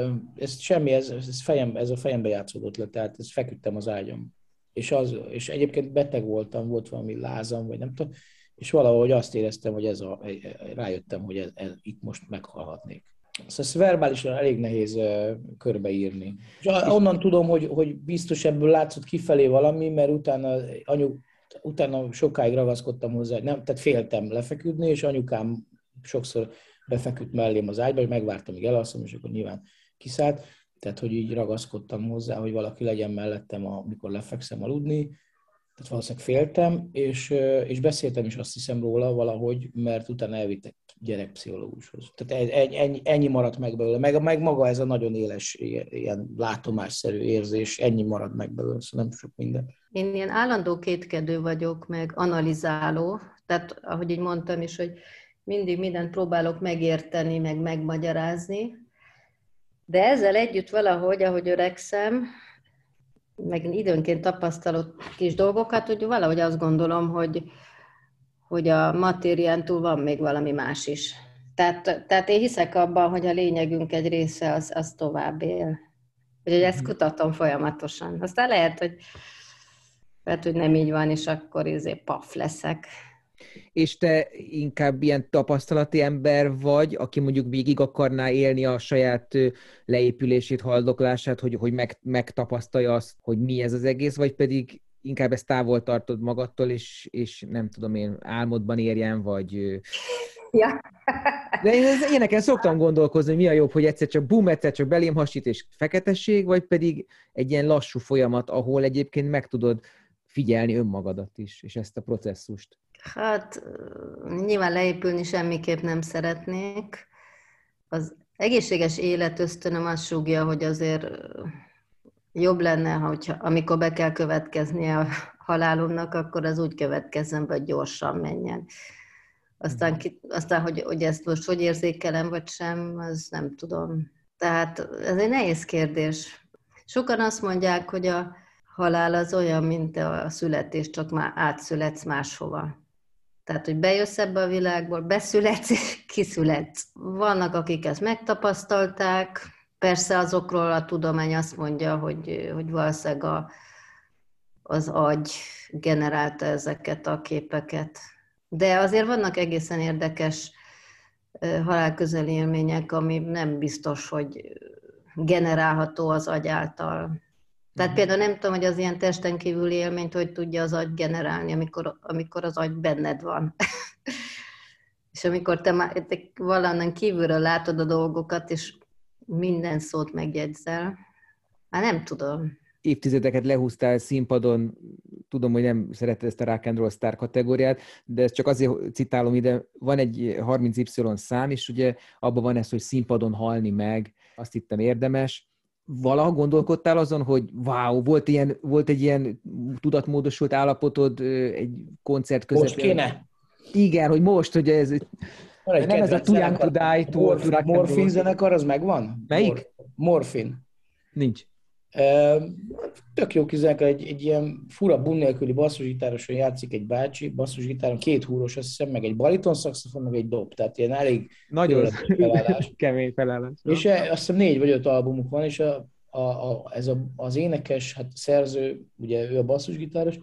ez semmi, ez, ez, fejem, ez a fejembe játszódott le, tehát ez feküdtem az ágyam. És, az, és egyébként beteg voltam, volt valami lázam, vagy nem tudom, és valahogy azt éreztem, hogy ez a, rájöttem, hogy ez, ez, itt most meghalhatnék. Szóval ezt verbálisan elég nehéz uh, körbeírni. És onnan tudom, hogy, hogy biztos ebből látszott kifelé valami, mert utána, anyu, utána sokáig ragaszkodtam hozzá, nem, tehát féltem lefeküdni, és anyukám sokszor befeküdt mellém az ágyba, és megvártam, míg elalszom, és akkor nyilván kiszállt. Tehát, hogy így ragaszkodtam hozzá, hogy valaki legyen mellettem, amikor lefekszem aludni. Tehát valószínűleg féltem, és, és beszéltem is azt hiszem róla valahogy, mert utána elvittek gyerekpszichológushoz. Tehát ennyi, ennyi maradt meg belőle, meg, meg maga ez a nagyon éles, ilyen látomásszerű érzés, ennyi maradt meg belőle, szóval nem sok minden. Én ilyen állandó kétkedő vagyok, meg analizáló, tehát ahogy így mondtam is, hogy mindig mindent próbálok megérteni, meg megmagyarázni, de ezzel együtt valahogy, ahogy öregszem, meg időnként tapasztalott kis dolgokat, hogy valahogy azt gondolom, hogy, hogy a matérián túl van még valami más is. Tehát, tehát én hiszek abban, hogy a lényegünk egy része az, az tovább él. Úgyhogy ezt kutatom folyamatosan. Aztán lehet, hogy, lehet, hogy nem így van, és akkor izé paf leszek. És te inkább ilyen tapasztalati ember vagy, aki mondjuk végig akarná élni a saját leépülését, haldoklását, hogy, hogy meg, megtapasztalja azt, hogy mi ez az egész, vagy pedig inkább ezt távol tartod magadtól, és, és nem tudom én, álmodban érjen, vagy... Ja. De én ilyeneken szoktam gondolkozni, hogy mi a jobb, hogy egyszer csak bum, egyszer csak belém hasít, és feketesség, vagy pedig egy ilyen lassú folyamat, ahol egyébként meg tudod figyelni önmagadat is, és ezt a processzust. Hát nyilván leépülni semmiképp nem szeretnék. Az egészséges életösztönöm azt súgja, hogy azért jobb lenne, hogyha, amikor be kell következnie a halálomnak, akkor az úgy következzen, hogy gyorsan menjen. Aztán, ki, aztán hogy, hogy ezt most hogy érzékelem, vagy sem, az nem tudom. Tehát ez egy nehéz kérdés. Sokan azt mondják, hogy a halál az olyan, mint a születés, csak már átszületsz máshova. Tehát, hogy bejössz ebbe a világból, beszületsz és kiszületsz. Vannak, akik ezt megtapasztalták, persze azokról a tudomány azt mondja, hogy, hogy valószínűleg a, az agy generálta ezeket a képeket. De azért vannak egészen érdekes halálközeli élmények, ami nem biztos, hogy generálható az agy által. Tehát például nem tudom, hogy az ilyen testen kívüli élményt hogy tudja az agy generálni, amikor, amikor az agy benned van. És amikor te, már, te valahonnan kívülről látod a dolgokat, és minden szót megjegyzel, hát nem tudom. Évtizedeket lehúztál színpadon, tudom, hogy nem szereted ezt a rock and roll star kategóriát, de ezt csak azért citálom ide, van egy harminc Y szám, és ugye abban van ez, hogy színpadon halni meg, azt hittem érdemes. Valaha gondolkodtál azon, hogy wow, volt, ilyen, volt egy ilyen tudatmódosult állapotod egy koncert közepén? Most kéne? Igen, hogy most, hogy ez egy nem ez a Too Young to Die tour. Morf, Morfin zenekar, az megvan? Melyik? Mor, Morfin. Nincs. Tök jó kizenekar, egy, egy ilyen fura bun nélküli basszusgitároson játszik egy bácsi, basszusgitáron, két húros, azt hiszem, meg egy bariton szaxofon, meg egy dob, tehát ilyen elég nagyon felállás. Kemény felállás. És e, azt hiszem négy vagy öt albumuk van, és a, a, a, ez a, az énekes, hát szerző, ugye ő a basszusgitáros,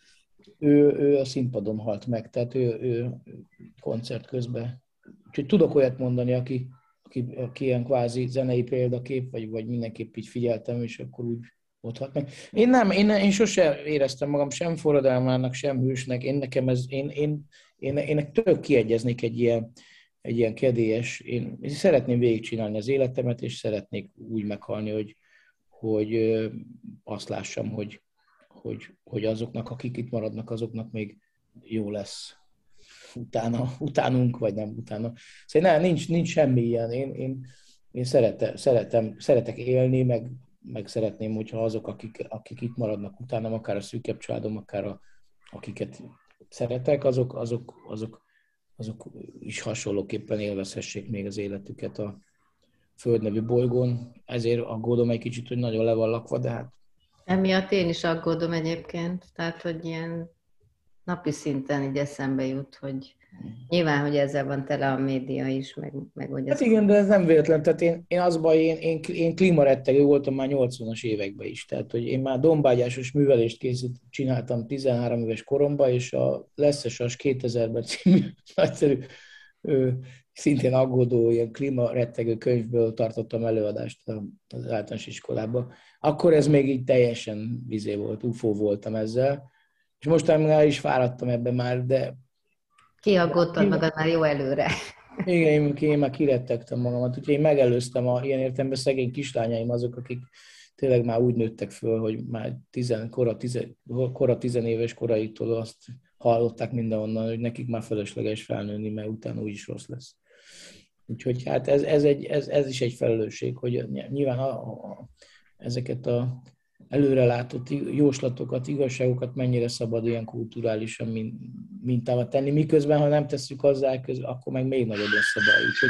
ő, ő a színpadon halt meg, tehát ő, ő koncert közben. Úgyhogy tudok olyat mondani, aki Aki, aki ilyen kvázi zenei példakép, vagy, vagy mindenképp így figyeltem, és akkor úgy ott halt meg. Én nem, én, én sose éreztem magam sem forradalmának, sem hősnek, én nekem ez, én, én, én, én tök kiegyeznék egy ilyen, egy ilyen kedélyes, én, én szeretném végigcsinálni az életemet, és szeretnék úgy meghalni, hogy, hogy azt lássam, hogy, hogy, hogy azoknak, akik itt maradnak, azoknak még jó lesz. Utána, utánunk, vagy nem utána. Szóval nem, nincs, nincs semmi ilyen. Én, én, én szeretem, szeretem, szeretek élni, meg, meg szeretném, hogyha azok, akik, akik itt maradnak utánam, akár a szűkebb családom, akár a, akiket szeretek, azok, azok, azok, azok is hasonlóképpen élvezhessék még az életüket a Föld nevű bolygón. Ezért aggódom egy kicsit, hogy nagyon le van lakva, de hát... Emiatt én is aggódom egyébként, tehát, hogy ilyen napi szinten így eszembe jut, hogy nyilván, hogy ezzel van tele a média is, meg, meg hogy Hát ez... igen, de ez nem véletlen. Tehát én, én az baj, én, én, én klímarettegő voltam már nyolcvanas években is. Tehát, hogy én már dombágyásos művelést készít, csináltam tizenhárom éves koromban, és a Leszesas kétezerben című nagyszerű, ő, szintén aggódó ilyen klímarettegő könyvből tartottam előadást az általános iskolában. Akkor ez még így teljesen vizé volt, ufó voltam ezzel. És most már is fáradtam ebben már, de... Kiaggódtad magad már jó előre. Igen, én, én már kirettegtem magamat, úgyhogy én megelőztem a ilyen értelemben szegény kislányaim azok, akik tényleg már úgy nőttek föl, hogy már tizen, kora, tizen, kora tizenéves koraitól azt hallották mindenhonnan, hogy nekik már felesleges felnőni, mert utána úgyis rossz lesz. Úgyhogy hát ez, ez, egy, ez, ez is egy felelősség, hogy nyilván a, a, ezeket a előrelátott jóslatokat, igazságokat mennyire szabad ilyen kulturálisan mintába tenni, miközben, ha nem tesszük hozzá, akkor meg még nagyobb lesz a baj. Úgyhogy...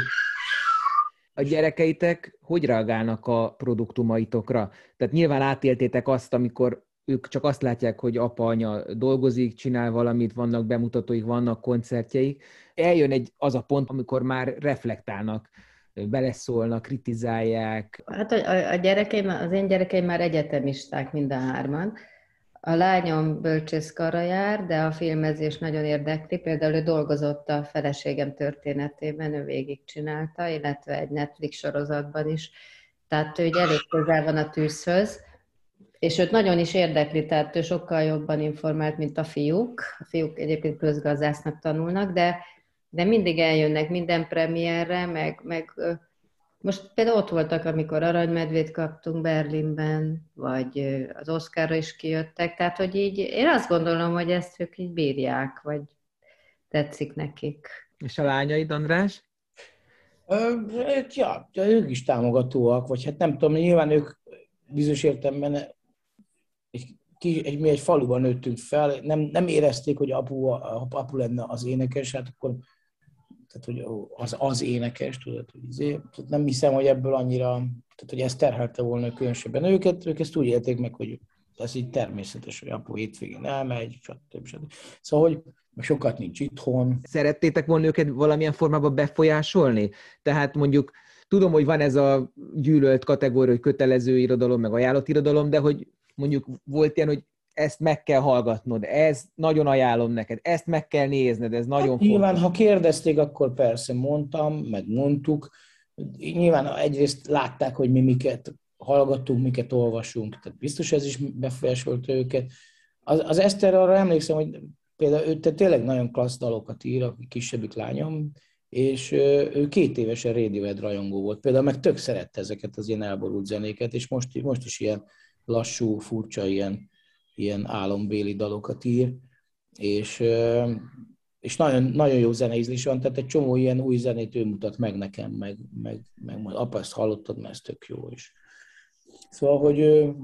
A gyerekeitek hogy reagálnak a produktumaitokra? Tehát nyilván átéltétek azt, amikor ők csak azt látják, hogy apa, anya dolgozik, csinál valamit, vannak bemutatóik, vannak koncertjeik. Eljön egy az a pont, amikor már reflektálnak, beleszólnak, kritizálják. Hát a, a gyerekeim, az én gyerekeim már egyetemisták mind a hárman. A lányom bölcsészkarra jár, de a filmezés nagyon érdekli. Például ő dolgozott a feleségem történetében, ő végigcsinálta, illetve egy Netflix sorozatban is. Tehát ő elég közel van a tűzhöz, és őt nagyon is érdekli, tehát ő sokkal jobban informált, mint a fiúk. A fiúk egyébként közgazdásznak tanulnak, de de mindig eljönnek minden premierre, meg, meg most például ott voltak, amikor aranymedvét kaptunk Berlinben, vagy az Oscarra is kijöttek, tehát hogy így én azt gondolom, hogy ezt ők így bírják, vagy tetszik nekik. És a lányaid, András? Ö, ja, ők is támogatóak, vagy hát nem tudom, nyilván ők bizonyos értelemben egy ki, egy, mi egy faluban nőttünk fel, nem, nem érezték, hogy apu, apu lenne az énekes, hát akkor tehát, hogy az, az énekes, tudod, hogy izé, nem hiszem, hogy ebből annyira, tehát, hogy ez terhelte volna különösebben őket, ők ezt úgy élték meg, hogy ez így természetes, hogy apu hétvégén elmegy, stb. stb. Szóval, hogy sokat nincs itthon. Szerettétek volna őket valamilyen formában befolyásolni? Tehát mondjuk tudom, hogy van ez a gyűlölt kategória, hogy kötelező irodalom, meg ajánlott irodalom, de hogy mondjuk volt ilyen, hogy ezt meg kell hallgatnod, ez nagyon ajánlom neked, ezt meg kell nézned, ez nagyon hát, fontos. Nyilván, ha kérdezték, akkor persze mondtam, meg mondtuk. Nyilván egyrészt látták, hogy mi miket hallgattunk, miket olvasunk, tehát biztos ez is befolyásolta őket. Az, az Eszter, arra emlékszem, hogy például ő tényleg nagyon klassz dalokat ír, a kisebbik lányom, és ő két évesen Radiohead rajongó volt. Például meg tök szerette ezeket az ilyen elborult zenéket, és most, most is ilyen lassú, furcsa, ilyen, ilyen álombéli dalokat ír, és, és nagyon, nagyon jó zeneízlés van, tehát egy csomó ilyen új zenét ő mutat meg nekem, meg, meg, meg majd apa, ezt hallottad, mert ez tök jó is. Szóval, hogy ő,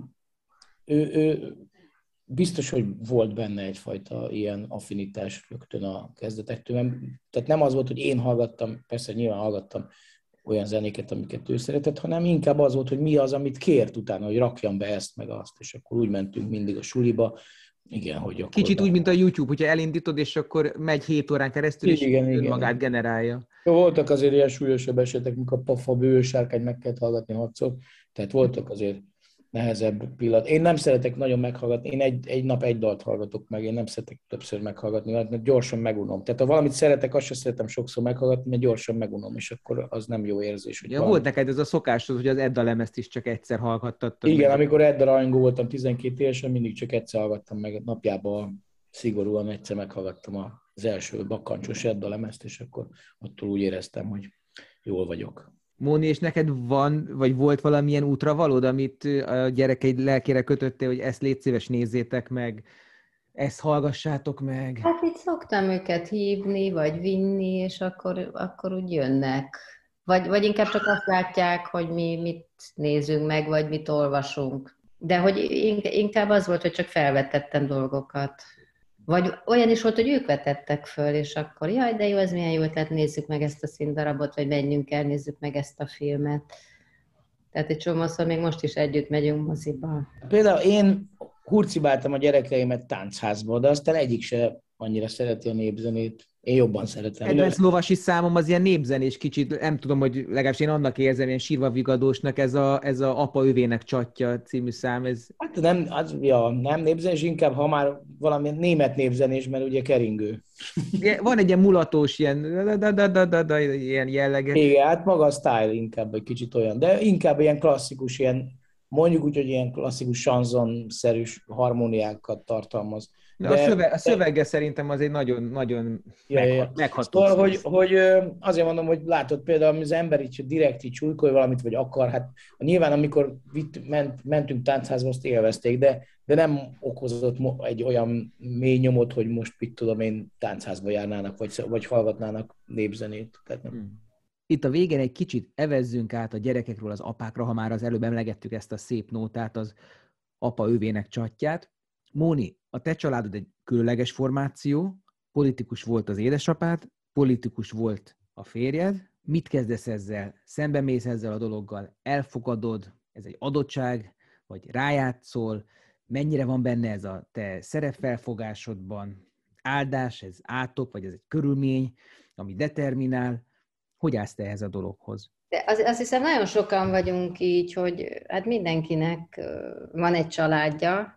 ő, ő biztos, hogy volt benne egyfajta ilyen affinitás rögtön a kezdetektől. Tehát nem az volt, hogy én hallgattam, persze nyilván hallgattam olyan zenéket, amiket ő szeretett, hanem inkább az volt, hogy mi az, amit kért utána, hogy rakjam be ezt, meg azt, és akkor úgy mentünk mindig a suliba. Igen, hogy akkor Kicsit be... úgy, mint a YouTube, hogyha elindítod, és akkor megy hét órán keresztül, és igen, igen, magát igen. generálja. Voltak azért ilyen súlyosabb esetek, mikor a Pafa bősárkány meg kellett hallgatni hatszor, tehát voltak azért nehezebb pillanat. Én nem szeretek nagyon meghallgatni, én egy, egy nap egy dalt hallgatok meg, én nem szeretek többször meghallgatni, mert gyorsan megunom. Tehát ha valamit szeretek, azt sem szeretem sokszor meghallgatni, mert gyorsan megunom, és akkor az nem jó érzés. Hogy Ja, valami... volt neked ez a szokásod, hogy az Edda lemezt is csak egyszer hallgattattad. Igen, meg. amikor Edda rajongó voltam tizenkét évesen, mindig csak egyszer hallgattam meg, napjában szigorúan egyszer meghallgattam az első bakkancsos Edda lemezt, és akkor attól úgy éreztem, hogy jól vagyok. Móni, és neked van, vagy volt valamilyen útravalód, amit a gyerekeid lelkére kötöttél, hogy ezt légy szíves, nézzétek meg, ezt hallgassátok meg? Hát itt szoktam őket hívni, vagy vinni, és akkor, akkor úgy jönnek. Vagy, vagy inkább csak azt látják, hogy mi mit nézünk meg, vagy mit olvasunk. De hogy inkább az volt, hogy csak felvetettem dolgokat. Vagy olyan is volt, hogy ők vetettek föl, és akkor jaj, de jó, ez milyen jó, tehát nézzük meg ezt a színdarabot, vagy menjünk el, nézzük meg ezt a filmet. Tehát egy csomószor még most is együtt megyünk moziba. Például én hurcibáltam a gyerekeimet táncházba, de aztán egyik se annyira szereti a népzenét. Én jobban szeretem. Kedvenc lovasi számom az ilyen népzenés kicsit, nem tudom, hogy legalábbis én annak érzem, ilyen Sírva Vigadósnak ez a, ez a Apa övének csatja című szám. Ez... Hát nem, az, ja, nem népzenés, inkább ha már valami német népzenés, mert ugye keringő. Van egy ilyen mulatós, ilyen, da, da, da, da, da, ilyen jellege. Igen, hát maga a style inkább egy kicsit olyan, de inkább ilyen klasszikus, ilyen, mondjuk úgy, hogy ilyen klasszikus sanzon-szerűs harmóniákat tartalmaz. De, de a, szöveg, a szövege de... szerintem az egy nagyon, nagyon ja, meghat, ja. megható. Szóval, hogy, hogy azért mondom, hogy látod például, az ember így direkt így csúlykolja valamit, vagy akar, hát nyilván amikor vitt, ment, mentünk táncházba, azt élvezték, de, de nem okozott egy olyan mély nyomot, hogy most mit tudom én, táncházba járnának, vagy, vagy hallgatnának népzenét. Tehát nem. Hmm. Itt a végén egy kicsit evezzünk át a gyerekekről az apákra, ha már az előbb emlegettük ezt a szép nótát, az Apa övének csatját. Móni, a te családod egy különleges formáció, politikus volt az édesapád, politikus volt a férjed. Mit kezdesz ezzel? Szembemész ezzel a dologgal? Elfogadod? Ez egy adottság? Vagy rájátszol? Mennyire van benne ez a te szerepfelfogásodban? Áldás, ez átok, vagy ez egy körülmény, ami determinál? Hogy állsz te ehhez a dologhoz? De az, azt hiszem, nagyon sokan vagyunk így, hogy hát mindenkinek van egy családja,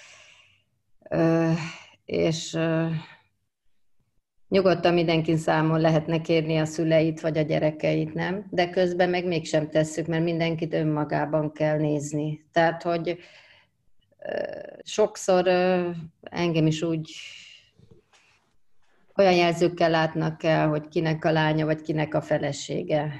és nyugodtan mindenkin számon lehetne kérni a szüleit vagy a gyerekeit, nem? De közben meg mégsem tesszük, mert mindenkit önmagában kell nézni. Tehát, hogy sokszor engem is úgy olyan jelzőkkel látnak el, hogy kinek a lánya, vagy kinek a felesége.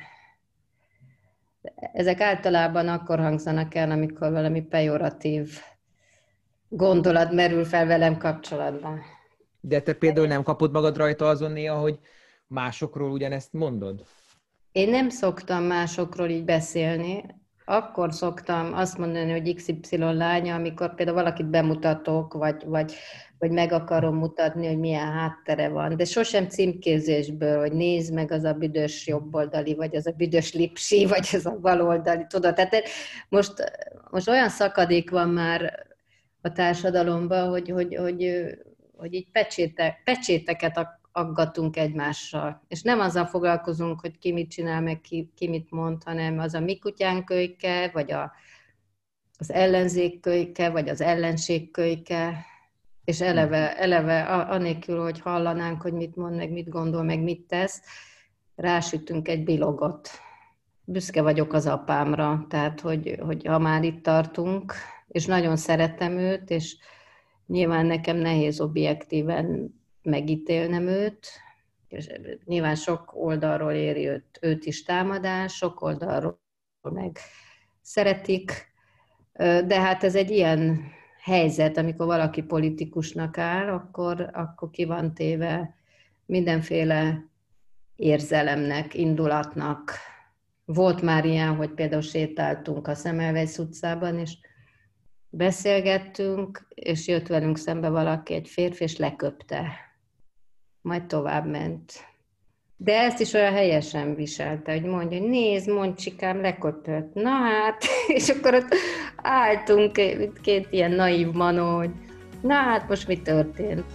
Ezek általában akkor hangzanak el, amikor valami pejoratív gondolat merül fel velem kapcsolatban. De te például nem kapod magad rajta azon néha, hogy másokról ugyanezt mondod? Én nem szoktam másokról így beszélni, Akkor szoktam azt mondani, hogy iksz ipszilon lánya, amikor például valakit bemutatok, vagy, vagy, vagy meg akarom mutatni, hogy milyen háttere van. De sosem címkézésből, hogy nézd meg, az a büdös jobboldali, vagy az a büdös lipsi, vagy az a baloldali. Tudod, tehát most, most olyan szakadék van már a társadalomban, hogy, hogy, hogy, hogy így pecsétek, pecséteket aggatunk egymással. És nem azzal foglalkozunk, hogy ki mit csinál, meg ki, ki mit mond, hanem az a mi kutyánk kölyke, vagy a, az ellenzék kölyke, vagy az ellenség kölyke, és eleve, eleve anélkül, hogy hallanánk, hogy mit mond, meg mit gondol, meg mit tesz, rásütünk egy bilogot. Büszke vagyok az apámra, tehát, hogy, hogy ha már itt tartunk, és nagyon szeretem őt, és nyilván nekem nehéz objektíven megítélnem őt, és nyilván sok oldalról éri őt, őt is támadás, sok oldalról meg szeretik, de hát ez egy ilyen helyzet, amikor valaki politikusnak áll, akkor, akkor ki van téve mindenféle érzelemnek, indulatnak. Volt már ilyen, hogy például sétáltunk a Semmelweis utcában, és beszélgettünk, és jött velünk szembe valaki, egy férfi, és leköpte. Majd tovább ment. De ezt is olyan helyesen viselte, hogy mondja, hogy nézd, Moncsikám, leköpött. Na hát, és akkor ott álltunk, két ilyen naív manó, hogy na hát most mi történt?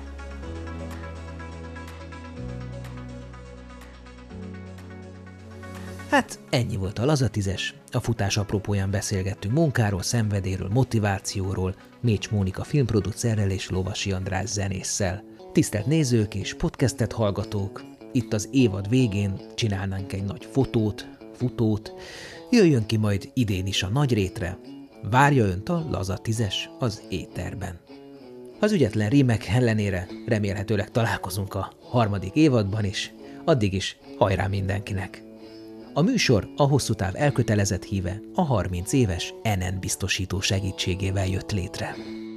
Hát ennyi volt a Lazatízes. A futás apropóján beszélgettünk munkáról, szenvedélyről, motivációról, Mécs Mónika filmproducerrel és Lovasi András zenésszel. Tisztelt nézők és podcastet hallgatók, itt az évad végén csinálnánk egy nagy fotót, futót, jöjjön ki majd idén is a nagy rétre, várja önt a Lazatízes az éterben. Az ügyetlen rímek ellenére remélhetőleg találkozunk a harmadik évadban is, addig is hajrá mindenkinek! A műsor a hosszú táv elkötelezett híve a harminc éves en en biztosító segítségével jött létre.